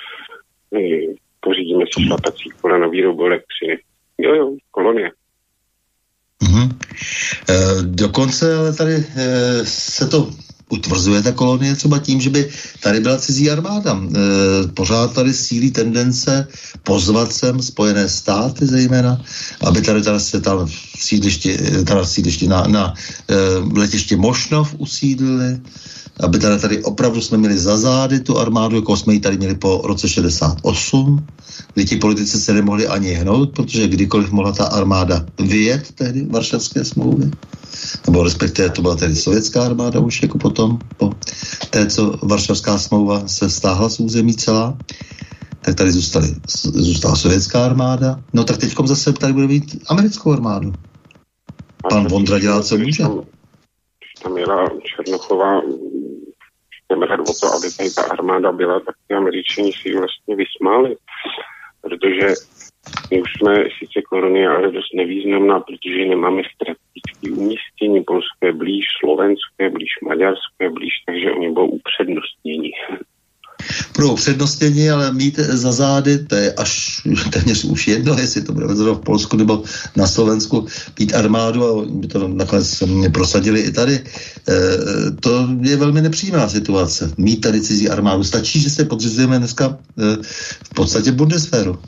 my pořídíme si šlapací kola na výrobu elektřiny. Jo, jo, kolonie. Mm-hmm. E, dokonce ale tady e, se to utvrzuje, ta kolonie, třeba tím, že by tady byla cizí armáda. E, pořád tady sílí tendence pozvat sem Spojené státy zejména, aby tady, tady se tam sídliště, tady sídliště na, na e, letiště Mošnov usídlili, aby tady, tady opravdu jsme měli za zády tu armádu, jako jsme ji tady měli po roce šedesát osm, kdy ti politici se nemohli ani hnout, protože kdykoliv mohla ta armáda vyjet tehdy v Varšavské smlouvě, nebo respektive to byla tedy sovětská armáda už jako potom, po té, co Varšavská smlouva se stáhla z území celá, tak tady zůstali, zůstala sovětská armáda, no tak teďkom zase tady bude mít americkou armádu. Pan Vondra dělá, co může. Tam jela Černochová nebrat o to, aby tady ta armáda byla, tak ty Američani si ji vlastně vysmáli. Protože my už jsme sice kolonie, ale dost nevýznamná, protože nemáme strategické umístění. Polsko je blíž, Slovensko je blíž, Maďarsko je blíž, takže oni budou upřednostnění. Budou upřednostnění, ale mít za zády, to je až téměř už jedno, jestli to bude v Polsku nebo na Slovensku, mít armádu, a by to nakonec mě prosadili i tady. E, to je velmi nepříjemná situace. Mít tady cizí armádu. Stačí, že se podřizujeme dneska e, v podstatě bundesféru.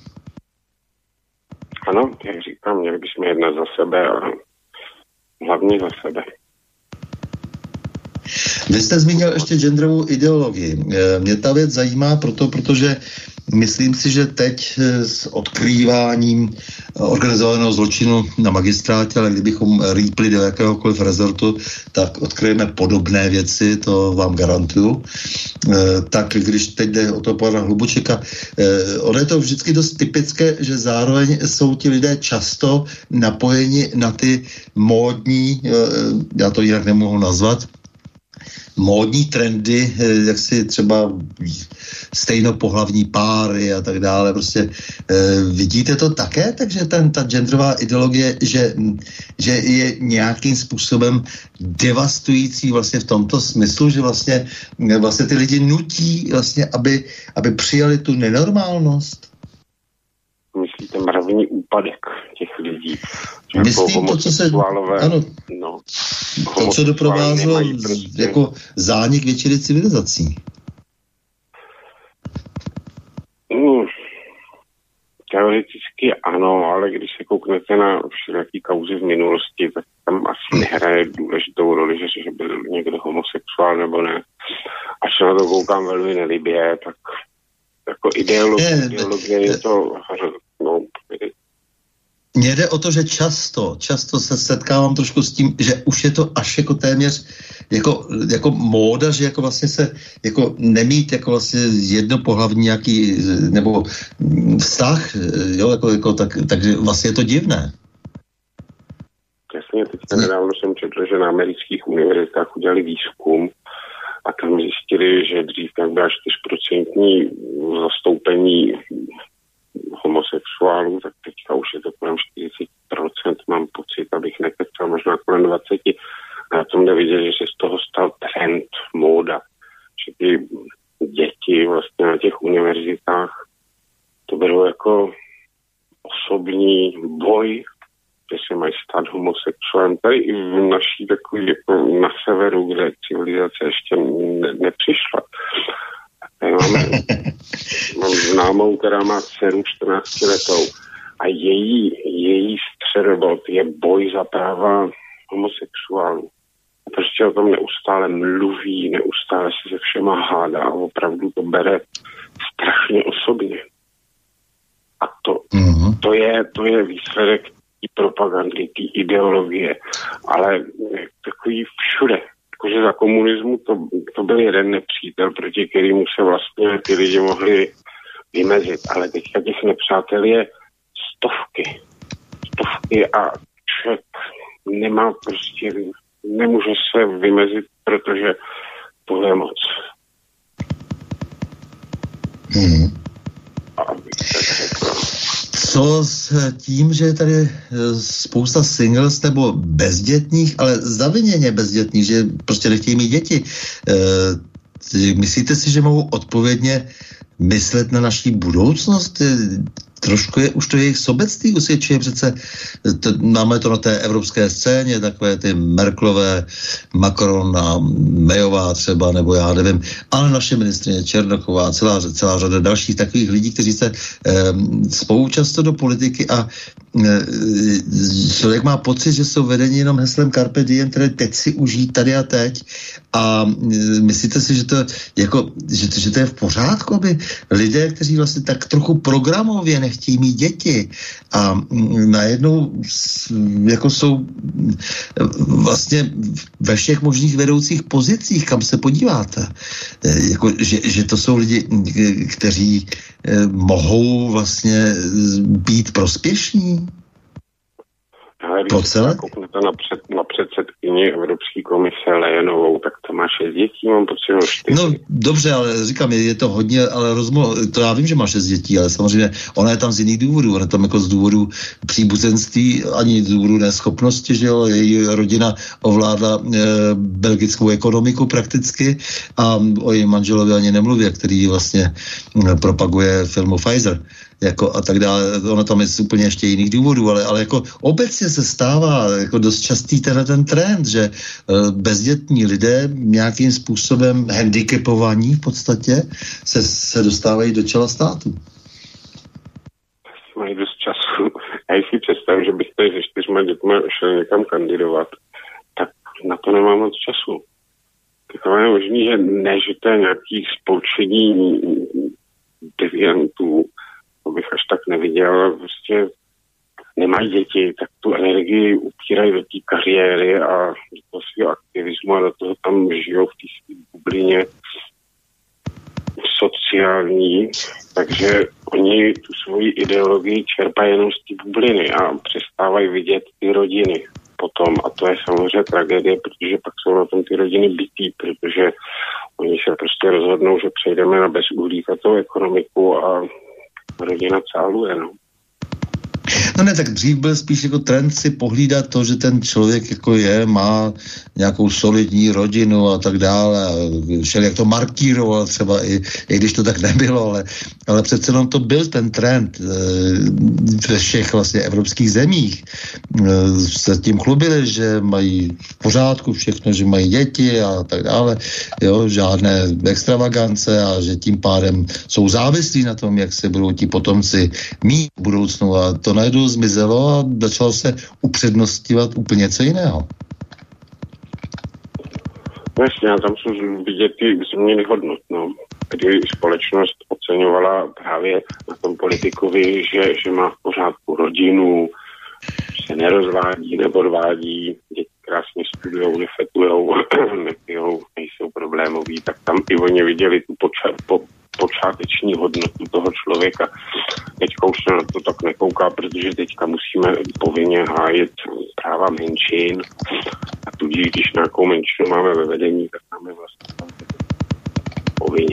Ano, jak říkám, měli bychom jednat za sebe a hlavně za sebe. Vy jste zmínil ještě genderovou ideologii. Mě ta věc zajímá proto, protože myslím si, že teď s odkrýváním organizovaného zločinu na magistrátě, ale kdybychom rýpli do jakéhokoliv rezortu, tak odkryjeme podobné věci, to vám garantuju. Tak když teď jde o to pana Hlubučeka, ono je to vždycky dost typické, že zároveň jsou ti lidé často napojeni na ty módní, já to jinak nemohu nazvat, módní trendy, jak si třeba stejnopohlavní páry a tak dále. Prostě e, vidíte to také? Takže ten, ta genderová ideologie, že, že je nějakým způsobem devastující vlastně v tomto smyslu, že vlastně, vlastně ty lidi nutí vlastně, aby, aby přijali tu nenormálnost? Myslíte mravní úpadek těch lidí? Myslím to, co se... Ano, no, to, co doprovázelo prostě... jako zánik většiny civilizací. Hmm. Teoreticky ano, ale když se kouknete na všelijaký kauzy v minulosti, tak tam asi nehraje důležitou roli, že, že byl někdo homosexuál nebo ne. Až na to koukám velmi nelibě, tak jako ideologie, ne, ideologie je to... No, mně jde o to, že často, často se setkávám trošku s tím, že už je to až jako téměř jako, jako móda, že jako vlastně se jako nemít jako vlastně jednopohlavní nějaký nebo vztah, jo, jako, jako tak, takže vlastně je to divné. Jasně, teďka nedávno jsem četl, že na amerických univerzitách udělali výzkum a tam zjistili, že dřív tak byla čtyři procenta zastoupení homosexuálů, tak teďka už je to kolem čtyřicet procent, mám pocit, abych nekecal, možná kolem dvacet procent. A na tom jde vidět, že se z toho stal trend, móda. Že ty děti vlastně na těch univerzitách to bylo jako osobní boj, že se mají stát homosexuálem. Tady i v naší takový jako na severu, kde civilizace ještě ne, nepřišla. Máme, mám známou, která má dceru čtrnáct letou a její, její středobod je boj za práva homosexuálů. A prostě o tom neustále mluví, neustále se se všema hádá a opravdu to bere strašně osobně. A to, to, je, to je výsledek té propagandy, té ideologie, ale takový všude. Jakože za komunismu to, to byl jeden nepřítel, proti kterému se vlastně ty lidi mohli vymezit. Ale teďka těch nepřátel je stovky. Stovky a člověk nemá prostě, nemůže se vymezit, protože to je moc. Hmm. Co s tím, že je tady spousta singles nebo bezdětných, ale zaviněně bezdětných, že prostě nechtějí mít děti. E, myslíte si, že mohou odpovědně myslet na naší budoucnost? Trošku je už to jejich sobectví usvědčuje přece, to, máme to na té evropské scéně, takové ty Merkelové, Macron a Mayová třeba, nebo já nevím, ale naše ministryně Černochová, celá, celá řada dalších takových lidí, kteří se eh, spou často do politiky a eh, člověk má pocit, že jsou vedeni jenom heslem Carpe Diem, které teď si užít tady a teď a eh, myslíte si, že to, jako, že, to, že to je v pořádku, aby lidé, kteří vlastně tak trochu programově nechtějí mít děti a najednou jako jsou vlastně ve všech možných vedoucích pozicích, kam se podíváte. Jako, že, že to jsou lidi, kteří mohou vlastně být prospěšní. Ale když se kouknete na, před, na předsedkyni Evropské komise Lejenovou, tak to má šest dětí, mám pocit, čtyři. No dobře, ale říkám, je, je to hodně, ale rozmo, to já vím, že má šest dětí, ale samozřejmě ona je tam z jiných důvodů, ona je tam jako z důvodu příbuzenství, ani z důvodu neschopnosti, že jo, její rodina ovládla e, belgickou ekonomiku prakticky a o jejím manželovi ani nemluví, který vlastně e, propaguje firmu Pfizer. Jako a tak dále, ono tam je z úplně ještě jiných důvodů, ale, ale jako obecně se stává jako dost častý tenhle ten trend, že uh, bezdětní lidé nějakým způsobem handicapovaní v podstatě se, se dostávají do čela státu. Mají dost času. Já si představím, že bych tady se čtyřma dětmi šel někam kandidovat, tak na to nemám moc času. To je možný, že ne, že to je nějaký spolčení deviantů, to bych až tak neviděl, ale prostě nemají děti, tak tu energii upírají do té kariéry a do toho svého aktivismu a do toho tam žijou v té bublině sociální, takže oni tu svoji ideologii čerpají jenom z té bubliny a přestávají vidět ty rodiny potom. A to je samozřejmě tragédie, protože pak jsou na tom ty rodiny bytý, protože oni se prostě rozhodnou, že přejdeme na bezuhlíkatou ekonomiku a rodina cáluje, no. No ne, tak dřív byl spíš jako trend si pohlídat to, že ten člověk jako je, má nějakou solidní rodinu a tak dále, šel jak to markíroval třeba, i, i když to tak nebylo, ale, ale přece jenom to byl ten trend e, ve všech vlastně evropských zemích. E, se tím chlubili, že mají v pořádku všechno, že mají děti a tak dále, jo, žádné extravagance a že tím pádem jsou závislí na tom, jak se budou ti potomci mít v budoucnu a to najednou zmizelo a začalo se upřednostňovat úplně něco jiného. Vlastně, tam jsou vidět ty změny hodnot, no. Kdy společnost oceňovala právě na tom politikovi, že, že má v pořádku rodinu, se nerozvádí, nepodvádí, děti krásně studujou, nefetujou, nepijou, nejsou problémoví, tak tam i oni viděli tu poča- po, počáteční hodnotu toho člověka. Teďka už se na to tak nekouká, protože teďka musíme povinně hájit práva menšin a tudíž, když nějakou menšinu máme ve vedení, tak máme vlastně povinně.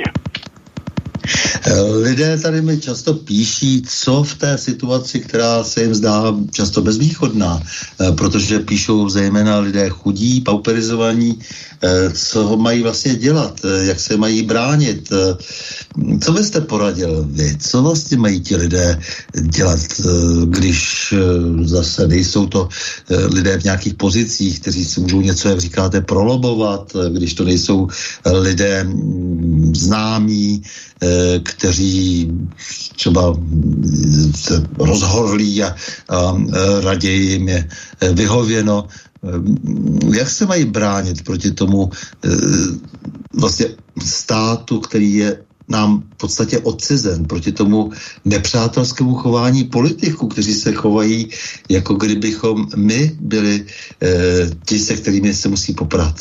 Lidé tady mi často píší, co v té situaci, která se jim zdá často bezvýchodná, protože píšou zejména lidé chudí, pauperizovaní, co ho mají vlastně dělat, jak se mají bránit. Co byste poradil vy? Co vlastně mají ti lidé dělat, když zase nejsou to lidé v nějakých pozicích, kteří si můžou něco, jak říkáte, prolobovat, když to nejsou lidé známí, kteří třeba se rozhorlí a, a raději jim je vyhověno. Jak se mají bránit proti tomu vlastně státu, který je nám v podstatě odcizen, proti tomu nepřátelskému chování politiků, kteří se chovají, jako kdybychom my byli ti, se kterými se musí poprat?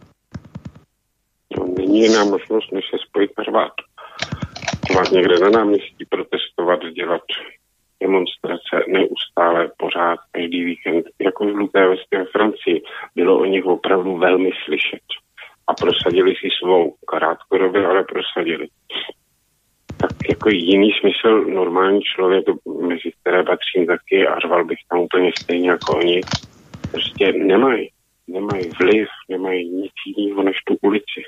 No, není jiná možnost, než se spojit a řvát. Řvát někde na náměstí, protestovat, dělat demonstrace neustále, pořád, každý víkend. Jako žluté vesty ve Francii bylo o nich opravdu velmi slyšet. A prosadili si svou krátkodobě, ale prosadili. Tak jako jiný smysl normální člověk, mezi které patřím taky a řval bych tam úplně stejně jako oni, prostě nemají. Nemají vliv, nemají nic jiného než tu ulici.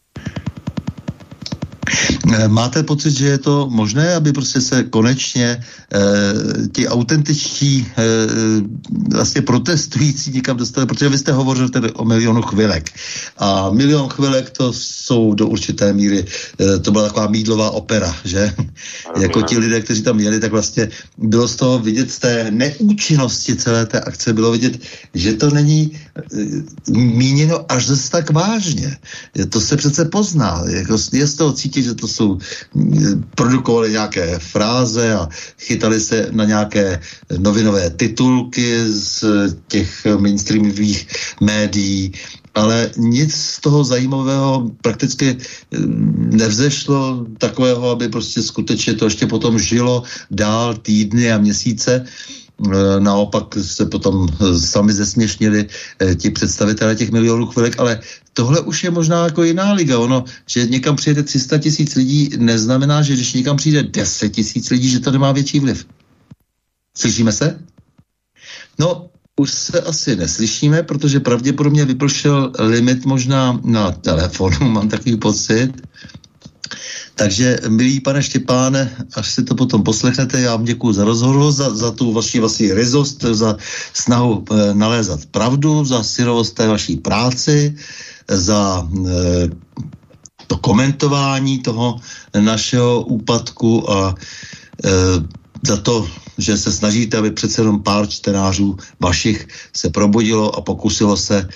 Máte pocit, že je to možné, aby prostě se konečně eh, ti autentičtí eh, vlastně protestující někam dostali, protože vy jste hovořil tedy o milionu chvilek. A milion chvilek to jsou do určité míry, eh, to byla taková Mídlová opera, že? Jako ti lidé, kteří tam jeli, tak vlastně bylo z toho vidět, z té neúčinnosti celé té akce, bylo vidět, že to není eh, míněno až zase tak vážně. To se přece pozná. Jako je z toho cítit, že to jsou, produkovali nějaké fráze a chytali se na nějaké novinové titulky z těch mainstreamových médií, ale nic z toho zajímavého prakticky nevzešlo takového, aby prostě skutečně to ještě potom žilo dál týdny a měsíce. Naopak se potom sami zesměšnili ti představitelé těch milionů chvilek, ale tohle už je možná jako jiná liga. Ono, že někam přijede tři sta tisíc lidí, neznamená, že když někam přijde deset tisíc lidí, že to nemá větší vliv. Slyšíme se? No, už se asi neslyšíme, protože pravděpodobně vypršel limit možná na telefonu, mám takový pocit. Takže, milý pane Štěpáne, až si to potom poslechnete, já vám děkuju za rozhovor, za, za tu vaši vaši ryzost, za snahu e, nalézat pravdu, za syrovost té vaší práci, za e, to komentování toho našeho úpadku a e, za to, že se snažíte, aby přece jenom pár čtenářů vašich se probudilo a pokusilo se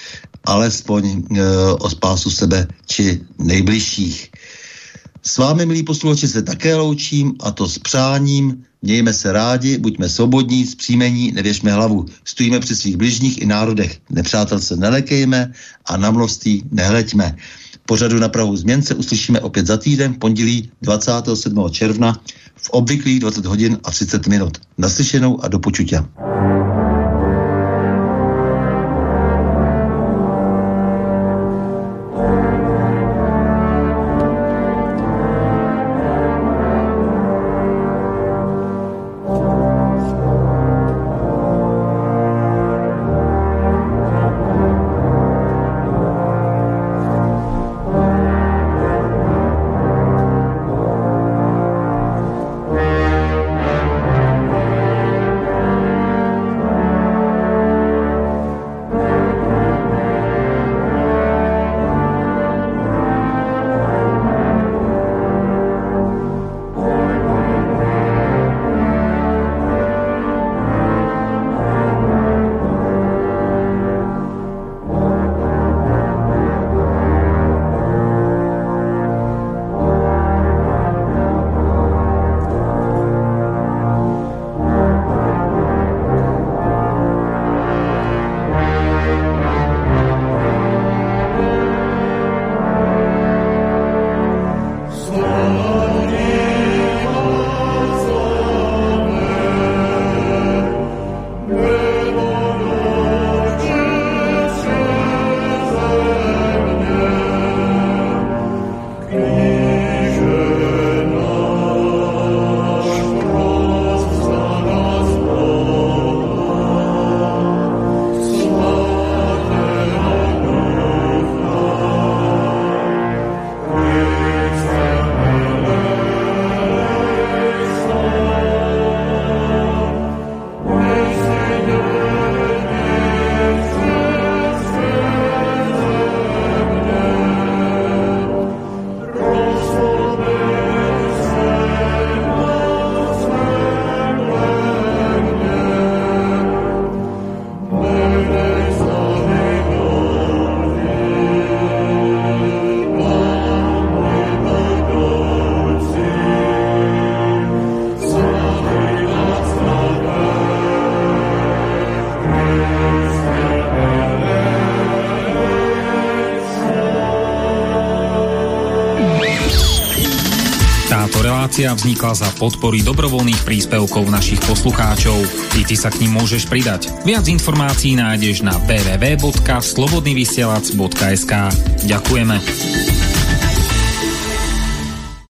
alespoň e, o spásu sebe či nejbližších. S vámi, milí posluchači, se také loučím, a to s přáním: mějme se rádi, buďme svobodní, zpříjmení, nevěšme hlavu, stojíme při svých bližních i národech, nepřátel se nelekejme a na mlostí nehleďme. Pořadu Na prahu změn se uslyšíme opět za týden, v pondělí dvacátého sedmého června v obvyklých dvacet hodin a třicet minut. Naslyšenou a do počutia. Vznikla za podpory dobrovoľných príspevkov našich poslucháčov. I ty sa k ním môžeš pridať. Viac informácií nájdeš na w w w bodka slobodnyvysielac bodka es ka. Ďakujeme.